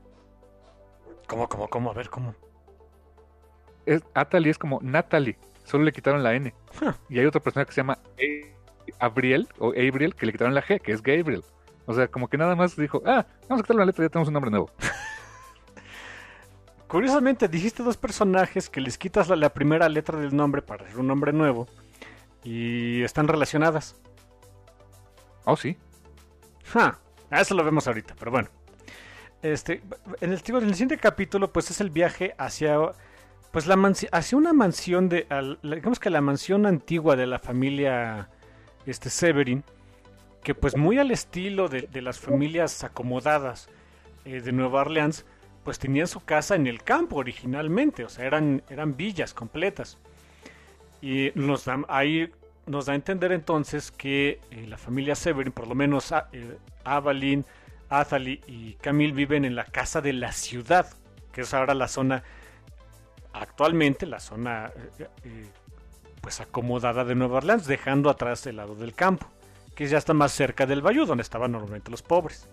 ¿Cómo? A ver, ¿cómo? Atali es como Natalie, solo le quitaron la N. Y hay otra persona que se llama Abriel o Abriel que le quitaron la G, que es Gabriel. O sea, como que nada más dijo, vamos a quitarle la letra, ya tenemos un nombre nuevo. Curiosamente, dijiste dos personajes que les quitas la primera letra del nombre para hacer un nombre nuevo y están relacionadas. Oh, sí. Eso lo vemos ahorita, pero bueno. En el siguiente capítulo, pues es el viaje hacia, pues hacia una mansión digamos que la mansión antigua de la familia Severin, que pues muy al estilo de las familias acomodadas de Nueva Orleans, pues tenían su casa en el campo originalmente, o sea, eran villas completas. Y ahí nos da a entender entonces que la familia Severin, por lo menos Avalyn, Athalie y Camille, viven en la casa de la ciudad, que es ahora la zona, actualmente la zona pues acomodada de Nueva Orleans, dejando atrás el lado del campo, que ya está más cerca del bayou, donde estaban normalmente los pobres.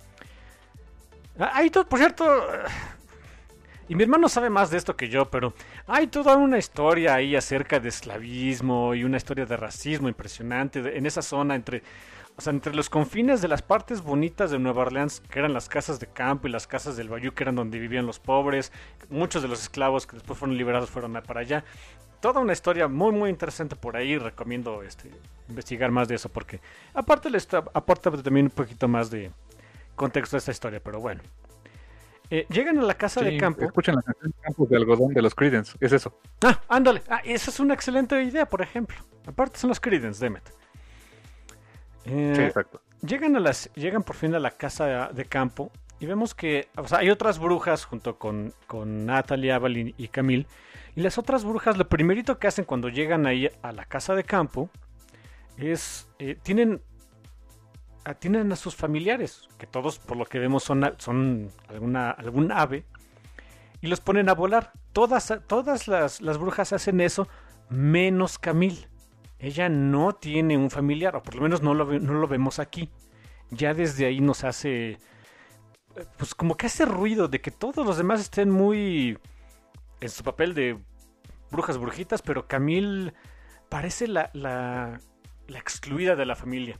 Hay todo, por cierto, y mi hermano sabe más de esto que yo, pero hay toda una historia ahí acerca de esclavismo y una historia de racismo impresionante en esa zona entre los confines de las partes bonitas de Nueva Orleans, que eran las casas de campo, y las casas del bayou, que eran donde vivían los pobres. Muchos de los esclavos que después fueron liberados fueron para allá. Toda una historia muy muy interesante por ahí. Recomiendo investigar más de eso, porque aparte aporta también un poquito más de contexto a esta historia, pero bueno. Llegan a la casa de campo. Escuchen la canción Campos de Algodón de los Creedence, es eso. Ándale. Esa es una excelente idea, por ejemplo. Aparte son los Creedence, Demet. Sí, exacto. Llegan por fin a la casa de campo y vemos que, o sea, hay otras brujas junto con Natalie, Avalyn y Camille. Y las otras brujas, lo primerito que hacen cuando llegan ahí a la casa de campo es tienen a sus familiares, que todos por lo que vemos son algún ave, y los ponen a volar. Todas las brujas hacen eso, menos Camille. Ella no tiene un familiar, o por lo menos no lo vemos aquí. Ya desde ahí nos hace, pues como que hace ruido de que todos los demás estén muy en su papel de brujitas, pero Camille parece la excluida de la familia.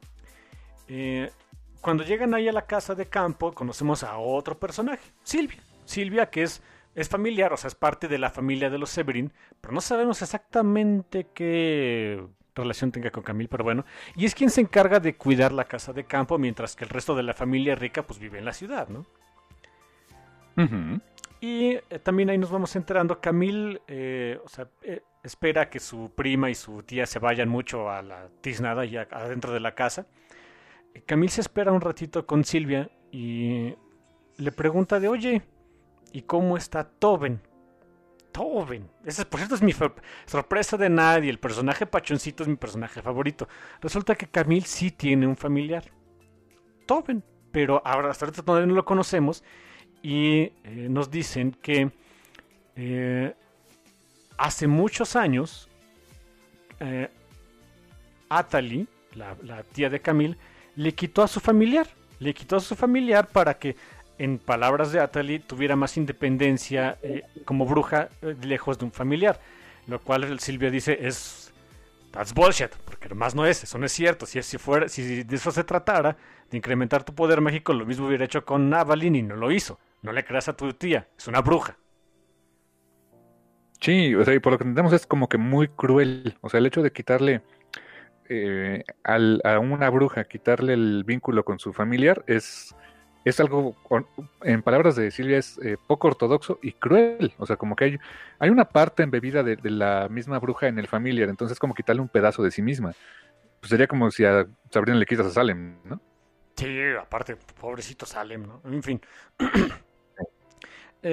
Cuando llegan ahí a la casa de campo, conocemos a otro personaje, Silvia, que es familiar, o sea, es parte de la familia de los Severin, pero no sabemos exactamente qué relación tenga con Camille, pero bueno, y es quien se encarga de cuidar la casa de campo, mientras que el resto de la familia rica pues vive en la ciudad, ¿no? Uh-huh. Y también ahí nos vamos enterando, Camille, espera que su prima y su tía se vayan mucho a la tiznada y adentro de la casa. Camille se espera un ratito con Silvia y le pregunta de, oye, ¿y cómo está Tobin? Esa, por cierto, es mi sorpresa de nadie. El personaje pachoncito es mi personaje favorito. Resulta que Camille sí tiene un familiar, Tobin, pero ahora hasta ahorita todavía no lo conocemos. Y nos dicen que hace muchos años Athalie, la tía de Camille, le quitó a su familiar para que, en palabras de Athalie, tuviera más independencia como bruja lejos de un familiar. Lo cual Silvia dice that's bullshit, porque además eso no es cierto. Si de eso se tratara, de incrementar tu poder mágico, lo mismo hubiera hecho con Avalyn y no lo hizo. No le creas a tu tía, es una bruja. Sí, o sea, y por lo que entendemos es como que muy cruel. O sea, el hecho de quitarle a una bruja, quitarle el vínculo con su familiar es algo, en palabras de Silvia, es poco ortodoxo y cruel. O sea, como que hay una parte embebida de la misma bruja en el familiar, entonces como quitarle un pedazo de sí misma. Pues sería como si a Sabrina le quitas a Salem, ¿no? Sí, aparte, pobrecito Salem, ¿no? En fin.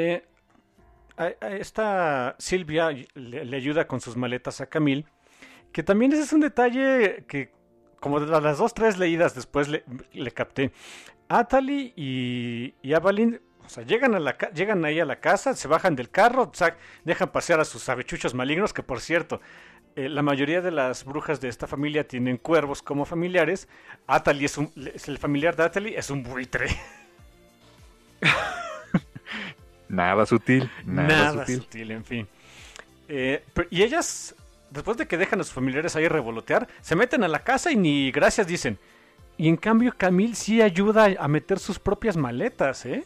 A esta Silvia le ayuda con sus maletas a Camille, Que también ese es un detalle que, como de las 2, 3 leídas después le capté. Atali y Avalyn, o sea, llegan ahí a la casa, se bajan del carro, o sea, dejan pasear a sus avechuchos malignos, que por cierto, la mayoría de las brujas de esta familia tienen cuervos como familiares. Atali es el familiar de Atali, es un buitre. Nada sutil, Nada sutil, en fin. Y ellas, después de que dejan a sus familiares ahí revolotear, se meten a la casa y ni gracias dicen. Y en cambio Camille sí ayuda a meter sus propias maletas, ¿eh?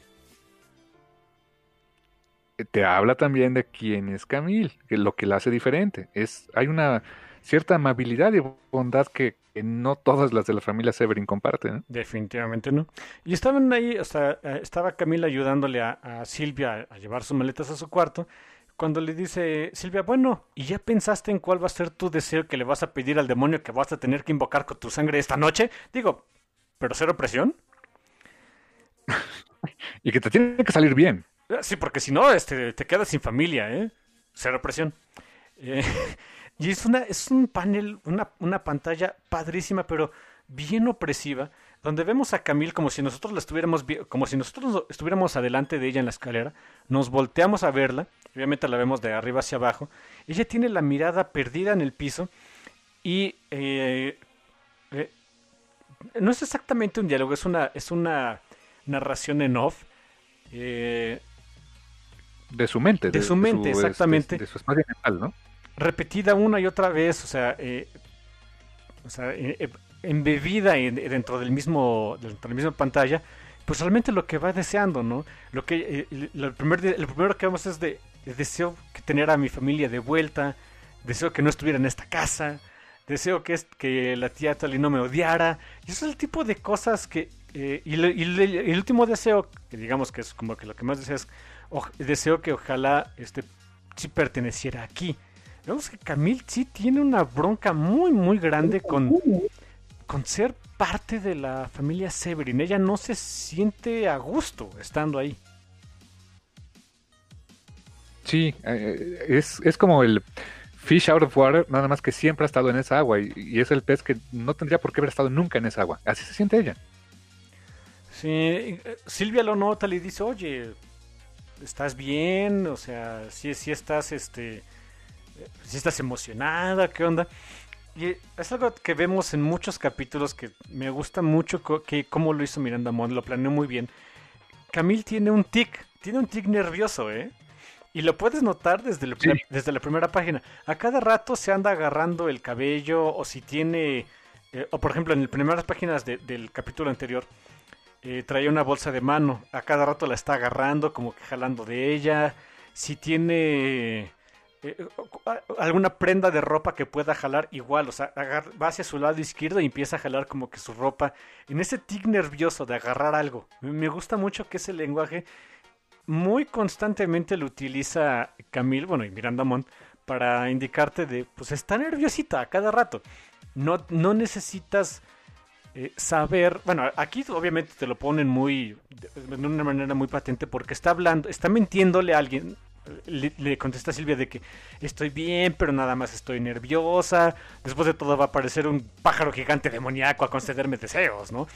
Te habla también de quién es Camille, que lo que la hace diferente. Hay una cierta amabilidad y bondad que no todas las de la familia Severin comparten, ¿eh? Definitivamente no. Y estaban ahí, o sea, estaba Camille ayudándole a Silvia a llevar sus maletas a su cuarto, cuando le dice Silvia, bueno, ¿y ya pensaste en cuál va a ser tu deseo que le vas a pedir al demonio que vas a tener que invocar con tu sangre esta noche? Digo, ¿pero cero presión? Y que te tiene que salir bien. Sí, porque si no, te quedas sin familia, ¿eh? Cero presión. Eh, y es un panel, una pantalla padrísima, pero bien opresiva, donde vemos a Camille como si nosotros como si nosotros estuviéramos adelante de ella en la escalera, nos volteamos a verla, obviamente la vemos de arriba hacia abajo, ella tiene la mirada perdida en el piso y no es exactamente un diálogo, es una narración en off. De su mente. De su mente, exactamente. De su espacio mental, ¿no? Repetida una y otra vez, embebida dentro de la misma pantalla, pues realmente lo que va deseando, ¿no? Lo primero que vemos es deseo tener a mi familia de vuelta, deseo que no estuviera en esta casa, deseo que la tía Tali no me odiara, y eso es el tipo de cosas que y el último deseo, que digamos que es como que lo que más desea es deseo que ojalá sí perteneciera aquí. Vemos que Camille sí tiene una bronca muy muy grande con ser parte de la familia Severin. Ella no se siente a gusto estando ahí. Sí, es como el fish out of water, nada más que siempre ha estado en esa agua y es el pez que no tendría por qué haber estado nunca en esa agua. Así se siente ella. Sí, Silvia lo nota, le dice, oye, ¿estás bien? O sea, sí estás, sí estás emocionada, ¿qué onda? Y es algo que vemos en muchos capítulos que me gusta mucho cómo lo hizo Miranda Mont, lo planeó muy bien. Camille tiene un tic nervioso, ¿eh? Y lo puedes notar desde la primera página. A cada rato se anda agarrando el cabello, o si tiene, o por ejemplo en las primeras páginas del capítulo anterior, traía una bolsa de mano, a cada rato la está agarrando, como que jalando de ella. Si tiene alguna prenda de ropa que pueda jalar, igual, o sea, va hacia su lado izquierdo y empieza a jalar como que su ropa, en ese tic nervioso de agarrar algo. Me gusta mucho que ese lenguaje muy constantemente lo utiliza Camille, bueno, y Miranda Mont, para indicarte pues está nerviosita a cada rato. No necesitas saber, bueno, aquí obviamente te lo ponen de una manera muy patente porque está mintiéndole a alguien. Le contesta a Silvia de que estoy bien, pero nada más estoy nerviosa. Después de todo va a aparecer un pájaro gigante demoníaco a concederme deseos, ¿no?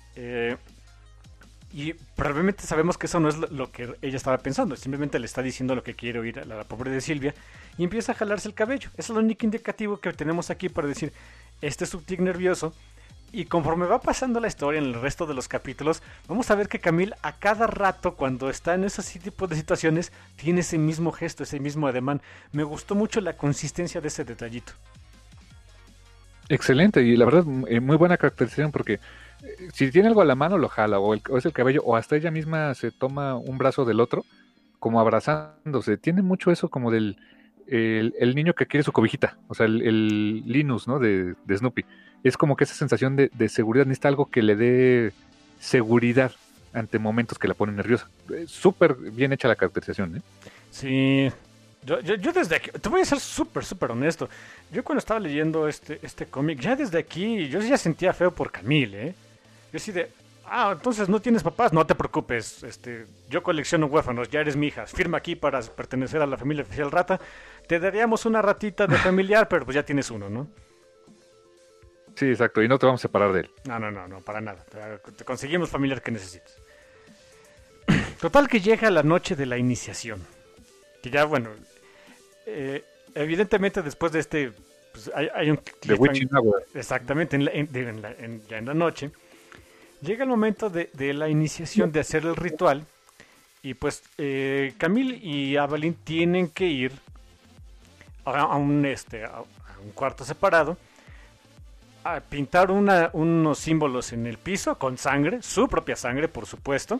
Y probablemente sabemos que eso no es lo que ella estaba pensando. Simplemente le está diciendo lo que quiere oír a la pobre de Silvia. Y empieza a jalarse el cabello. Es el único indicativo que tenemos aquí para decir, este es su tic nervioso. Y conforme va pasando la historia en el resto de los capítulos, vamos a ver que Camille a cada rato, cuando está en ese tipo de situaciones, tiene ese mismo gesto, ese mismo ademán. Me gustó mucho la consistencia de ese detallito. Excelente, y la verdad, muy buena caracterización, porque si tiene algo a la mano, lo jala, o es el cabello, o hasta ella misma se toma un brazo del otro, como abrazándose. Tiene mucho eso como del el niño que quiere su cobijita, o sea, el Linus, ¿no? De Snoopy. Es como que esa sensación de seguridad, necesita algo que le dé seguridad ante momentos que la ponen nerviosa. Súper bien hecha la caracterización, ¿eh? Sí, yo desde aquí, te voy a ser súper honesto. Yo cuando estaba leyendo este cómic, ya desde aquí, yo ya sentía feo por Camille, ¿eh? Yo sí Entonces no tienes papás, no te preocupes, yo colecciono huérfanos, ya eres mi hija, firma aquí para pertenecer a la familia oficial rata, te daríamos una ratita de familiar, pero pues ya tienes uno, ¿no? Sí, exacto, y no te vamos a separar de él. No, para nada, te conseguimos familiar que necesites. Total que llega la noche de la iniciación, que ya, bueno, evidentemente después de pues hay un... The Witching Hour. Exactamente, ya en la noche. Llega el momento de la iniciación, de hacer el ritual, y pues Camille y Avalyn tienen que ir a un cuarto separado, a pintar unos símbolos en el piso con sangre, su propia sangre, por supuesto,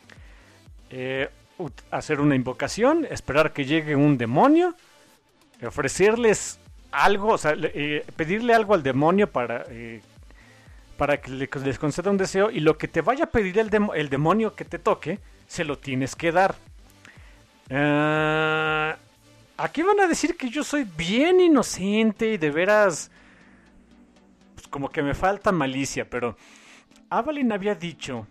hacer una invocación, esperar que llegue un demonio, ofrecerles algo, o sea, pedirle algo al demonio para que les conceda un deseo, y lo que te vaya a pedir el demonio que te toque, se lo tienes que dar. Aquí van a decir que yo soy bien inocente y de veras, pues como que me falta malicia, pero Avalyn había dicho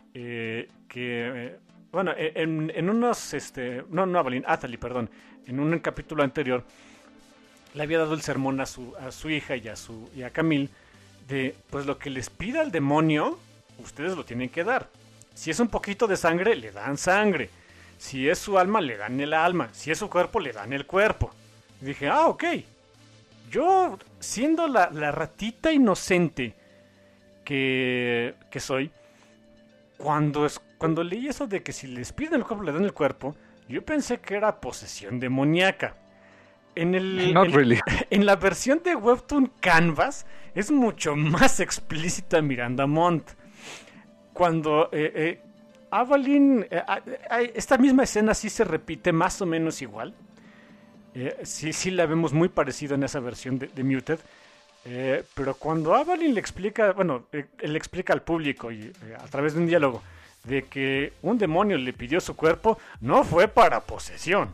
que, bueno, en unos, no Avalyn, Athalie, perdón, en un capítulo anterior, le había dado el sermón a su hija y a Camille, de, pues lo que les pida el demonio, ustedes lo tienen que dar. Si es un poquito de sangre, le dan sangre. Si es su alma, le dan el alma. Si es su cuerpo, le dan el cuerpo. Y dije, ok. Yo, siendo la ratita inocente que soy, cuando leí eso de que si les piden el cuerpo, le dan el cuerpo, yo pensé que era posesión demoníaca. Really. En la versión de Webtoon Canvas es mucho más explícita Miranda Montt. Cuando Avalyn, esta misma escena sí se repite más o menos igual. Sí la vemos muy parecida en esa versión de Muted. Pero cuando Avalyn le explica, le explica al público y a través de un diálogo de que un demonio le pidió su cuerpo, no fue para posesión.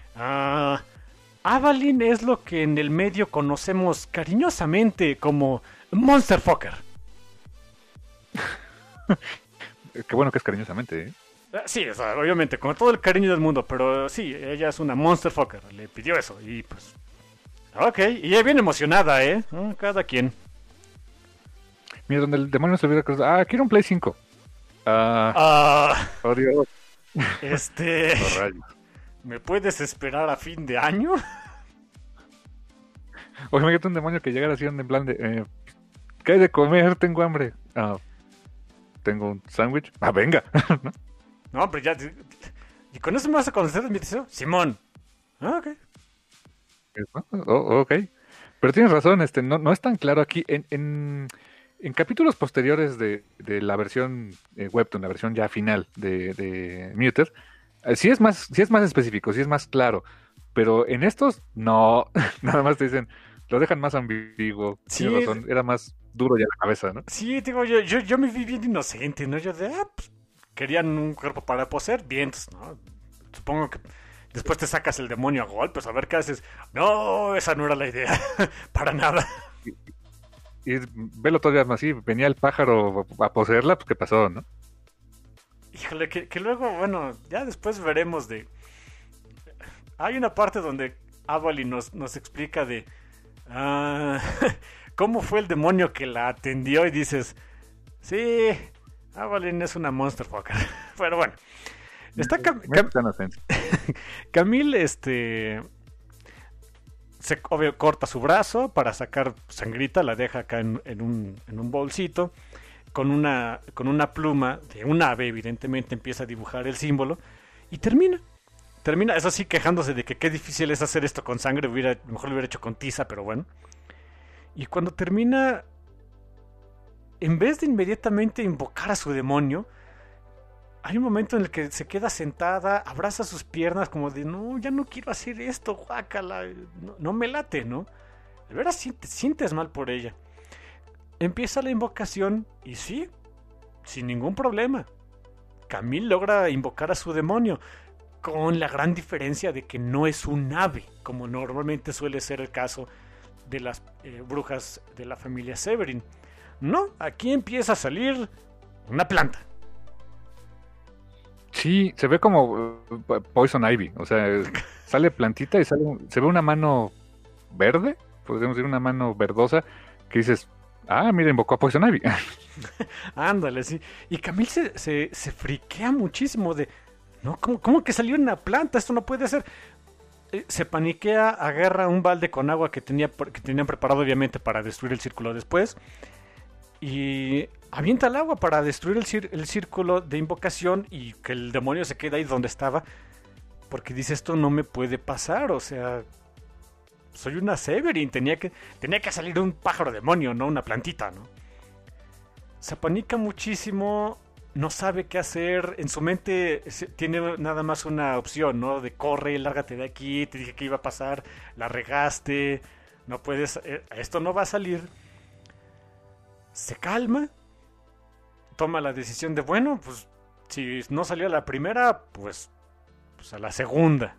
Avalyn es lo que en el medio conocemos cariñosamente como Monster Fucker. Qué bueno que es cariñosamente, ¿eh? Sí, o sea, obviamente, con todo el cariño del mundo, pero sí, ella es una Monster Fucker, le pidió eso y pues... Ok, y ella bien emocionada, ¿eh? Cada quien. Mira, donde el demonio se olvida cosas. Quiero un Play 5. Oh, Dios. Oh, rayos. ¿Me puedes esperar a fin de año? Oye, me un demonio que llegara así en plan de... ¿qué hay de comer? Tengo hambre. Tengo un sándwich. Venga. No, pero ya... ¿Y con eso me vas a conceder mi deseo? Simón. Ok. Ok. Pero tienes razón, no es tan claro aquí. En capítulos posteriores de la versión Webtoon, la versión ya final de Muted, sí es más específico, sí es más claro, pero en estos no, nada más te dicen, lo dejan más ambiguo. Sí, tienes razón, era más duro ya la cabeza, ¿no? Sí, digo, yo me vi bien inocente, ¿no? Yo de, pues, querían un cuerpo para poseer, bien, ¿no? Supongo que después te sacas el demonio a golpes, a ver qué haces. No, esa no era la idea, para nada. Y velo todavía más así, venía el pájaro a poseerla, pues qué pasó, ¿no? Híjole, que luego, bueno, ya después veremos de... Hay una parte donde Avalyn nos explica de... ¿cómo fue el demonio que la atendió? Y dices... Sí, Avalyn es una monster fucker. Pero bueno. Está Camille, obvio, corta su brazo para sacar sangrita, la deja acá en un bolsito. Con una pluma de un ave, evidentemente, empieza a dibujar el símbolo y termina, eso sí, quejándose de que qué difícil es hacer esto con sangre, mejor lo hubiera hecho con tiza, pero bueno. Y cuando termina, en vez de inmediatamente invocar a su demonio, hay un momento en el que se queda sentada, abraza sus piernas como de, no, ya no quiero hacer esto, guácala, no me late, ¿no? De veras sientes mal por ella. Empieza la invocación y sí, sin ningún problema, Camille logra invocar a su demonio, con la gran diferencia de que no es un ave, como normalmente suele ser el caso de las brujas de la familia Severin. No, aquí empieza a salir Una planta. Sí, se ve como Poison Ivy, o sea, sale plantita y se ve una mano verde, podríamos decir una mano verdosa, que dices, mira, invocó a Poison Ivy. Ándale, sí. Y Camille se friquea muchísimo de, no, ¿cómo que salió una planta? Esto no puede ser. Se paniquea, agarra un balde con agua que tenían preparado obviamente para destruir el círculo después. Y avienta el agua para destruir el círculo de invocación y que el demonio se quede ahí donde estaba. Porque dice, esto no me puede pasar, o sea, soy una Severin, tenía que salir un pájaro demonio, no una plantita, ¿no? Se apanica muchísimo, no sabe qué hacer, en su mente tiene nada más una opción, ¿no? De corre, lárgate de aquí, te dije que iba a pasar, la regaste, no puedes, esto no va a salir. Se calma, toma la decisión de, bueno, pues si no salió a la primera, pues a la segunda.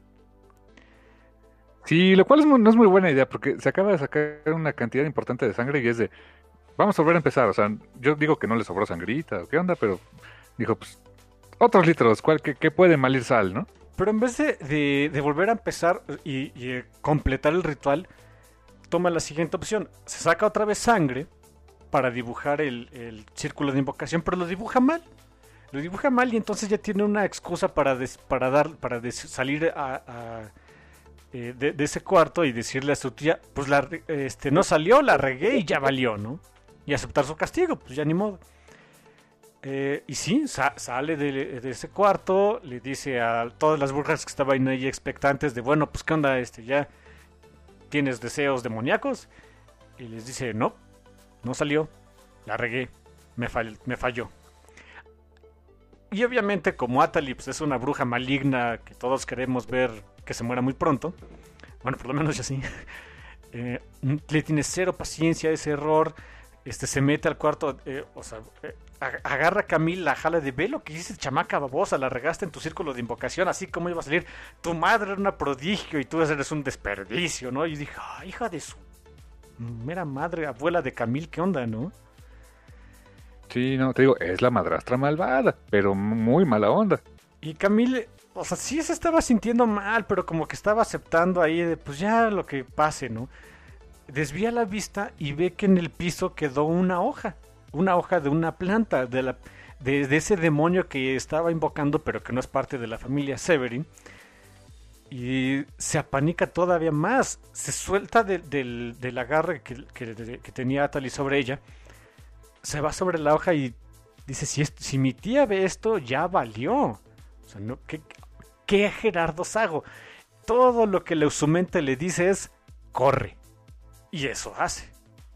Sí, lo cual no es muy buena idea, porque se acaba de sacar una cantidad importante de sangre y es de, vamos a volver a empezar, o sea, yo digo que no le sobró sangrita, ¿qué onda? Pero dijo, pues, otros litros, ¿qué puede malir sal, no? Pero en vez de volver a empezar y completar el ritual, toma la siguiente opción. Se saca otra vez sangre para dibujar el círculo de invocación, pero lo dibuja mal. Lo dibuja mal y entonces ya tiene una excusa para salir de ese cuarto y decirle a su tía, pues no salió, la regué y ya valió, ¿no? Y aceptar su castigo, pues ya ni modo. Y sí, sale de ese cuarto, le dice a todas las brujas que estaban ahí expectantes de, bueno, pues qué onda, ya tienes deseos demoníacos. Y les dice, no salió, la regué, me falló. Y obviamente como Atali pues, es una bruja maligna que todos queremos ver que se muera muy pronto, bueno, por lo menos yo sí, le tiene cero paciencia a ese error, se mete al cuarto, agarra a Camille, la jala de, ve lo que hiciste, chamaca babosa, la regaste en tu círculo de invocación, así como iba a salir, tu madre era una prodigio y tú eres un desperdicio, ¿no? Y dije, hija de su mera madre, abuela de Camille, ¿qué onda, no? Sí, no, te digo, es la madrastra malvada, pero muy mala onda. Y Camille, o sea, sí se estaba sintiendo mal, pero como que estaba aceptando ahí de, pues ya lo que pase, ¿no? Desvía la vista y ve que en el piso quedó una hoja de una planta, de ese demonio que estaba invocando, pero que no es parte de la familia Severin. Y se apanica todavía más, se suelta del agarre que tenía Atali sobre ella, se va sobre la hoja y dice, si mi tía ve esto, ya valió. O sea, no, ¿qué Gerardo Sago? Todo lo que su mente le dice es, corre. Y eso hace.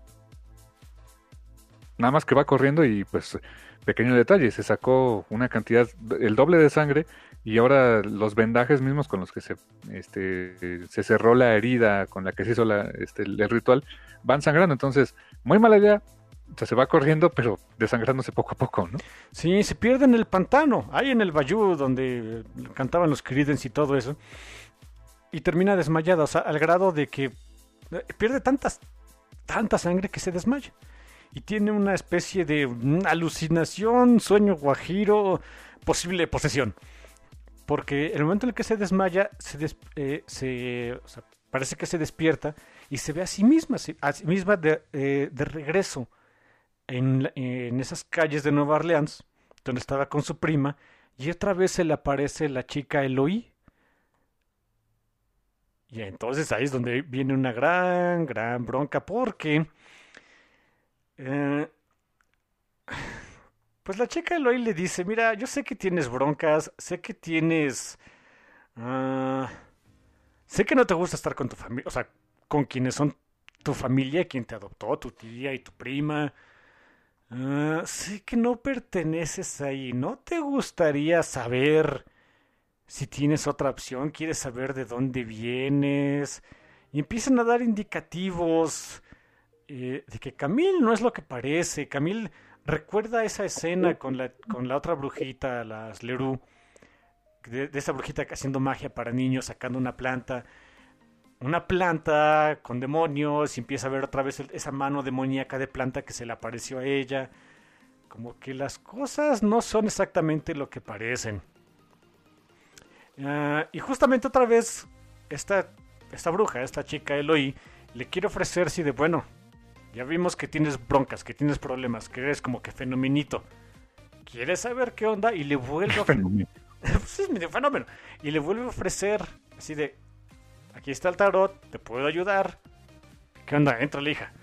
Nada más que va corriendo y pues, pequeño detalle, se sacó una cantidad, el doble de sangre, y ahora los vendajes mismos con los que se cerró la herida con la que se hizo el ritual, van sangrando. Entonces, muy mala idea. O sea, se va corriendo, pero desangrándose poco a poco, ¿no? Sí, se pierde en el pantano, ahí en el bayou donde cantaban los Creedence y todo eso. Y termina desmayada, o sea, al grado de que pierde tanta sangre que se desmaya. Y tiene una especie de alucinación, sueño guajiro, posible posesión. Porque el momento en el que se desmaya, o sea, parece que se despierta y se ve a sí misma de regreso en esas calles de Nueva Orleans, donde estaba con su prima, y otra vez se le aparece la chica Eloy. Y entonces ahí es donde viene una gran bronca, porque pues la chica Eloy le dice, mira, yo sé que tienes broncas, sé que tienes... sé que no te gusta estar con tu familia, o sea, con quienes son tu familia, quien te adoptó, tu tía y tu prima. Sé que no perteneces ahí. ¿No te gustaría saber si tienes otra opción? ¿Quieres saber de dónde vienes? Y empiezan a dar indicativos de que Camille no es lo que parece. Camille recuerda esa escena con la otra brujita, las Leroux, de esa brujita haciendo magia para niños, sacando una planta con demonios, y empieza a ver otra vez esa mano demoníaca de planta que se le apareció a ella. como que las cosas no son exactamente lo que parecen. Y justamente otra vez, esta bruja, esta chica Eloy, le quiere ofrecer si de bueno, ya vimos que tienes broncas, que tienes problemas, que eres como que fenomenito. ¿Quieres saber qué onda? Y le vuelve a pues es medio fenómeno. Y le vuelve a ofrecer así de, aquí está el tarot, te puedo ayudar. ¿Qué onda? Entra la hija.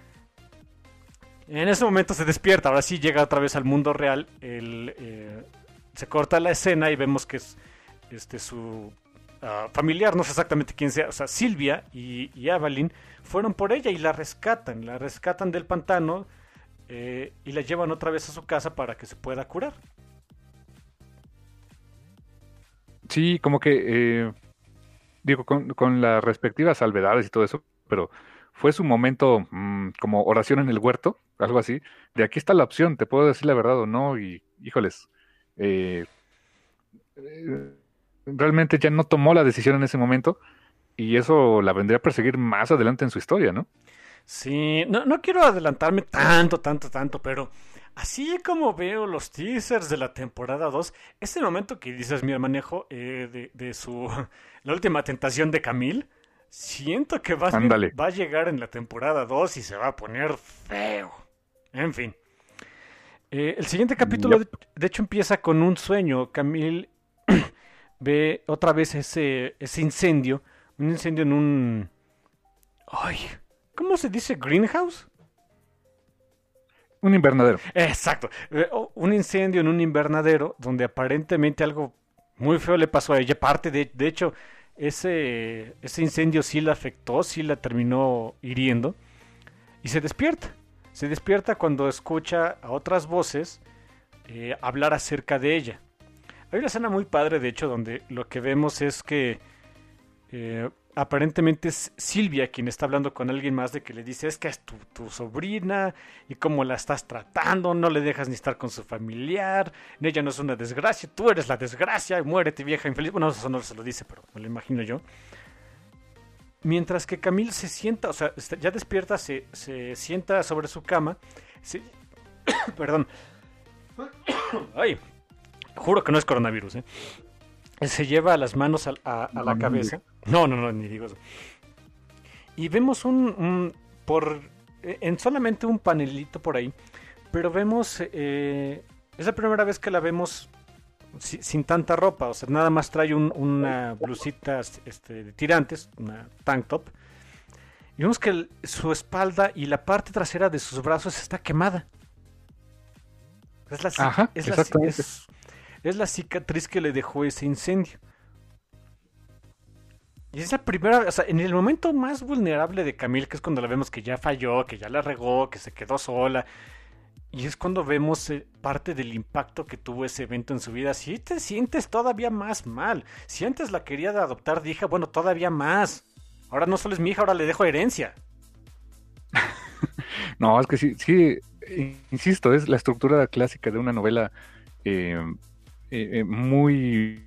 En ese momento se despierta, ahora sí llega otra vez al mundo real. Se corta la escena y vemos que es su familiar, no sé exactamente quién sea, o sea, Silvia y Evelyn fueron por ella y la rescatan del pantano y la llevan otra vez a su casa para que se pueda curar. Sí, como que, digo, con las respectivas salvedades y todo eso, pero fue su momento como oración en el huerto, algo así. De aquí está la opción, te puedo decir la verdad o no, y híjoles, eh, realmente ya no tomó la decisión en ese momento, y eso la vendría a perseguir más adelante en su historia, ¿no? Sí, no quiero adelantarme tanto, pero así como veo los teasers de la temporada 2, ese momento que dices, mi hermanejo, de su la última tentación de Camille, siento que Ándale. va a llegar en la temporada 2 y se va a poner feo. En fin. El siguiente capítulo, Yep. de hecho, empieza con un sueño. Camille ve otra vez ese incendio. Un incendio en un... Ay, ¿cómo se dice? ¿Greenhouse? Un invernadero. Exacto. Un incendio en un invernadero donde aparentemente algo muy feo le pasó a ella. Parte de hecho, ese incendio sí la afectó, sí la terminó hiriendo. Y se despierta. Se despierta cuando escucha a otras voces hablar acerca de ella. Hay una escena muy padre, de hecho, donde lo que vemos es que aparentemente es Silvia quien está hablando con alguien más, de que le dice, es que es tu sobrina y cómo la estás tratando, no le dejas ni estar con su familiar, ella no es una desgracia, tú eres la desgracia, muérete vieja infeliz. Bueno, eso no se lo dice, pero me lo imagino yo. Mientras que Camille se sienta, o sea, ya despierta, se sienta sobre su cama, perdón, ay, juro que no es coronavirus, se lleva las manos a la cabeza. No, ni digo eso. Y vemos en solamente un panelito por ahí, pero vemos, es la primera vez que la vemos sin tanta ropa, o sea, nada más trae una blusita de tirantes, una tank top, y vemos que su espalda y la parte trasera de sus brazos está quemada. Ajá, exactamente. Es la cicatriz que le dejó ese incendio. Y es la primera, o sea, en el momento más vulnerable de Camille, que es cuando la vemos que ya falló, que ya la regó, que se quedó sola. Y es cuando vemos parte del impacto que tuvo ese evento en su vida. Si te sientes todavía más mal. Si antes la quería adoptar de hija, bueno, todavía más. Ahora no solo es mi hija, ahora le dejo herencia. No, es que sí, insisto, es la estructura clásica de una novela muy...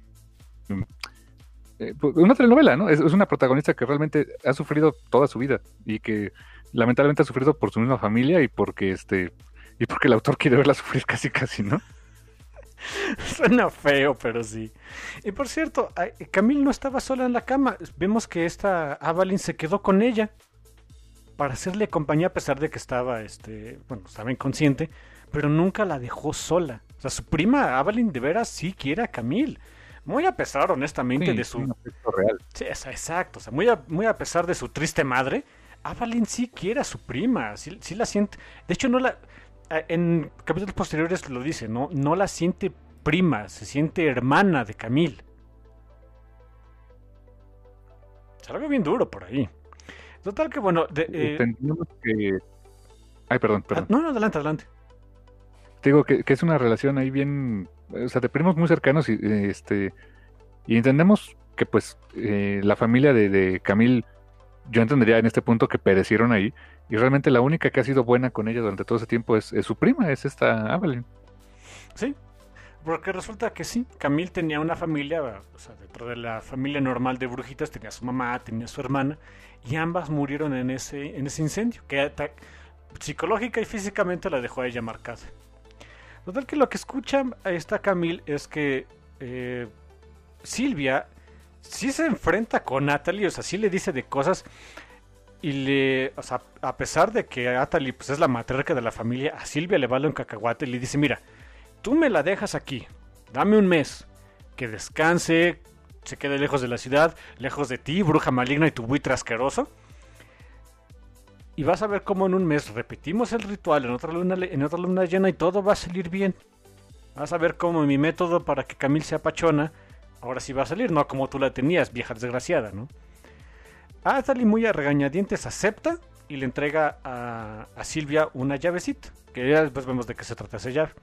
una telenovela, ¿no? Es una protagonista que realmente ha sufrido toda su vida y que lamentablemente ha sufrido por su misma familia y porque el autor quiere verla sufrir casi, ¿no? Suena feo, pero sí. Y por cierto, Camille no estaba sola en la cama. Vemos que esta Evelyn se quedó con ella para hacerle compañía a pesar de que estaba, estaba inconsciente, pero nunca la dejó sola. O sea, su prima Evelyn de veras sí quiere a Camille. Muy a pesar, honestamente, Sí, de su... un aspecto real. Sí, exacto. O sea, muy a pesar de su triste madre, Evelyn sí quiere a su prima. Sí la siente. De hecho, no la... En capítulos posteriores lo dice, no la siente prima, se siente hermana de Camille. Es algo bien duro por ahí. Total que bueno... Entendemos que... Ay, perdón. No, adelante. Te digo que es una relación ahí bien... O sea, de primos muy cercanos y entendemos que pues la familia de Camille, yo entendería en este punto que perecieron ahí, y realmente la única que ha sido buena con ella durante todo ese tiempo es su prima, es esta Evelyn. Sí, porque resulta que sí, Camille tenía una familia, o sea, dentro de la familia normal de brujitas tenía su mamá, tenía su hermana, y ambas murieron en ese incendio, que psicológica y físicamente la dejó a ella marcada. Total que lo que escucha esta Camille es que Silvia sí se enfrenta con Natalie, o sea, sí le dice de cosas y o sea, a pesar de que Natalie pues es la matriarca de la familia, a Silvia le vale un cacahuate y le dice, mira, tú me la dejas aquí, dame un mes, que descanse, se quede lejos de la ciudad, lejos de ti, bruja maligna y tu buitre asqueroso. Y vas a ver cómo en un mes repetimos el ritual en otra luna llena y todo va a salir bien. Vas a ver cómo mi método para que Camille sea pachona, ahora sí va a salir, no como tú la tenías, vieja desgraciada, ¿no? Natalie muy a regañadientes acepta y le entrega a Silvia una llavecita, que ya después vemos de qué se trata esa llave.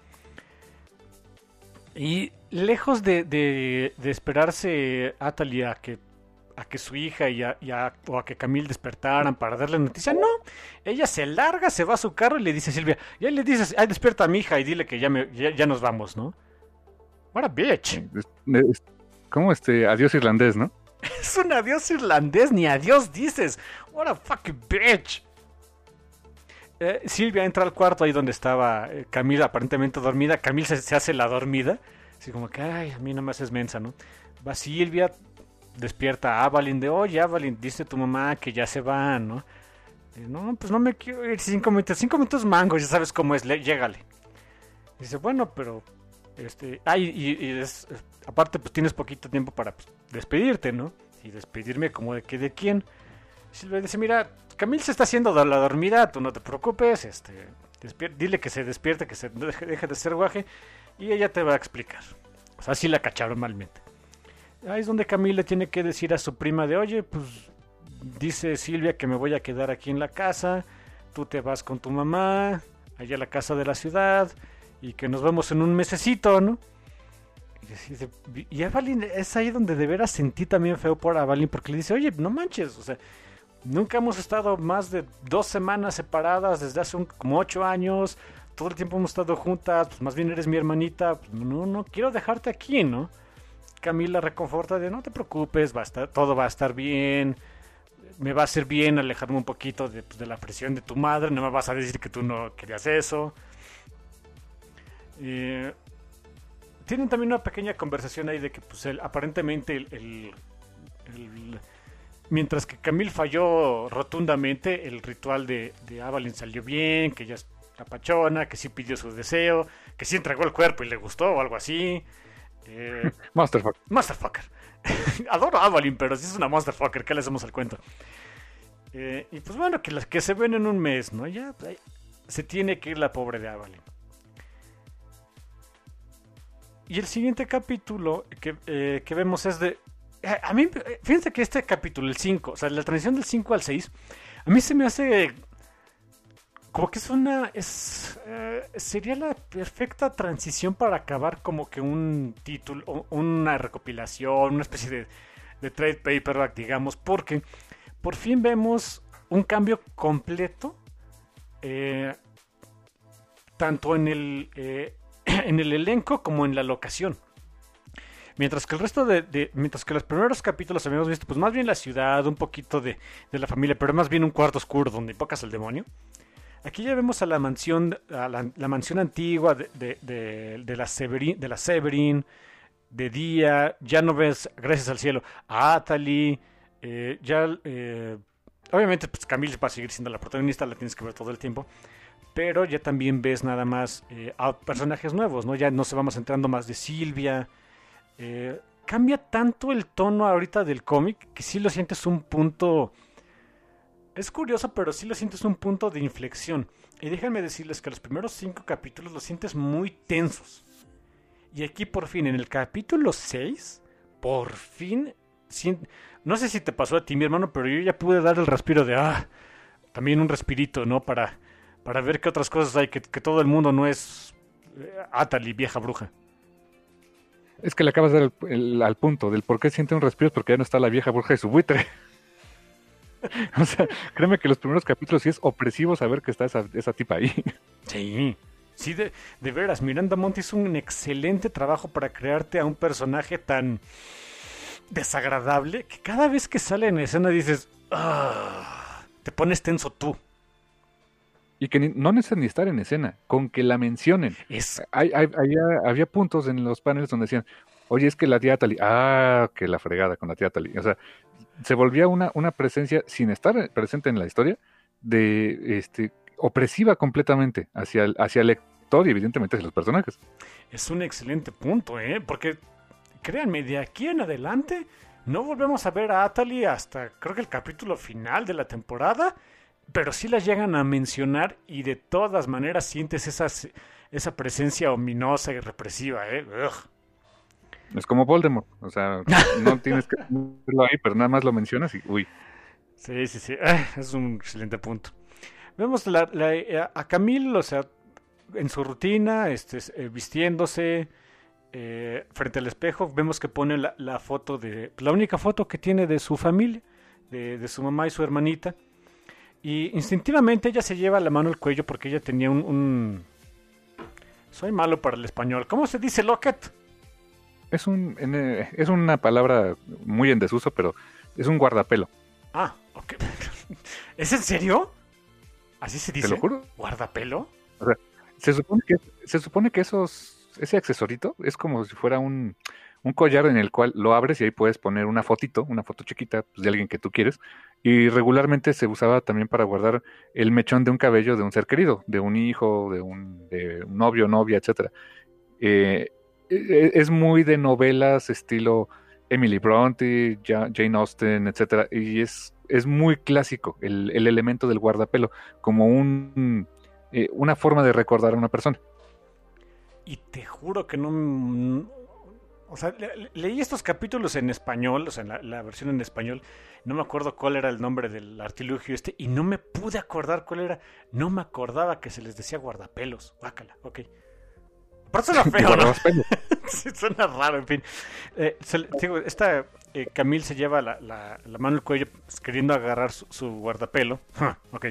Y lejos de esperarse Natalie a que su hija o a que Camille despertaran para darle noticia, no, ella se larga, se va a su carro y le dice a Silvia, ya le dices, ay, despierta a mi hija y dile que ya nos vamos, ¿no? What a bitch. ¿Cómo adiós irlandés, no? Es un adiós irlandés, ni adiós dices. What a fucking bitch. Silvia entra al cuarto ahí donde estaba Camila aparentemente dormida. Camila se hace la dormida. Así como que, ay, a mí nomás es mensa, ¿no? Va Silvia, despierta a Avalyn de, oye, Avalyn, dice tu mamá que ya se van, ¿no? No, pues no me quiero ir 5 minutos. 5 minutos mango, ya sabes cómo es, llégale. Dice, bueno, pero... aparte pues tienes poquito tiempo para pues, despedirte, ¿no? Y despedirme como de quién. Silvia dice, mira, Camille se está haciendo la dormida, tú no te preocupes, dile que se despierte, que se deje de ser guaje y ella te va a explicar. O sea, sí la cacharon malmente. Ahí es donde Camille le tiene que decir a su prima de, oye, pues dice Silvia que me voy a quedar aquí en la casa, tú te vas con tu mamá, allá a la casa de la ciudad y que nos vemos en un mesecito, ¿no? Y Avalyn es ahí donde de veras sentí también feo por Avalyn porque le dice, oye, no manches, o sea, nunca hemos estado más de 2 semanas separadas desde hace como 8 años, todo el tiempo hemos estado juntas, pues más bien eres mi hermanita, pues no quiero dejarte aquí, ¿no? Camila reconforta de, no te preocupes, todo va a estar bien, me va a hacer bien alejarme un poquito de la presión de tu madre, no me vas a decir que tú no querías eso. Tienen también una pequeña conversación ahí de que pues aparentemente mientras que Camille falló rotundamente, el ritual de Avalyn salió bien, que ella es la pachona, que sí pidió su deseo, que sí entregó el cuerpo y le gustó o algo así. Masterfucker. Adoro a Avalyn, pero sí es una Masterfucker, ¿qué le hacemos al cuento? Y pues bueno, que se ven en un mes, ¿no? Ya se tiene que ir la pobre de Avalyn. Y el siguiente capítulo que vemos es de... A mí, fíjense que este capítulo, el 5, o sea, la transición del 5 al 6, a mí se me hace... Como que sería la perfecta transición para acabar como que un título, una recopilación, una especie de trade paperback, digamos, porque por fin vemos un cambio completo, tanto en el elenco como en la locación. Mientras que el resto mientras que los primeros capítulos habíamos visto, pues más bien la ciudad, un poquito de la familia, pero más bien un cuarto oscuro donde invocas al demonio. Aquí ya vemos a la mansión, la mansión antigua de la Severin, de día, ya no ves, gracias al cielo, a Natalie, obviamente pues Camille va a seguir siendo la protagonista, la tienes que ver todo el tiempo, pero ya también ves nada más a personajes nuevos, ¿no? Ya nos vamos entrando más de Silvia, cambia tanto el tono ahorita del cómic que sí lo sientes un punto... Es curioso, pero sí lo sientes un punto de inflexión. Y déjenme decirles que los primeros 5 capítulos los sientes muy tensos. Y aquí por fin, en el capítulo 6, por fin... No sé si te pasó a ti, mi hermano, pero yo ya pude dar el respiro de... también un respirito, ¿no? Para ver qué otras cosas hay, que todo el mundo no es Natalie, vieja bruja. Es que le acabas de dar al punto del por qué siente un respiro, porque ya no está la vieja bruja de su buitre. O sea, créeme que los primeros capítulos sí es opresivo saber que está esa tipa ahí. Sí, de veras, Miranda Monti hizo un excelente trabajo para crearte a un personaje tan desagradable que cada vez que sale en escena dices, te pones tenso tú. Y que no necesitan ni estar en escena, con que la mencionen. Había puntos en los paneles donde decían, oye, es que la tía Tali, que la fregada con la tía Tali. O sea, se volvía una presencia, sin estar presente en la historia, de opresiva completamente hacia el lector y evidentemente hacia los personajes. Es un excelente punto, porque créanme, de aquí en adelante no volvemos a ver a Atali hasta creo que el capítulo final de la temporada, pero sí la llegan a mencionar y de todas maneras sientes esa presencia ominosa y represiva. Ugh. Es como Voldemort, o sea, no tienes que verlo ahí, pero nada más lo mencionas y uy. Sí, es un excelente punto. Vemos a Camille, o sea, en su rutina, vistiéndose frente al espejo, vemos que pone la foto la única foto que tiene de su familia, de su mamá y su hermanita. Y instintivamente ella se lleva la mano al cuello porque ella tenía Soy malo para el español. ¿Cómo se dice locket? Es una palabra muy en desuso, pero es un guardapelo. Ah, ok. ¿Es en serio? ¿Así se dice? Te lo juro. ¿Guardapelo? O sea, se supone que ese accesorito es como si fuera un collar en el cual lo abres y ahí puedes poner una foto chiquita pues, de alguien que tú quieres. Y regularmente se usaba también para guardar el mechón de un cabello de un ser querido, de un hijo, de un novio, novia, etcétera. Es muy de novelas estilo Emily Bronte, Jane Austen, etcétera, y es muy clásico el elemento del guardapelo como una forma de recordar a una persona. Y te juro que no... O sea, leí estos capítulos en español, o sea, en la versión en español, no me acuerdo cuál era el nombre del artilugio y no me pude acordar cuál era. No me acordaba que se les decía guardapelos. Guácala, ok. Pero suena feo, ¿no? Sí, suena raro, en fin. Camille se lleva la mano al cuello pues, queriendo agarrar su guardapelo. Ok.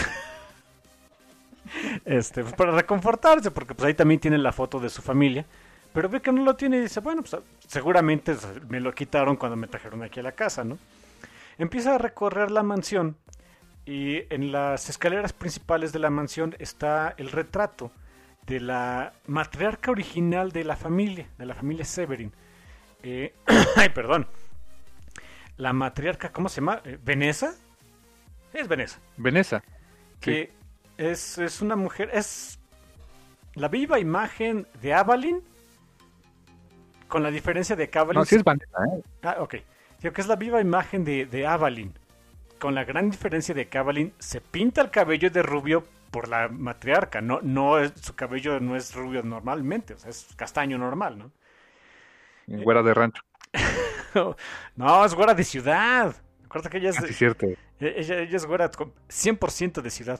Pues para reconfortarse, porque pues ahí también tiene la foto de su familia. Pero ve que no lo tiene y dice, bueno, pues seguramente me lo quitaron cuando me trajeron aquí a la casa, ¿no? Empieza a recorrer la mansión y en las escaleras principales de la mansión está el retrato de la matriarca original de la familia Severin. Ay, perdón. La matriarca, ¿cómo se llama? ¿Veneza? Es Veneza. Veneza. Que sí. Es una mujer, es la viva imagen de Avalyn, con la diferencia de que Avalyn... No, sí es Vanessa, Ah, ok. Digo que es la viva imagen de Avalyn, con la gran diferencia de que Avalyn se pinta el cabello de rubio por la matriarca. Su cabello no es rubio normalmente, o sea, es castaño normal, ¿no? Güera de rancho. No, es güera de ciudad. Recuerda que ella es... Sí, cierto. Ella es güera 100% de ciudad.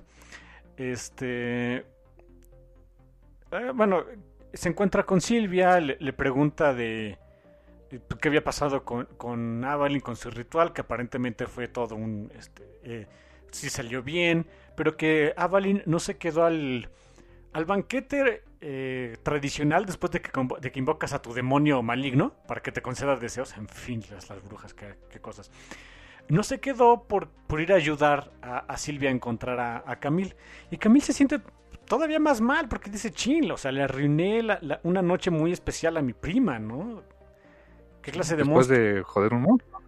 Bueno, se encuentra con Silvia, le pregunta de qué había pasado con Avalyn, con su ritual, que aparentemente fue todo sí salió bien, pero que Avalyn no se quedó al banquete tradicional después de que invocas a tu demonio maligno para que te conceda deseos. En fin, las brujas, qué cosas. No se quedó por ir a ayudar a Silvia a encontrar a Camille. Y Camille se siente todavía más mal porque dice, chin, o sea, le arruiné una noche muy especial a mi prima, ¿no? ¿Qué clase de monstruo? Después de joder un monstruo.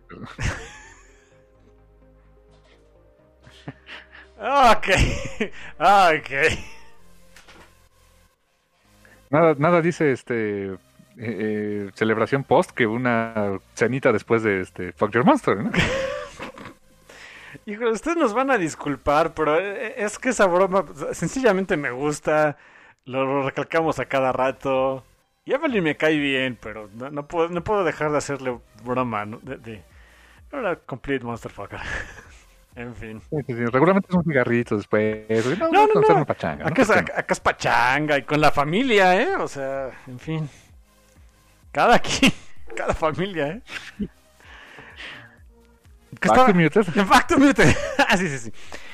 Ok. Nada dice celebración post que una cenita después de Fuck Your Monster, ¿no? Híjole, ustedes nos van a disculpar, pero es que esa broma sencillamente me gusta, lo recalcamos a cada rato. Y Evelyn me cae bien, pero no puedo dejar de hacerle broma, ¿no? de una complete monsterfucker. En fin. Sí, regularmente son cigarritos después. No. Pachanga, Acá es pachanga y con la familia, ¿eh? O sea, en fin. Cada familia, ¿eh? Back to Muted. Back to Muted. Sí.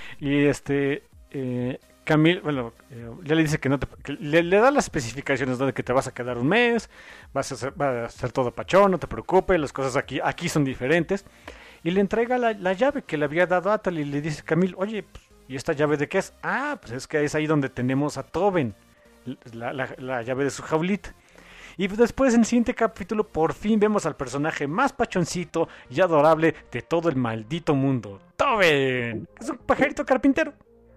Y Camille, bueno, ya le dice que le da las especificaciones, ¿no? De que te vas a quedar un mes, va a ser todo pachón, no te preocupes, las cosas aquí son diferentes. Y le entrega la llave que le había dado a Atali y le dice, Camille, oye, pues, ¿Y esta llave de qué es? Ah, pues es que es ahí donde tenemos a Tobin, la llave de su jaulita. Y después en el siguiente capítulo por fin vemos al personaje más pachoncito y adorable de todo el maldito mundo, Tobin. Es un pajarito carpintero.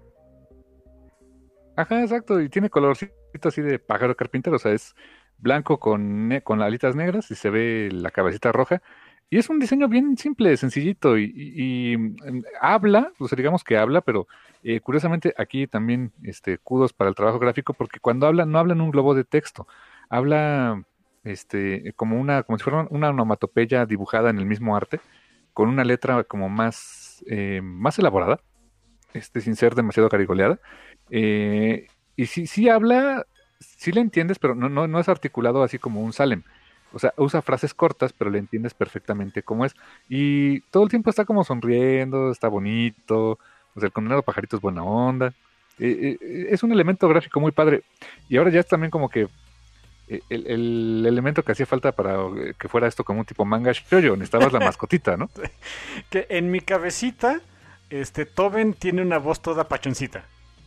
Ajá, exacto, y tiene colorcito así de pájaro carpintero, o sea, es blanco con alitas negras y se ve la cabecita roja. Y es un diseño bien simple, sencillito, habla, o sea, digamos que habla, pero curiosamente aquí también kudos para el trabajo gráfico, porque cuando habla, no habla en un globo de texto, habla como si fuera una onomatopeya dibujada en el mismo arte, con una letra como más elaborada, sin ser demasiado carigoleada. Y sí habla, sí le entiendes, pero no es articulado así como un Salem. O sea, usa frases cortas, pero le entiendes perfectamente cómo es. Y todo el tiempo está como sonriendo, está bonito. O sea, el condenado pajarito es buena onda. Es un elemento gráfico muy padre. Y ahora ya es también como que el elemento que hacía falta para que fuera esto como un tipo manga shoujo. Necesitabas la mascotita, ¿no? Que en mi cabecita, Tobin tiene una voz toda pachoncita.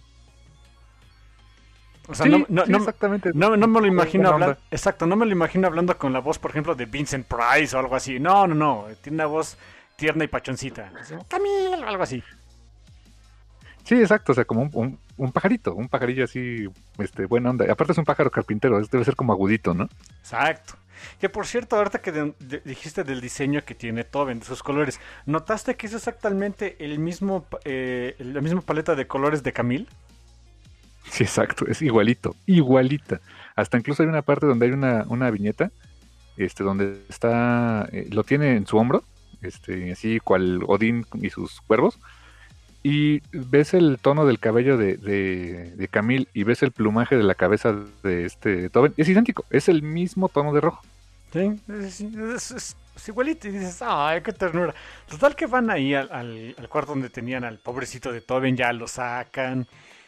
O sea, sí, exactamente. No me lo imagino hablando. Exacto, no me lo imagino hablando con la voz, por ejemplo, de Vincent Price o algo así. No. Tiene una voz tierna y pachoncita. Camille, algo así. Sí, exacto, o sea, como un pajarito, un pajarillo así, buena onda. Aparte es un pájaro carpintero, debe ser como agudito, ¿no? Exacto. Que por cierto, ahorita que dijiste del diseño que tiene Tobin, de sus colores, ¿notaste que es exactamente la misma paleta de colores de Camille? Sí, exacto, es igualita. Hasta incluso hay una parte donde hay una viñeta, donde está, lo tiene en su hombro, así cual Odín y sus cuervos, y ves el tono del cabello de Camille y ves el plumaje de la cabeza de Tobin, es idéntico, es el mismo tono de rojo. Sí, es igualito y dices, ay, qué ternura. Total que van ahí al cuarto donde tenían al pobrecito de Tobin, ya lo sacan.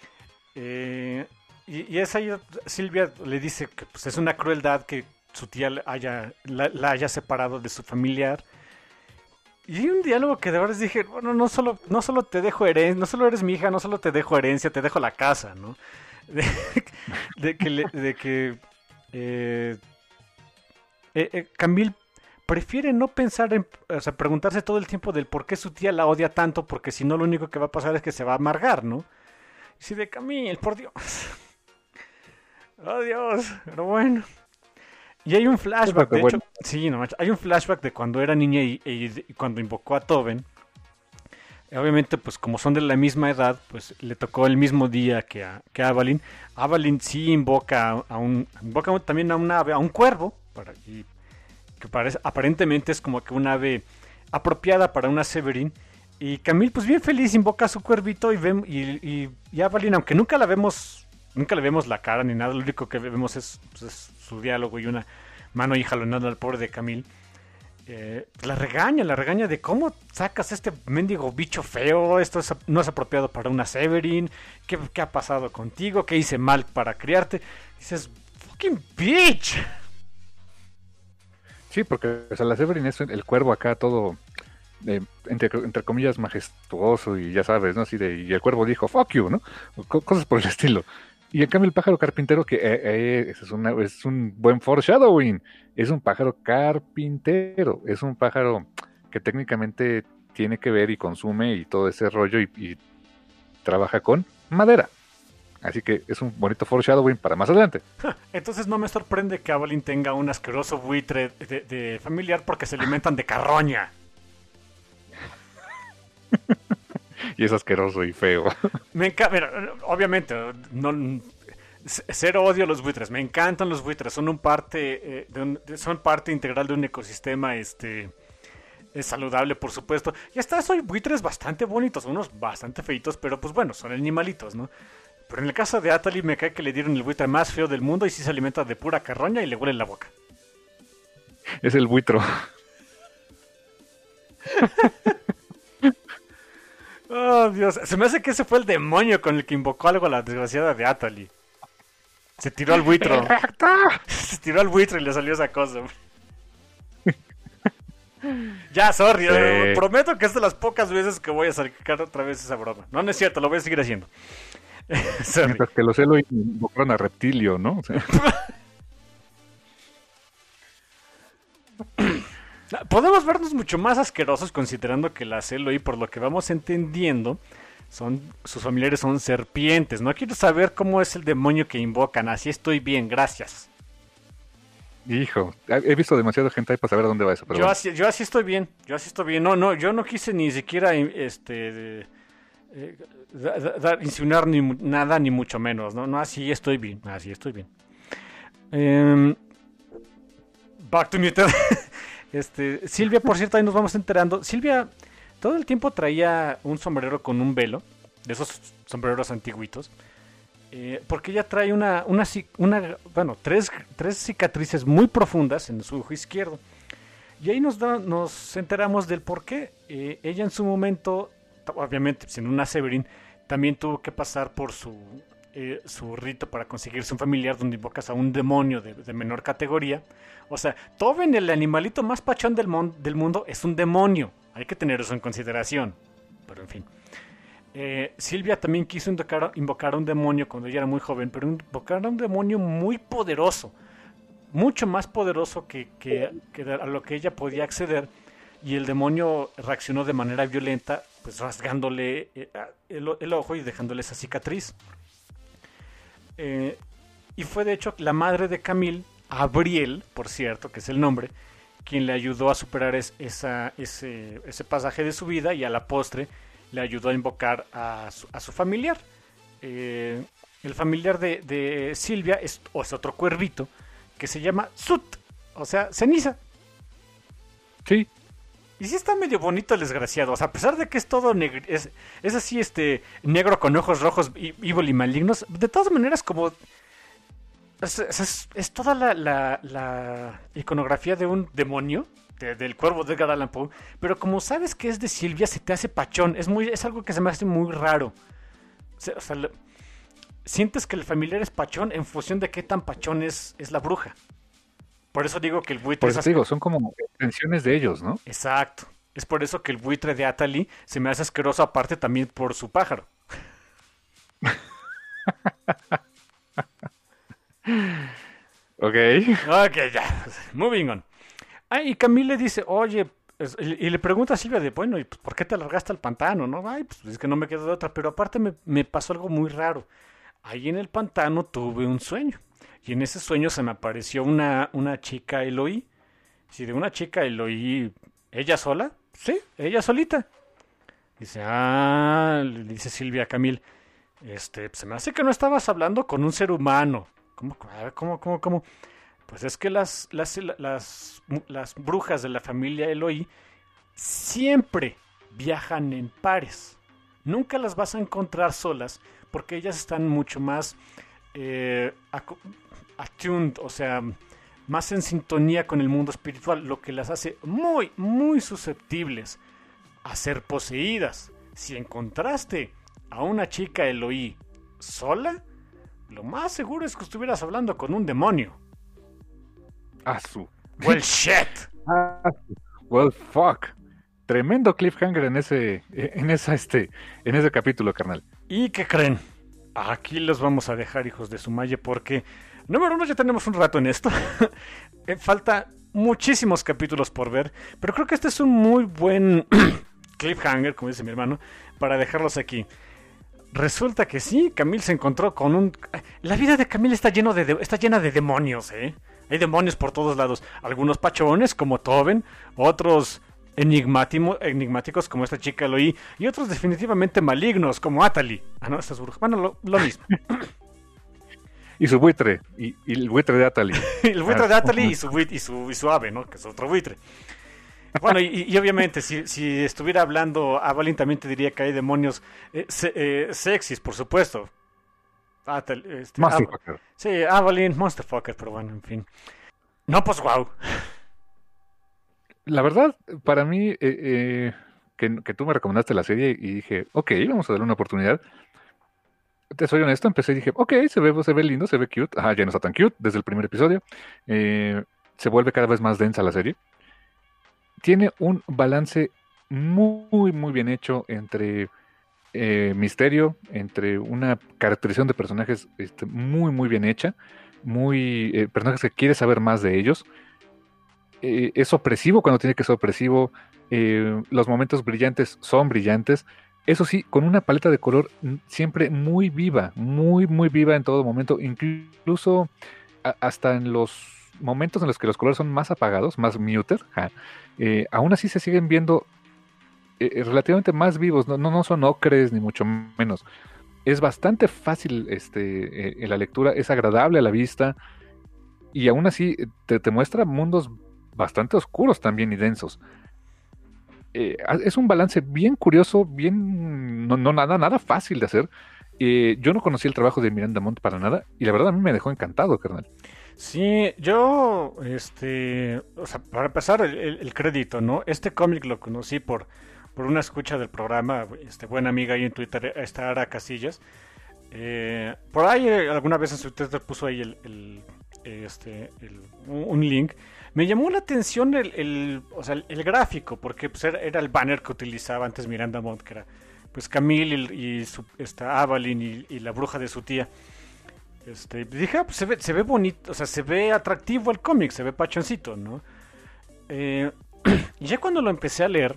Y es ahí, Silvia le dice que pues, es una crueldad que su tía la haya separado de su familiar. Y hay un diálogo que de verdad dije, bueno, no solo te dejo herencia, no solo eres mi hija, no solo te dejo herencia, te dejo la casa, ¿no? Camille prefiere no pensar o sea, preguntarse todo el tiempo del por qué su tía la odia tanto, porque si no lo único que va a pasar es que se va a amargar, ¿no? Y si de Camille, por Dios. Oh, Dios, pero bueno. Y hay un flashback, de hecho, sí, no, hay un flashback de cuando era niña y cuando invocó a Tobin. Obviamente, pues como son de la misma edad, pues le tocó el mismo día que a Avalyn. Avalyn sí invoca también a un ave, a un cuervo, que aparentemente es como que un ave apropiada para una Severin. Y Camille, pues bien feliz, invoca a su cuervito y Avalyn, aunque nunca le vemos la cara ni nada, lo único que vemos es su diálogo y una mano y jalonando al pobre de Camille. La regaña de cómo sacas este mendigo bicho feo, esto no es apropiado para una Severin, ¿qué ha pasado contigo? ¿Qué hice mal para criarte? Y dices, fucking bitch. Sí, porque o sea, la Severin es el cuervo acá todo, entre comillas, majestuoso y ya sabes, ¿no? Así y el cuervo dijo, fuck you, ¿no? Cosas por el estilo. Y en cambio el pájaro carpintero, que es un buen foreshadowing, es un pájaro carpintero, es un pájaro que técnicamente tiene que ver y consume y todo ese rollo y trabaja con madera. Así que es un bonito foreshadowing para más adelante. Entonces no me sorprende que Avalyn tenga un asqueroso buitre de familiar porque se alimentan de carroña. Y es asqueroso y feo. Mira, obviamente, cero odio a los buitres. Me encantan los buitres. Son parte integral de un ecosistema es saludable, por supuesto. Y hasta eso hay buitres bastante bonitos, unos bastante feitos, pero pues bueno, son animalitos, ¿no? Pero en el caso de Atali me cae que le dieron el buitre más feo del mundo y sí se alimenta de pura carroña y le huele la boca. Es el buitro. Oh, Dios. Se me hace que ese fue el demonio con el que invocó algo a la desgraciada de Atali. Se tiró al buitro. Se tiró al buitro y le salió esa cosa. Ya, sorry, Sí. prometo que es de las pocas veces que voy a sacar otra vez esa broma. No, no es cierto, lo voy a seguir haciendo. Sorry. Mientras que los Eloi invocaron a Reptilio, ¿no? O sea, Podemos vernos mucho más asquerosos considerando que las Eloi, por lo que vamos entendiendo, sus familiares son serpientes. No quiero saber cómo es el demonio que invocan. Así estoy bien, gracias. hijo, he visto demasiada gente ahí para saber a dónde va eso. Pero Yo bueno. así estoy bien. Yo así estoy bien. No, yo no quise ni siquiera insinuar nada, ni mucho menos. No, así estoy bien. Así estoy bien. Back to Newton. Silvia, por cierto, ahí nos vamos enterando. Silvia todo el tiempo traía un sombrero con un velo, de esos sombreros antiguitos, porque ella trae tres cicatrices muy profundas en su ojo izquierdo. Y ahí nos enteramos del por qué. Ella en su momento, obviamente siendo una Severin, también tuvo que pasar por su rito para conseguirse un familiar donde invocas a un demonio de menor categoría. O sea, Toven, el animalito más pachón del mundo, es un demonio. Hay que tener eso en consideración. Pero en fin. Silvia también quiso invocar a un demonio cuando ella era muy joven, pero invocar a un demonio muy poderoso. Mucho más poderoso que a lo que ella podía acceder. Y el demonio reaccionó de manera violenta, pues rasgándole el ojo y dejándole esa cicatriz. Y fue de hecho la madre de Camille, Abriel, por cierto, que es el nombre, quien le ayudó a superar ese pasaje de su vida, y a la postre le ayudó a invocar a su familiar. El familiar de Silvia es otro cuervito que se llama Sut, o sea, ceniza. Sí. Y sí está medio bonito el desgraciado. O sea, a pesar de que es todo es así, negro con ojos rojos, evil y malignos, de todas maneras como... Es toda la iconografía de un demonio, del cuervo de Edgar Allan Poe, pero como sabes que es de Silvia, se te hace pachón. Es algo que se me hace muy raro. O sea, sientes que el familiar es pachón en función de qué tan pachón es la bruja. Por eso digo que el buitre... Por eso te digo, son como extensiones de ellos, ¿no? Exacto. Es por eso que el buitre de Atali se me hace asqueroso, aparte también por su pájaro. Ok. Ok, ya. Moving on. Y Camille le dice, oye, y le pregunta a Silvia bueno, ¿y por qué te largaste al pantano? ¿No? Ay, pues es que no me quedo de otra. Pero aparte me pasó algo muy raro. Ahí en el pantano tuve un sueño. Y en ese sueño se me apareció una chica Eloí. Si de una chica Eloí, ¿ella sola? Sí, ella solita. Dice, le dice Silvia a Camille, se me hace que no estabas hablando con un ser humano. ¿Cómo? Pues es que las brujas de la familia Eloí siempre viajan en pares. Nunca las vas a encontrar solas porque ellas están mucho más attuned, o sea, más en sintonía con el mundo espiritual, lo que las hace muy, muy susceptibles a ser poseídas. Si encontraste a una chica Eloí sola, lo más seguro es que estuvieras hablando con un demonio. Well, shit. Well, fuck. Tremendo cliffhanger en ese capítulo, carnal. ¿Y qué creen? Aquí los vamos a dejar, hijos de su malle, porque número uno, ya tenemos un rato en esto. Falta muchísimos capítulos por ver, pero creo que este es un muy buen cliffhanger, como dice mi hermano, para dejarlos aquí. Resulta que sí, Camille se encontró con un... La vida de Camille está llena de demonios, ¿eh? Hay demonios por todos lados. Algunos pachones, como Toven, otros enigmáticos, como esta chica Eloí, y otros definitivamente malignos, como Atali. No, estas brujas. Bueno, lo mismo. Y su buitre, y el buitre de Atali. El buitre de Atali y su ave, ¿no? Que es otro buitre. Bueno, y obviamente, si estuviera hablando Avalyn, también te diría que hay demonios sexys, por supuesto. Monsterfucker. Sí, Avalyn, Monsterfucker, pero bueno, en fin. No, pues wow. La verdad, para mí, que tú me recomendaste la serie y dije, ok, vamos a darle una oportunidad. Te soy honesto, empecé y dije, ok, se ve lindo, se ve cute. Ajá, ya no está tan cute desde el primer episodio. Se vuelve cada vez más densa la serie. tiene un balance muy, muy bien hecho entre misterio, entre una caracterización de personajes muy, muy bien hecha, personajes que quieres saber más de ellos. Es opresivo cuando tiene que ser opresivo. Los momentos brillantes son brillantes. Eso sí, con una paleta de color siempre muy viva, muy, muy viva en todo momento, incluso hasta en los momentos en los que los colores son más apagados, más muted, aún así se siguen viendo relativamente más vivos, no son ocres ni mucho menos. Es bastante fácil en la lectura, es agradable a la vista y aún así te muestra mundos bastante oscuros también y densos. Es un balance bien curioso, bien nada fácil de hacer. Yo no conocí el trabajo de Miranda Montt para nada y la verdad a mí me dejó encantado, carnal. Sí, yo, o sea, para empezar el crédito, ¿no? Este cómic lo conocí por una escucha del programa, buena amiga ahí en Twitter, está Ara Casillas. Por ahí alguna vez en su Twitter puso ahí un link. Me llamó la atención o sea, el gráfico, porque pues, era el banner que utilizaba antes Miranda Montt, que era pues Camille y Avalyn y la bruja de su tía. Dije, pues se ve bonito, o sea, se ve atractivo el cómic, se ve pachoncito, ¿no? Y ya cuando lo empecé a leer,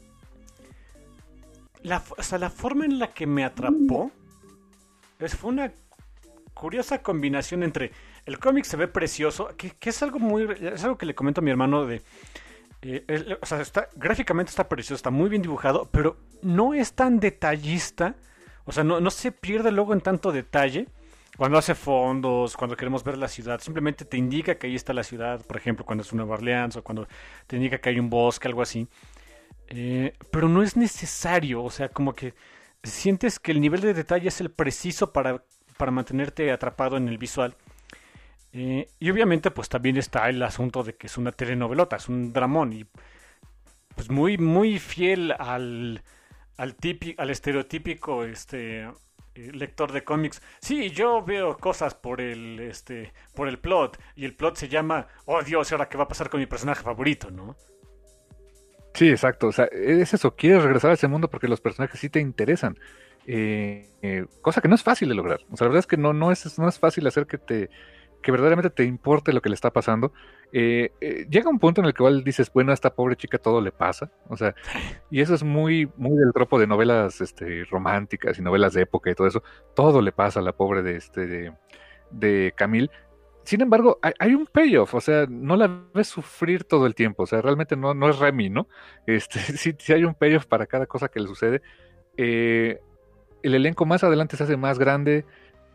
o sea, la forma en la que me atrapó fue una curiosa combinación entre el cómic se ve precioso, que es algo que le comento a mi hermano o sea, gráficamente está precioso, está muy bien dibujado, pero no es tan detallista, o sea, no se pierde luego en tanto detalle. Cuando hace fondos, cuando queremos ver la ciudad, simplemente te indica que ahí está la ciudad, por ejemplo, cuando es Nueva Orleans o cuando te indica que hay un bosque, algo así. Pero no es necesario, o sea, como que sientes que el nivel de detalle es el preciso para mantenerte atrapado en el visual. Y obviamente pues también está el asunto de que es una telenovelota, es un dramón y pues muy, muy fiel al estereotípico lector de cómics. Sí, yo veo cosas por el plot y el plot se llama, oh Dios, ¿ahora qué va a pasar con mi personaje favorito, no? Sí, exacto. O sea, es eso, quieres regresar a ese mundo porque los personajes sí te interesan. Cosa que no es fácil de lograr. O sea, la verdad es que no es fácil hacer que verdaderamente te importe lo que le está pasando. Llega un punto en el que igual dices, bueno, a esta pobre chica todo le pasa. O sea, y eso es muy, muy del tropo de novelas románticas y novelas de época y todo eso. Todo le pasa a la pobre de Camille. Sin embargo, hay un payoff, o sea, no la ves sufrir todo el tiempo, o sea, realmente no es Remy, ¿no? Sí hay un payoff para cada cosa que le sucede. El elenco más adelante se hace más grande,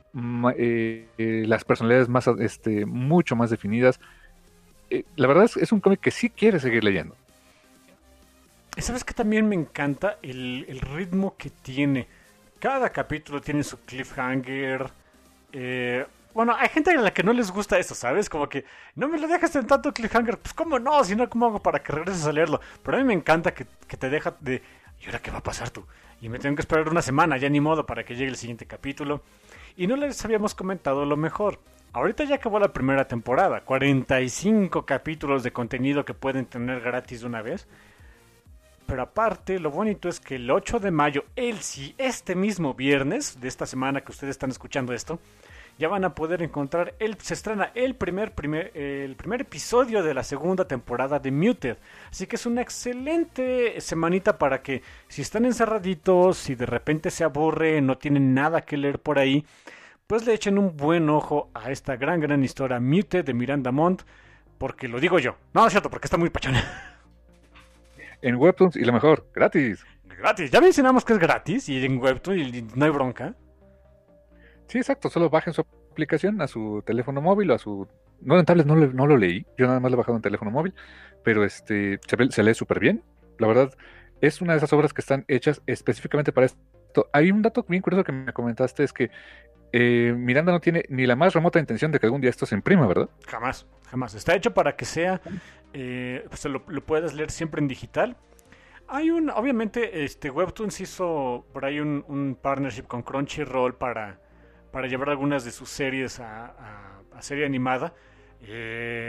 las personalidades mucho más definidas. La verdad es un cómic que sí quiere seguir leyendo. ¿Sabes que también me encanta el ritmo que tiene? Cada capítulo tiene su cliffhanger. Bueno, hay gente a la que no les gusta eso, ¿sabes? Como que no me lo dejas en tanto cliffhanger. Pues cómo no, si no, ¿cómo hago para que regreses a leerlo? Pero a mí me encanta que te deja de... ¿Y ahora qué va a pasar tú? Y me tengo que esperar una semana, ya ni modo, para que llegue el siguiente capítulo. Y no les habíamos comentado lo mejor. Ahorita ya acabó la primera temporada. 45 capítulos de contenido que pueden tener gratis de una vez. Pero aparte, lo bonito es que el 8 de mayo, este mismo viernes de esta semana que ustedes están escuchando esto, ya van a poder encontrar, se estrena el primer episodio de la segunda temporada de Muted. Así que es una excelente semanita para que si están encerraditos, si de repente se aburren, no tienen nada que leer por ahí, pues le echen un buen ojo a esta gran historia Muted de Miranda Montt, porque lo digo yo. No, es cierto, porque está muy pachona. En Webtoons y lo mejor, gratis. Gratis, ya mencionamos que es gratis y en Webtoon y no hay bronca. Sí, exacto, solo bajen su aplicación a su teléfono móvil o a su... No, en tablet no lo leí, yo nada más lo he bajado en teléfono móvil, pero se lee súper bien. La verdad, es una de esas obras que están hechas específicamente para esto. Hay un dato bien curioso que me comentaste, es que Miranda no tiene ni la más remota intención de que algún día esto se imprima, ¿verdad? Jamás. Está hecho para que sea... pues lo puedas leer siempre en digital. Obviamente, Webtoons hizo por ahí un partnership con Crunchyroll para llevar algunas de sus series a serie animada.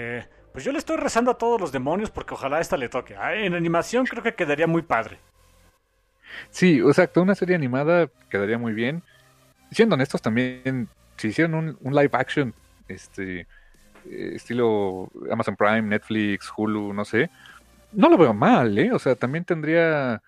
Pues yo le estoy rezando a todos los demonios porque ojalá esta le toque. En animación creo que quedaría muy padre. Sí, exacto, una serie animada quedaría muy bien. Siendo honestos también, si hicieran un live action, estilo Amazon Prime, Netflix, Hulu, no sé, no lo veo mal, ¿eh? O sea, también tendría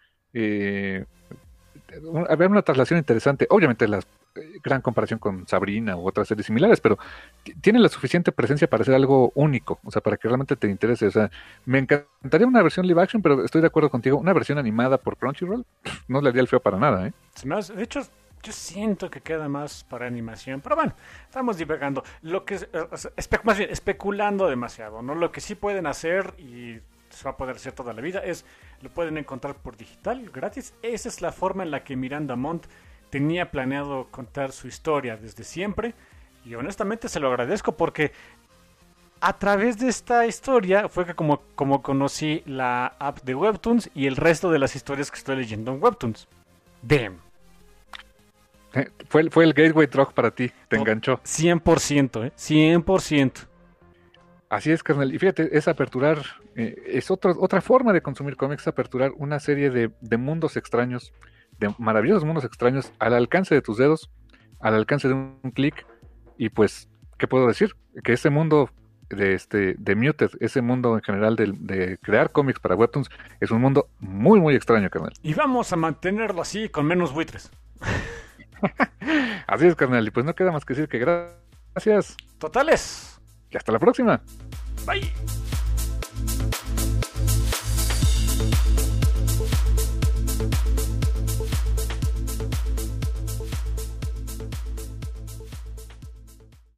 haber una traslación interesante. Obviamente la gran comparación con Sabrina u otras series similares, pero tiene la suficiente presencia para ser algo único, o sea, para que realmente te interese. O sea, me encantaría una versión live action, pero estoy de acuerdo contigo, una versión animada por Crunchyroll no le haría el feo para nada, ¿eh? De hecho, yo siento que queda más para animación, pero bueno, estamos divagando. Lo que más bien especulando demasiado, ¿no? Lo que sí pueden hacer y se va a poder hacer toda la vida es lo pueden encontrar por digital, gratis. Esa es la forma en la que Miranda Montt tenía planeado contar su historia desde siempre y honestamente se lo agradezco porque a través de esta historia fue que como conocí la app de Webtoons y el resto de las historias que estoy leyendo en Webtoons. Damn. Fue el gateway drug para ti, te enganchó. 100%, 100%. Así es, carnal. Y fíjate, es aperturar, es otra forma de consumir cómics, aperturar una serie de mundos extraños, de maravillosos mundos extraños, al alcance de tus dedos, al alcance de un clic. Y pues, ¿qué puedo decir? Que ese mundo de Muted, ese mundo en general de crear cómics para Webtoons, es un mundo muy, muy extraño, carnal. Y vamos a mantenerlo así, con menos buitres. Así es, carnal. Y pues no queda más que decir que gracias. Totales. Y hasta la próxima. Bye.